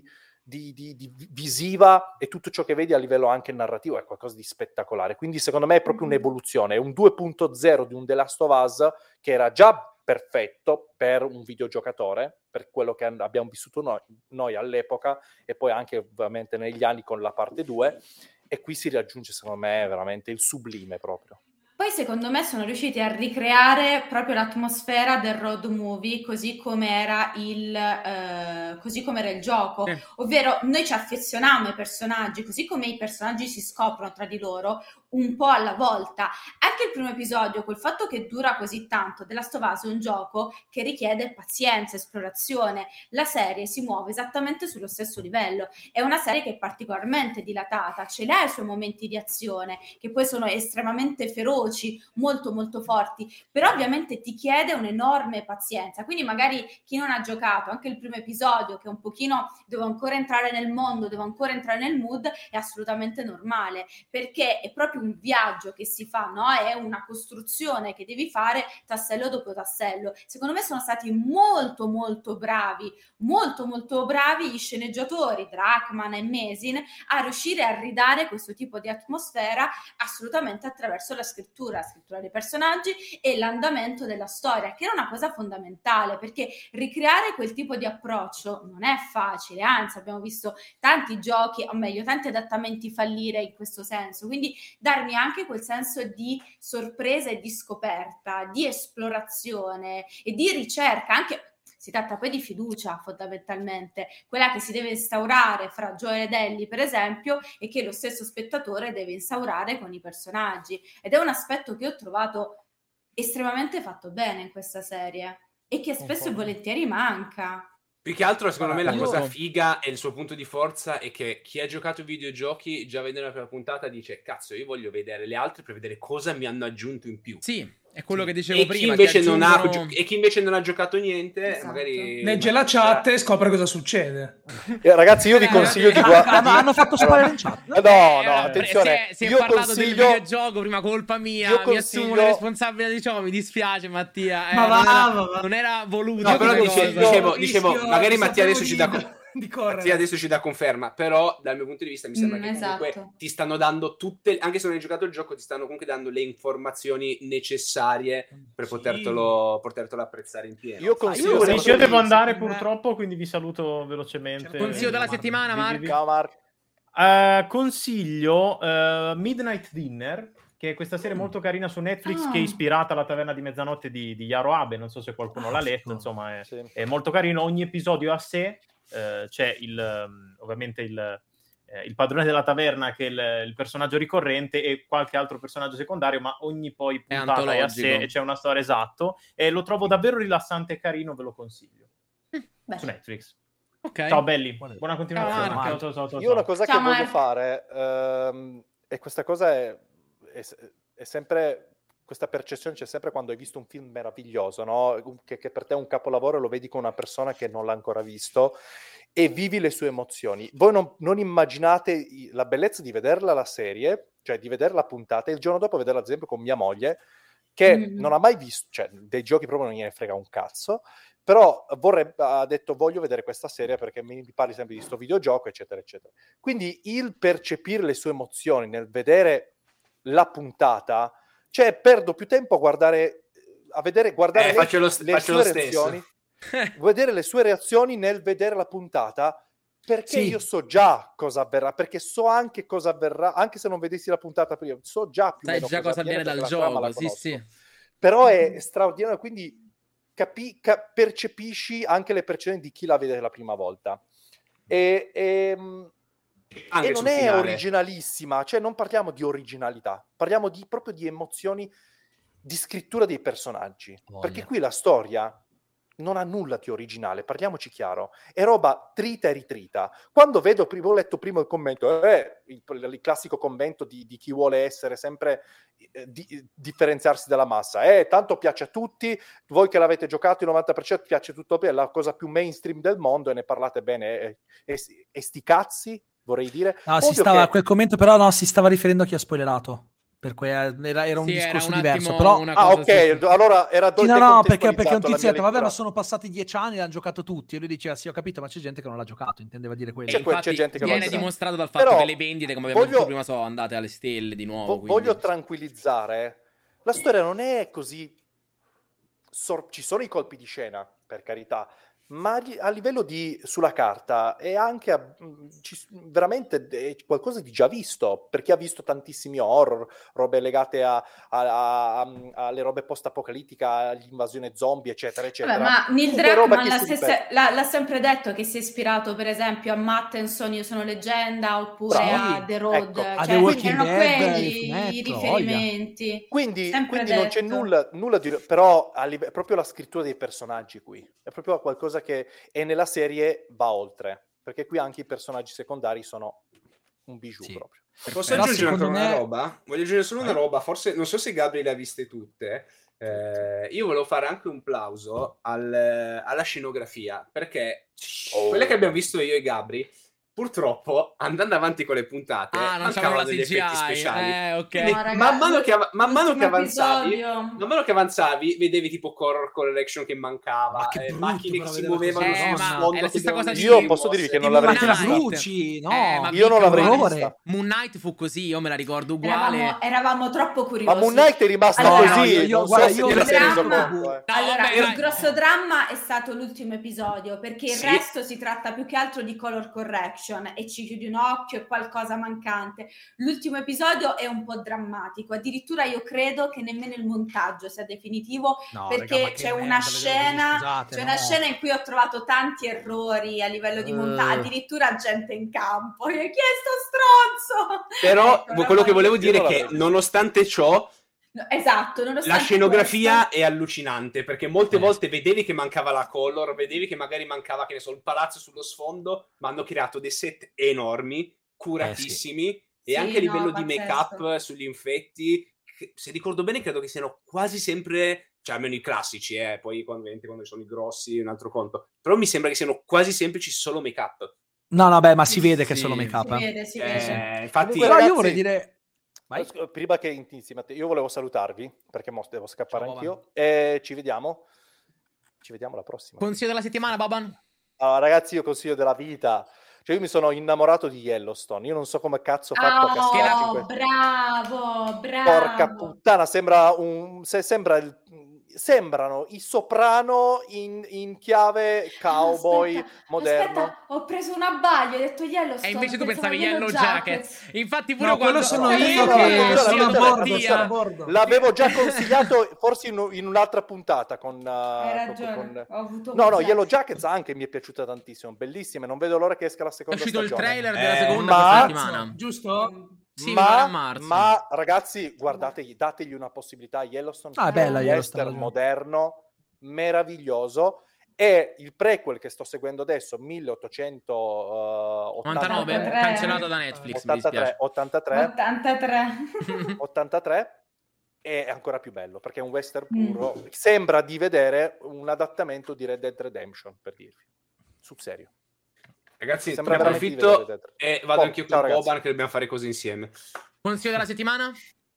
visiva, e tutto ciò che vedi a livello anche narrativo è qualcosa di spettacolare. Quindi secondo me è proprio un'evoluzione, è un 2.0 di un The Last of Us che era già perfetto per un videogiocatore, per quello che abbiamo vissuto noi all'epoca e poi anche ovviamente negli anni con la parte 2, e qui si raggiunge secondo me veramente il sublime proprio. Poi secondo me sono riusciti a ricreare proprio l'atmosfera del road movie così come era il gioco, ovvero noi ci affezioniamo ai personaggi, così come i personaggi si scoprono tra di loro, un po' alla volta. Anche il primo episodio, col fatto che dura così tanto, The Last of Us è un gioco che richiede pazienza, esplorazione. La serie si muove esattamente sullo stesso livello. È una serie che è particolarmente dilatata, ce l'ha i suoi momenti di azione, che poi sono estremamente feroci, molto molto forti, però ovviamente ti chiede un'enorme pazienza. Quindi magari chi non ha giocato anche il primo episodio, che un pochino devo ancora entrare nel mondo, devo ancora entrare nel mood, è assolutamente normale, perché è proprio un viaggio che si fa, no? È una costruzione che devi fare tassello dopo tassello. Secondo me sono stati molto molto bravi gli sceneggiatori Druckmann e Mesin a riuscire a ridare questo tipo di atmosfera assolutamente attraverso la scrittura dei personaggi e l'andamento della storia, che era una cosa fondamentale, perché ricreare quel tipo di approccio non è facile, anzi abbiamo visto tanti giochi, o meglio tanti adattamenti fallire in questo senso, quindi darmi anche quel senso di sorpresa e di scoperta, di esplorazione e di ricerca, anche si tratta poi di fiducia fondamentalmente, quella che si deve instaurare fra Joel ed Ellie per esempio e che lo stesso spettatore deve instaurare con i personaggi, ed è un aspetto che ho trovato estremamente fatto bene in questa serie e che spesso e volentieri manca. Più che altro, secondo me, la cosa figa e il suo punto di forza è che chi ha giocato ai videogiochi già vedendo la prima puntata dice cazzo, io voglio vedere le altre per vedere cosa mi hanno aggiunto in più. Sì, è quello che dicevo prima. Chi invece e chi invece non ha giocato niente, esatto, magari legge la chat e scopre cosa succede. Ragazzi, io vi consiglio di guardare. Hanno fatto spoiler in chat. No, attenzione. Si è parlato del videogioco, prima colpa mia. Mi assumo la responsabilità di ciò. Mi dispiace, Mattia. Non era voluto. No, però dicevo, magari Mattia adesso ci dà. Mattia adesso ci dà conferma, però dal mio punto di vista mi sembra che comunque ti stanno dando tutte, anche se non hai giocato il gioco, ti stanno comunque dando le informazioni necessarie per potertelo apprezzare in pieno. Io devo andare purtroppo, quindi vi saluto velocemente. Consiglio della settimana, Marco. Ciao Marco. Consiglio Midnight Dinner, che è questa serie molto carina su Netflix che è ispirata alla Taverna di Mezzanotte di Yaro Abe, non so se qualcuno l'ha letto, insomma è molto carino, ogni episodio a sé. C'è ovviamente il padrone della taverna che è il personaggio ricorrente e qualche altro personaggio secondario, ma ogni poi puntata è a sé e c'è una storia, esatto, e lo trovo davvero rilassante e carino, ve lo consiglio su Netflix. Okay. Ciao belli, buona continuazione. Ciao. Io una cosa che voglio fare e questa cosa è sempre, questa percezione c'è sempre quando hai visto un film meraviglioso, no? Che per te è un capolavoro, lo vedi con una persona che non l'ha ancora visto e vivi le sue emozioni. Voi non immaginate la bellezza di vederla la serie, cioè di vedere la puntata e il giorno dopo vederla ad esempio con mia moglie, che non ha mai visto, cioè dei giochi proprio non gliene frega un cazzo, però ha detto voglio vedere questa serie perché mi parli sempre di sto videogioco, eccetera, eccetera. Quindi il percepire le sue emozioni nel vedere la puntata, cioè perdo più tempo a guardare le sue reazioni, vedere le sue reazioni nel vedere la puntata, perché io so già cosa avverrà, perché so anche cosa avverrà, anche se non vedessi la puntata prima, so già più o meno cosa avviene dal gioco, sì. Però è straordinario, quindi percepisci anche le percezioni di chi la vede la prima volta e non è originalissima, cioè non parliamo di originalità, parliamo proprio di emozioni, di scrittura dei personaggi, perché qui la storia non ha nulla di originale, parliamoci chiaro, è roba trita e ritrita. Quando ho letto prima il commento, il classico commento di chi vuole essere sempre differenziarsi dalla massa, tanto piace a tutti, voi che l'avete giocato il 90% piace tutto bene, è la cosa più mainstream del mondo e ne parlate bene, e sti cazzi, vorrei dire. No, quel commento però si stava riferendo a chi ha spoilerato. Per cui era un discorso diverso, però allora era perché un tizio ha detto vabbè, ma sono passati 10 anni, l'hanno giocato tutti, e lui diceva sì, ho capito, ma c'è gente che non l'ha giocato, intendeva dire quello. C'è gente che viene dimostrato dal fatto che le vendite, come abbiamo detto prima, sono andate alle stelle di nuovo. Voglio tranquillizzare, la storia non è così ci sono i colpi di scena, per carità, ma a livello di sulla carta è anche veramente è qualcosa di già visto, per chi ha visto tantissimi horror, robe legate alle robe post-apocalittiche, all'invasione zombie, eccetera, eccetera. Vabbè, ma Neil Druckmann l'ha sempre detto che si è ispirato, per esempio, a Mattenson, Io sono leggenda, oppure a The Road, ecco. cioè, erano quelli i riferimenti. Quindi non c'è nulla di... Però proprio la scrittura dei personaggi qui è proprio qualcosa che è nella serie va oltre, perché qui anche i personaggi secondari sono un bijou proprio. Posso aggiungere ancora una roba? Voglio aggiungere solo una roba, forse non so se Gabri le ha viste tutte. Io volevo fare anche un plauso alla scenografia, perché quelle che abbiamo visto io e Gabri, purtroppo andando avanti con le puntate mancavano degli effetti speciali. Okay. No, ragazzi, man mano che avanzavi vedevi tipo Horror Collection che mancava, macchine che si muovevano sullo sfondo. È la stessa cosa io posso dirvi che non l'avrei vista. Io non l'avrei vista. Moon Knight fu così, io me la ricordo uguale. Eravamo troppo curiosi. Ma Moon Knight è rimasto così. Il grosso dramma è stato l'ultimo episodio, perché il resto si tratta più che altro di color correction e ci chiudi un occhio e qualcosa mancante. L'ultimo episodio è un po' drammatico, addirittura io credo che nemmeno il montaggio sia definitivo, perché c'è una scena in cui ho trovato tanti errori a livello di montaggio, addirittura gente in campo. Io ho chiesto stronzo. Però quello che volevo dire è che nonostante ciò esatto, la scenografia è allucinante, perché molte volte vedevi che mancava la color, vedevi che magari mancava, che ne so, il palazzo sullo sfondo, ma hanno creato dei set enormi, curatissimi, e anche a livello di make-up sugli infetti, se ricordo bene credo che siano quasi sempre, cioè almeno i classici, poi quando sono i grossi è un altro conto, però mi sembra che siano quasi sempre ci solo make-up. No, ma si vede che è solo make-up. Si vede. Infatti, però io vorrei dire... Prima che inizi, Matteo, io volevo salutarvi perché devo scappare anch'io e ci vediamo la prossima. Consiglio della settimana, Boban? Allora, ragazzi, io consiglio della vita, cioè io mi sono innamorato di Yellowstone, io non so come cazzo ho fatto a cascarci bravo porca puttana, sembrano i Soprano in chiave cowboy moderno. Aspetta, ho preso un abbaglio, ho detto Yellowstone. E invece tu pensavi Yellow Jackets. Infatti pure quello sono io che sono a bordo. L'avevo già consigliato forse in un'altra puntata con hai ragione, ho avuto Yellow Jackets anche mi è piaciuta tantissimo, bellissima, non vedo l'ora che esca la seconda stagione. È uscito il trailer della seconda settimana, giusto? Sì, ma ragazzi, guardategli, dategli una possibilità a Yellowstone. Bella Western moderno, meraviglioso. E il prequel che sto seguendo adesso, 1889, cancellato da Netflix. 83 è ancora più bello perché è un western puro. Sembra di vedere un adattamento di Red Dead Redemption, per dirvi, sul serio. Ragazzi, ne approfitto e vado anch'io con Boban, che dobbiamo fare cose insieme. Consiglio della settimana?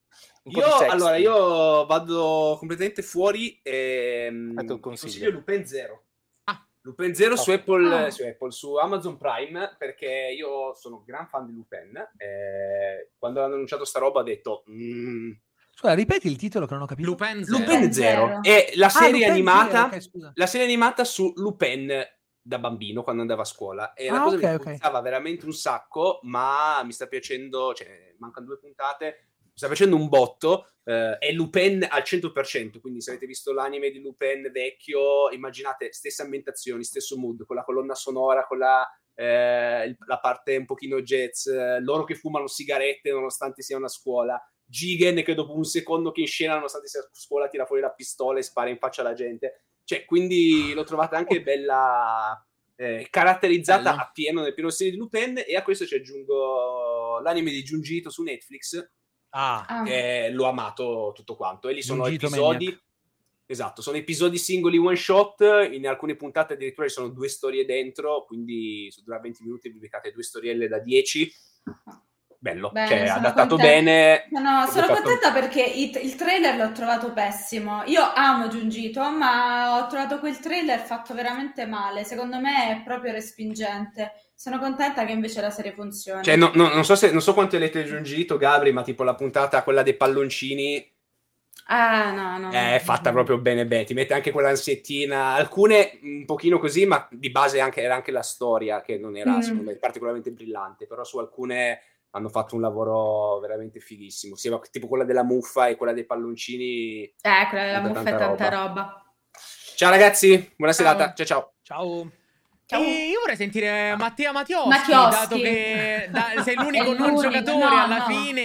Io vado completamente fuori e consiglio Lupin Zero. Lupin Zero su Apple, su Amazon Prime, perché io sono gran fan di Lupin. Quando hanno annunciato sta roba ho detto... Scusa, ripeti il titolo che non ho capito. Lupin Zero. È la serie animata, la serie animata su Lupin da bambino quando andava a scuola, e la cosa mi puzzava veramente un sacco, ma mi sta piacendo, cioè mancano 2 puntate, mi sta piacendo un botto. È Lupin al 100%, quindi se avete visto l'anime di Lupin vecchio, immaginate stesse ambientazioni, stesso mood, con la colonna sonora, con la parte un pochino jazz, loro che fumano sigarette nonostante siano a scuola, Jigen che dopo un secondo che in scena nonostante sia a scuola tira fuori la pistola e spara in faccia alla gente. Cioè, quindi l'ho trovata anche bella, caratterizzata a pieno nel pieno stile di Lupin, e a questo ci aggiungo l'anime di Junji Ito su Netflix, che l'ho amato tutto quanto, e lì sono episodi Maniac. Esatto, sono episodi singoli one shot, in alcune puntate addirittura ci sono 2 storie dentro, quindi su dura 20 minuti vi beccate 2 storielle da 10. Bello, cioè adattato bene. Sono contenta perché il trailer l'ho trovato pessimo. Io amo Junji Ito, ma ho trovato quel trailer fatto veramente male. Secondo me è proprio respingente. Sono contenta che invece la serie funzioni. Cioè, non so quanto hai letto Junji Ito, Gabri, ma tipo la puntata, quella dei palloncini, No. È fatta proprio bene bene, ti mette anche quell'ansiettina, alcune un pochino così, ma di base era anche la storia che non era secondo me particolarmente brillante, però su alcune hanno fatto un lavoro veramente fighissimo, sia tipo quella della muffa e quella dei palloncini. Quella della muffa è tanta roba. Ciao ragazzi, buona serata, ciao. Ciao. E io vorrei sentire Mattia Mattioschi, Mattioschi. dato che sei l'unico non giocatore alla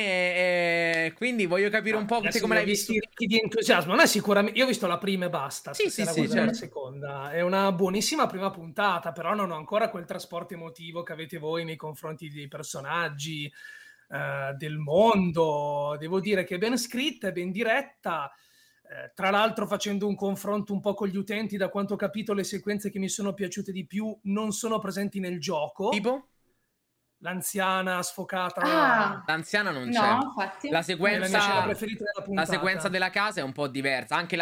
fine, quindi voglio capire un po' te come l'hai visto. Ricchi di entusiasmo, non è sicuramente. Io ho visto la prima e basta. Sì, certo. La seconda è una buonissima prima puntata, però non ho ancora quel trasporto emotivo che avete voi nei confronti dei personaggi, del mondo. Devo dire che è ben scritta, è ben diretta. Tra l'altro, facendo un confronto un po' con gli utenti, da quanto ho capito le sequenze che mi sono piaciute di più non sono presenti nel gioco. Tipo? L'anziana sfocata. L'anziana non c'è. No, infatti. La sequenza, è la mia scena preferita della puntata. La sequenza della casa è un po' diversa. Anche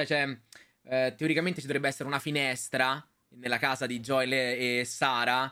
teoricamente ci dovrebbe essere una finestra nella casa di Joel e Sara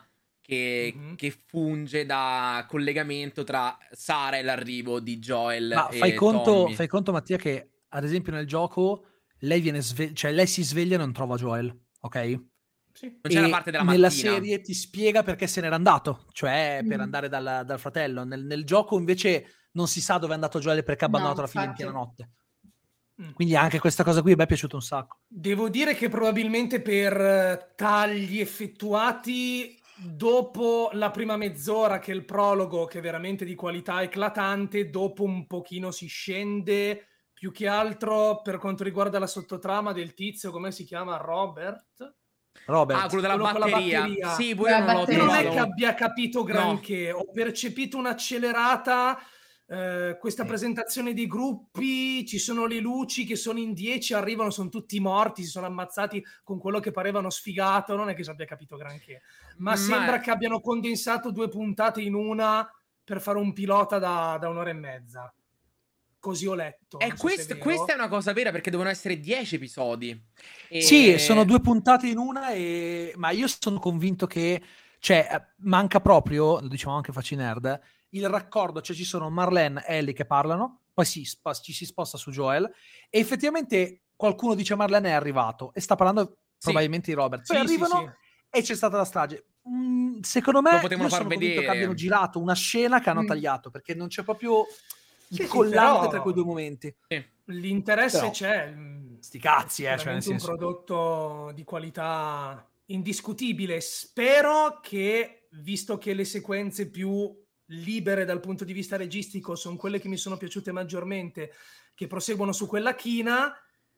che funge da collegamento tra Sara e l'arrivo di Joel. Ma e fai Tommy. conto, Mattia, che ad esempio nel gioco lei lei si sveglia e non trova Joel, ok? Sì. Non c'è la parte della mattina. Nella serie ti spiega perché se n'era andato, cioè per andare dal fratello. Nel gioco invece non si sa dove è andato Joel perché ha abbandonato la figlia in piena notte. Quindi anche questa cosa qui mi è piaciuta un sacco. Devo dire che probabilmente per tagli effettuati dopo la prima mezz'ora, che è il prologo, che è veramente di qualità eclatante, dopo un pochino si scende, più che altro per quanto riguarda la sottotrama del tizio, come si chiama? Robert, quello della batteria. Sì, pure non l'ho non è che abbia capito granché. Ho percepito un'accelerata, questa presentazione dei gruppi, ci sono le luci che sono in 10, arrivano, sono tutti morti, si sono ammazzati con quello che parevano sfigato. Non è che ci abbia capito granché, ma sembra che abbiano condensato 2 puntate in una per fare un pilota da 1 ora e mezza. Così ho letto. Questa è una cosa vera, perché devono essere 10 episodi. Sì, sono 2 puntate in una, ma io sono convinto che manca proprio, lo diciamo anche Facci Nerd, il raccordo, cioè ci sono Marlene e Ellie che parlano, poi ci si sposta su Joel e effettivamente qualcuno dice Marlene è arrivato e sta parlando probabilmente di Robert. Poi arrivano e c'è stata la strage. Secondo me io sono convinto che abbiano girato una scena che hanno tagliato, perché non c'è proprio il collante tra quei 2 momenti. L'interesse c'è. Sti cazzi, cioè nel senso, un prodotto di qualità indiscutibile. Spero che, visto che le sequenze più libere dal punto di vista registico sono quelle che mi sono piaciute maggiormente, che proseguono su quella china.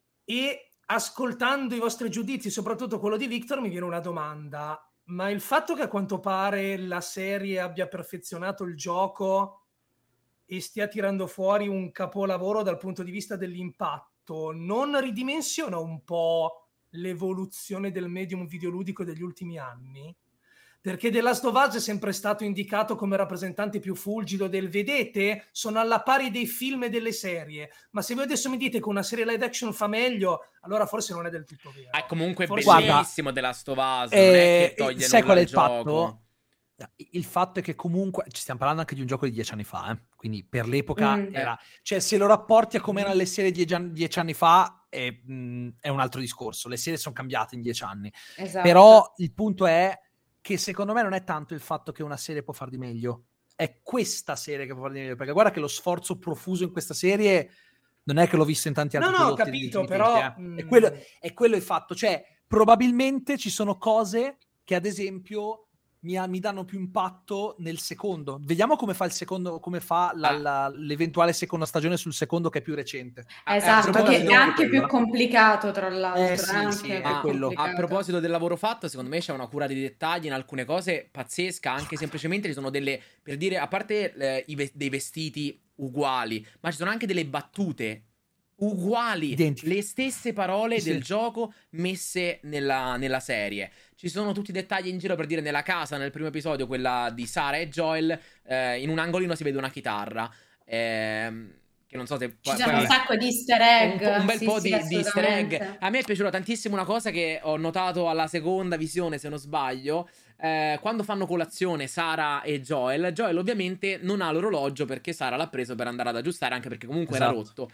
E ascoltando i vostri giudizi, soprattutto quello di Victor, mi viene una domanda: ma il fatto che a quanto pare la serie abbia perfezionato il gioco e stia tirando fuori un capolavoro dal punto di vista dell'impatto non ridimensiona un po' l'evoluzione del medium videoludico degli ultimi anni? Perché The Last of Us è sempre stato indicato come rappresentante più fulgido del vedete, sono alla pari dei film e delle serie, ma se voi adesso mi dite che una serie live action fa meglio, allora forse non è del tutto vero. È comunque bellissimo The Last of Us, non è che toglie sai qual è il gioco. Fatto? Il fatto è che comunque ci stiamo parlando anche di un gioco di 10 anni fa, quindi per l'epoca era, cioè se lo rapporti a come erano le serie 10 anni fa è un altro discorso. Le serie sono cambiate in 10 anni, però il punto è che secondo me non è tanto il fatto che una serie può far di meglio, è questa serie che può far di meglio, perché guarda che lo sforzo profuso in questa serie non è che l'ho visto in tanti altri prodotti. No, ho capito, però è quello il fatto, cioè probabilmente ci sono cose che ad esempio mi danno più impatto nel secondo. Vediamo come fa il secondo, come fa l'eventuale seconda stagione sul secondo, che è più recente. Esatto, che è anche più complicato, tra l'altro. A proposito del lavoro fatto, secondo me c'è una cura di dettagli in alcune cose pazzesca, anche semplicemente ci sono delle, per dire, a parte dei vestiti uguali, ma ci sono anche delle battute uguali, identiche, le stesse parole del gioco messe nella serie. Ci sono tutti i dettagli in giro, per dire, nella casa nel primo episodio, quella di Sara e Joel, in un angolino si vede una chitarra, che non so se ci sono un sacco di easter egg, un bel po' di easter egg. A me è piaciuta tantissimo una cosa che ho notato alla seconda visione, se non sbaglio, quando fanno colazione Sara e Joel ovviamente non ha l'orologio perché Sara l'ha preso per andare ad aggiustare, anche perché comunque era rotto.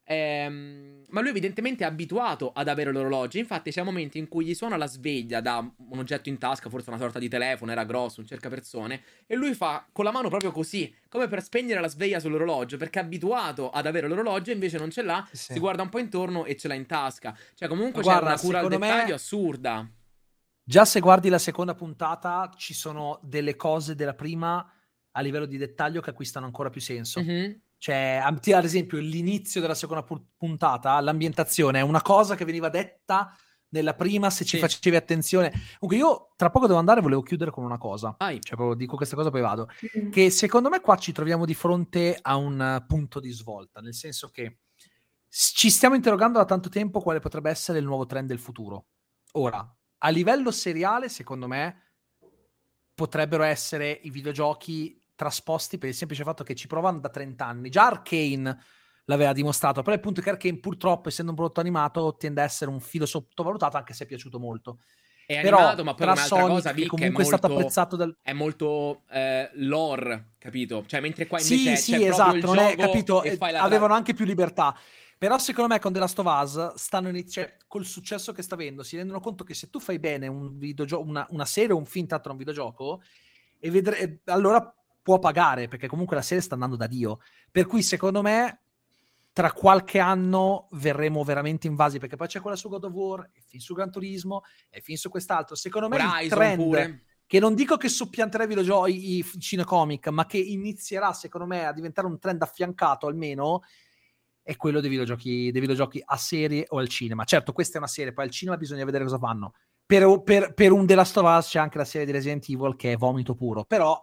Ma lui evidentemente è abituato ad avere l'orologio. Infatti c'è momenti in cui gli suona la sveglia da un oggetto in tasca, forse una sorta di telefono, era grosso, un cercapersone, e lui fa con la mano proprio così, come per spegnere la sveglia sull'orologio, perché è abituato ad avere l'orologio e invece non ce l'ha, si guarda un po' intorno e ce l'ha in tasca. Cioè comunque c'è una cura al dettaglio assurda. Già se guardi la seconda puntata ci sono delle cose della prima a livello di dettaglio che acquistano ancora più senso. Cioè, ad esempio, l'inizio della seconda puntata, l'ambientazione è una cosa che veniva detta nella prima, se ci facevi attenzione. Comunque io tra poco devo andare, volevo chiudere con una cosa. Cioè, proprio dico questa cosa, poi vado. Che secondo me qua ci troviamo di fronte a un punto di svolta, nel senso che ci stiamo interrogando da tanto tempo quale potrebbe essere il nuovo trend del futuro. Ora, a livello seriale, secondo me, potrebbero essere i videogiochi trasposti per il semplice fatto che ci provano da 30 anni. Già Arcane l'aveva dimostrato, però il punto è che Arcane, purtroppo, essendo un prodotto animato, tende a essere un filo sottovalutato, anche se è piaciuto molto. È però, animato, ma poi un'altra Sonic, cosa, Vic, comunque è stato apprezzato è molto lore, capito? Cioè, mentre qua c'è invece c'è proprio esatto, il non gioco è, capito, e fai la avevano anche più libertà. Però secondo me con The Last of Us cioè, col successo che sta avendo, si rendono conto che se tu fai bene un videogioco, una serie o un film tratto da un videogioco, allora può pagare, perché comunque la serie sta andando da Dio. Per cui secondo me tra qualche anno verremo veramente invasi, perché poi c'è quella su God of War, il film su Gran Turismo, e il film su quest'altro. Secondo me Horizon il trend pure, che non dico che soppianterà i videogiochi, i cinecomic, ma che inizierà secondo me a diventare un trend affiancato almeno, è quello dei videogiochi a serie o al cinema. Certo, questa è una serie, poi al cinema bisogna vedere cosa fanno. Per un The Last of Us c'è anche la serie di Resident Evil che è vomito puro, però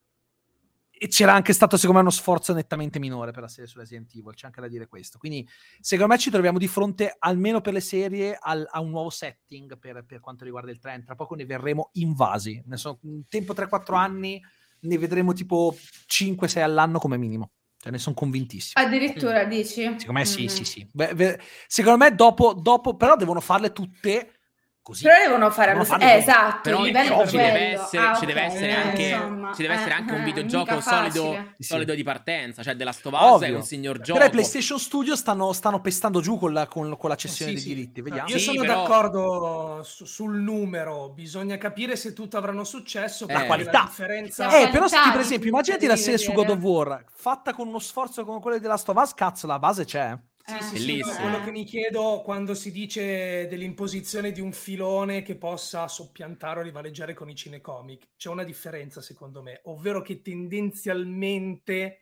c'era anche stato secondo me uno sforzo nettamente minore per la serie su Resident Evil, c'è anche da dire questo. Quindi secondo me ci troviamo di fronte, almeno per le serie, a un nuovo setting per quanto riguarda il trend. Tra poco ne verremo invasi, ne sono un tempo 3-4 anni, ne vedremo tipo 5-6 all'anno come minimo. Cioè, ne sono convintissimo. Addirittura dici? Secondo me sì. Secondo me dopo però devono farle tutte così. Però devono fare esatto, però il livello ci deve essere anche un videogioco solido di partenza, cioè della Last of Us è un signor gioco. Però i PlayStation Studios stanno pestando giù con la cessione dei diritti, vediamo. Io sono d'accordo sul numero, bisogna capire se tutto avranno successo, la qualità. La differenza... Però per esempio, immaginati la serie su God of War fatta con uno sforzo come quello di The Last of Us, cazzo, la base c'è. Sì, quello che mi chiedo quando si dice dell'imposizione di un filone che possa soppiantare o rivaleggiare con i cinecomic, c'è una differenza secondo me, ovvero che tendenzialmente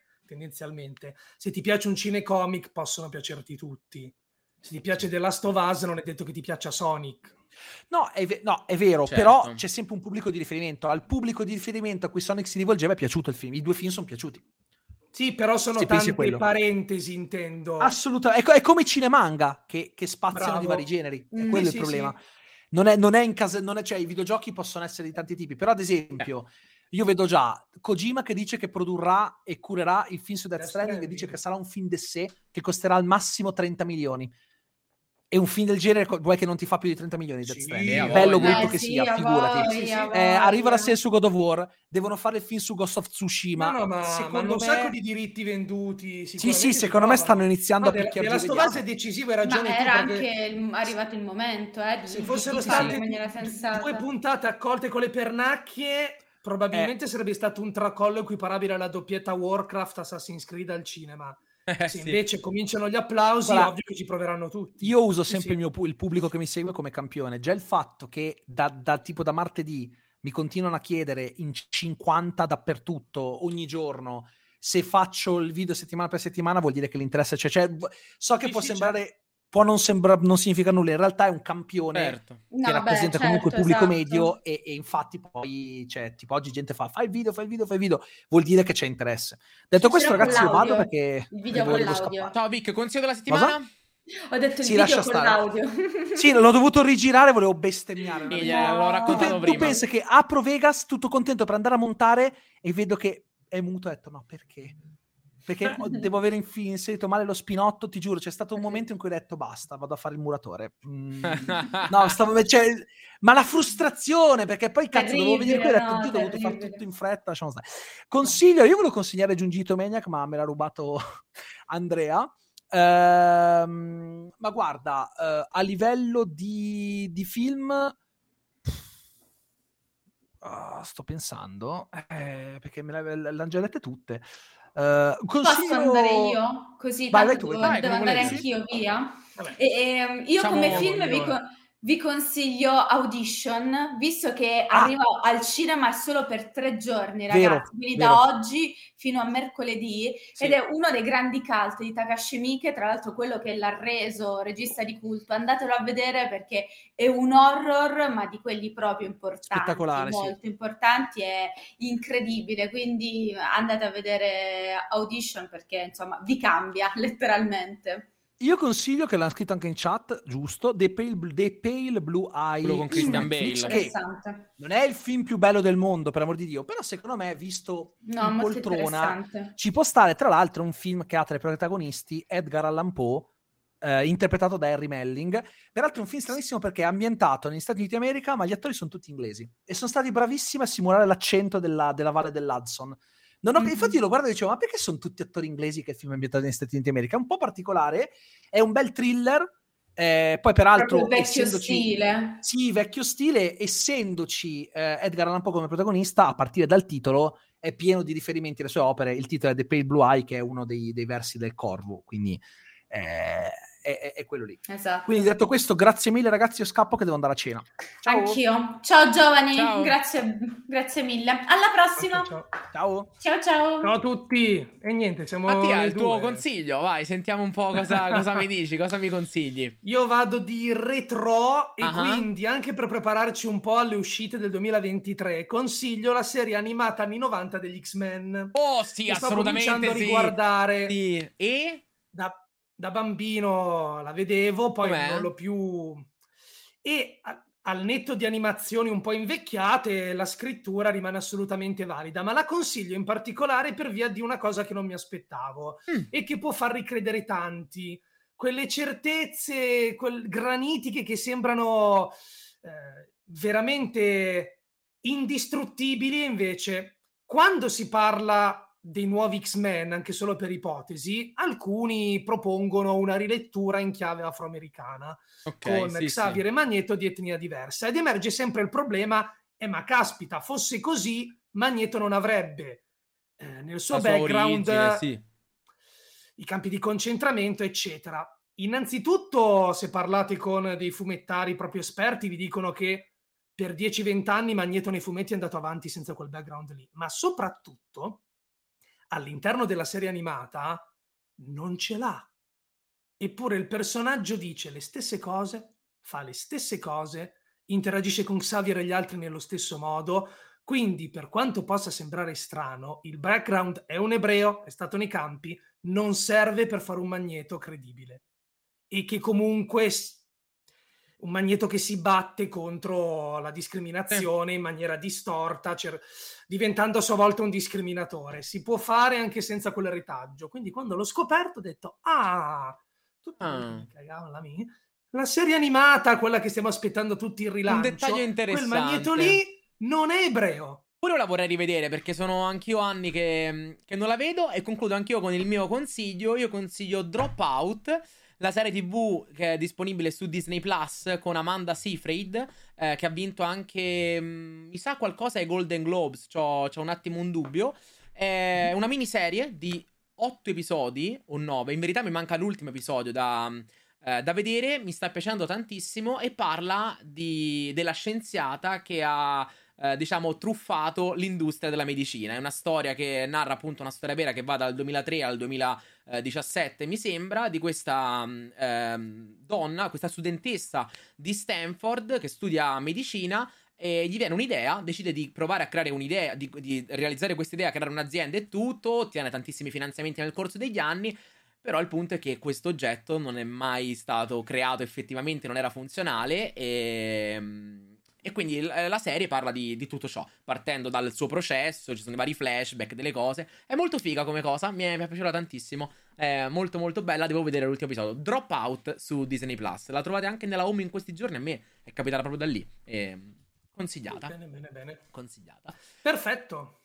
se ti piace un cinecomic possono piacerti tutti, se ti piace The Last of Us non è detto che ti piaccia Sonic. No, è vero, certo. Però c'è sempre un pubblico di riferimento. Al pubblico di riferimento a cui Sonic si rivolgeva è piaciuto il film, i due film sono piaciuti. Sì, però sono tante parentesi, intendo. Assolutamente, è come i cinemanga che spaziano di vari generi, è quello il problema. Sì. Non è in casa, cioè i videogiochi possono essere di tanti tipi, però ad esempio io vedo già Kojima che dice che produrrà e curerà il film su Death Stranding e dice che sarà un film d'essè che costerà al massimo 30 milioni. E un film del genere vuoi che non ti fa più di 30 milioni Death Stranding? Bello brutto che sia, figurati. Arriva la serie su God of War, devono fare il film su Ghost of Tsushima. Ma hanno un sacco di diritti venduti. Sì, secondo me stanno iniziando a picchiare. La Last of Us è decisivo, hai ragione. Ma era anche arrivato il momento, se fossero state 2 puntate accolte con le pernacchie, probabilmente sarebbe stato un tracollo equiparabile alla doppietta Warcraft Assassin's Creed al cinema. Se invece cominciano gli applausi, ovvio che ci proveranno tutti. Io uso sempre il pubblico che mi segue come campione. Già il fatto che da martedì mi continuano a chiedere in 50 dappertutto ogni giorno se faccio il video settimana per settimana vuol dire che l'interesse c'è. Cioè, so che può sembrare può non significa nulla, in realtà è un campione che rappresenta comunque il pubblico medio e infatti poi tipo oggi gente fai il video, vuol dire che c'è interesse. Detto questo ragazzi io vado perché il video con l'audio. Ciao Vic, consiglio della settimana? Cosa? Ho detto il video con l'audio. Sì, l'ho dovuto rigirare, volevo bestemmiare. L'ho raccontato prima. Tu pensi che apro Vegas tutto contento per andare a montare e vedo che è muto, ho detto no, perché devo aver inserito male lo spinotto, ti giuro, c'è stato un momento in cui ho detto basta, vado a fare il muratore. No, ma la frustrazione, perché poi cazzo dovevo venire qui e ho detto ho dovuto fare tutto in fretta, lasciamo stare. Io volevo consigliare Junji Ito Maniac, ma me l'ha rubato Andrea. Ma guarda, a livello di film, sto pensando, perché me l'hanno già dette tutte. Posso andare io? Così, tanto devo andare anch'io via. Io come film vi consiglio Audition, visto che arriva al cinema solo per 3 giorni, ragazzi, quindi da oggi fino a mercoledì, ed è uno dei grandi cult di Takashi Miike, tra l'altro quello che l'ha reso regista di culto. Andatelo a vedere perché è un horror, ma di quelli proprio importanti, molto importanti, è incredibile, quindi andate a vedere Audition perché insomma vi cambia letteralmente. Io consiglio, che l'hanno scritto anche in chat, giusto, The Pale Blue Eye, quello con Christian Bale, che non è il film più bello del mondo, per amor di Dio, però secondo me, visto in poltrona, ci può stare. Tra l'altro è un film che ha tra i protagonisti Edgar Allan Poe, interpretato da Harry Melling. Peraltro è un film stranissimo perché è ambientato negli Stati Uniti d'America, ma gli attori sono tutti inglesi e sono stati bravissimi a simulare l'accento della Valle dell'Hudson. Infatti io lo guardo e dicevo, ma perché sono tutti attori inglesi che il film è ambientato negli Stati Uniti d'America? È un po' particolare, è un bel thriller, poi peraltro vecchio stile. Sì, vecchio stile, essendoci Edgar Allan Poe come protagonista, a partire dal titolo è pieno di riferimenti alle sue opere. Il titolo è The Pale Blue Eye, che è uno dei versi del Corvo, quindi è quello lì. Esatto. Quindi detto questo, grazie mille ragazzi, io scappo che devo andare a cena. Ciao. Anch'io. Ciao giovani, ciao. Grazie mille. Alla prossima. Ciao. Ciao a tutti. E niente, siamo Mattia, il tuo consiglio, vai, sentiamo un po' cosa mi dici, cosa mi consigli. Io vado di retro e quindi anche per prepararci un po' alle uscite del 2023 consiglio la serie animata anni 90 degli X-Men. Oh sì, assolutamente sto cominciando a riguardare. Sì. E? Da bambino la vedevo, poi non l'ho più... E al netto di animazioni un po' invecchiate, la scrittura rimane assolutamente valida, ma la consiglio in particolare per via di una cosa che non mi aspettavo e che può far ricredere tanti. Quelle certezze granitiche che sembrano veramente indistruttibili, invece, quando si parla dei nuovi X-Men, anche solo per ipotesi, alcuni propongono una rilettura in chiave afroamericana, con Xavier e Magneto di etnia diversa, ed emerge sempre il problema, ma caspita, fosse così, Magneto non avrebbe nel suo background origine, i campi di concentramento, eccetera. Innanzitutto, se parlate con dei fumettari proprio esperti, vi dicono che per 10-20 anni Magneto nei fumetti è andato avanti senza quel background lì, ma soprattutto all'interno della serie animata non ce l'ha. Eppure il personaggio dice le stesse cose, fa le stesse cose, interagisce con Xavier e gli altri nello stesso modo, quindi per quanto possa sembrare strano, il background è un ebreo, è stato nei campi, non serve per fare un Magneto credibile. E che comunque... un Magneto che si batte contro la discriminazione in maniera distorta, diventando a sua volta un discriminatore. Si può fare anche senza quel retaggio. Quindi quando l'ho scoperto ho detto, la serie animata, quella che stiamo aspettando tutti il rilancio, un dettaglio interessante. Quel Magneto lì non è ebreo. Pure la vorrei rivedere perché sono anch'io anni che non la vedo, e concludo anch'io con il mio consiglio. Io consiglio Dropout, la serie TV che è disponibile su Disney Plus con Amanda Seyfried, che ha vinto anche, mi sa, qualcosa ai Golden Globes, c'ho un attimo un dubbio. È una miniserie di 8 episodi o 9, in verità mi manca l'ultimo episodio da vedere, mi sta piacendo tantissimo, e parla della scienziata che ha... diciamo truffato l'industria della medicina. È una storia che narra appunto una storia vera che va dal 2003 al 2017 mi sembra, di questa donna, questa studentessa di Stanford che studia medicina, e gli viene un'idea, decide di provare a creare un'idea, di realizzare questa idea, creare un'azienda e tutto, ottiene tantissimi finanziamenti nel corso degli anni. Però il punto è che questo oggetto non è mai stato creato effettivamente, non era funzionale, e quindi la serie parla di tutto ciò, partendo dal suo processo, ci sono vari flashback delle cose. È molto figa come cosa, mi è piaciuta tantissimo, è molto molto bella, devo vedere l'ultimo episodio. Dropout su Disney Plus, la trovate anche nella home in questi giorni, a me è capitata proprio da lì, consigliata. Bene. Consigliata. Perfetto.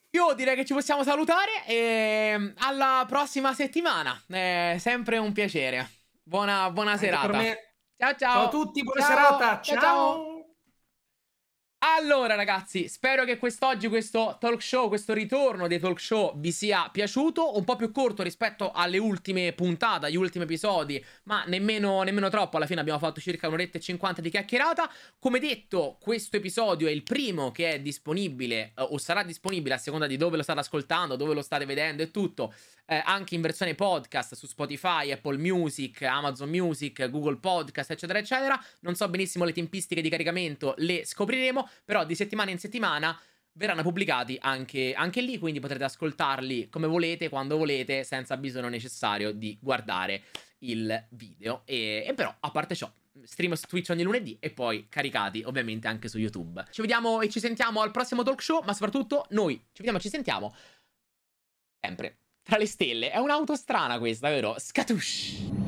Io direi che ci possiamo salutare e alla prossima settimana. È sempre un piacere. Buona serata. Per me. Ciao Ciao a tutti, buona serata. Ciao. Allora ragazzi, spero che quest'oggi questo talk show, questo ritorno dei talk show vi sia piaciuto. Un po' più corto rispetto alle ultime puntate, agli ultimi episodi, ma nemmeno troppo. Alla fine abbiamo fatto circa 1:50 di chiacchierata. Come detto, questo episodio è il primo che è disponibile o sarà disponibile a seconda di dove lo state ascoltando, dove lo state vedendo e tutto, anche in versione podcast su Spotify, Apple Music, Amazon Music, Google Podcast, eccetera eccetera. Non so benissimo le tempistiche di caricamento, le scopriremo, però di settimana in settimana verranno pubblicati anche lì, quindi potrete ascoltarli come volete, quando volete, senza bisogno necessario di guardare il video. E però, a parte ciò, stream su Twitch ogni lunedì e poi caricati ovviamente anche su YouTube. Ci vediamo e ci sentiamo al prossimo talk show, ma soprattutto noi ci vediamo e ci sentiamo sempre tra le stelle. È un'auto strana questa, vero? Scatush!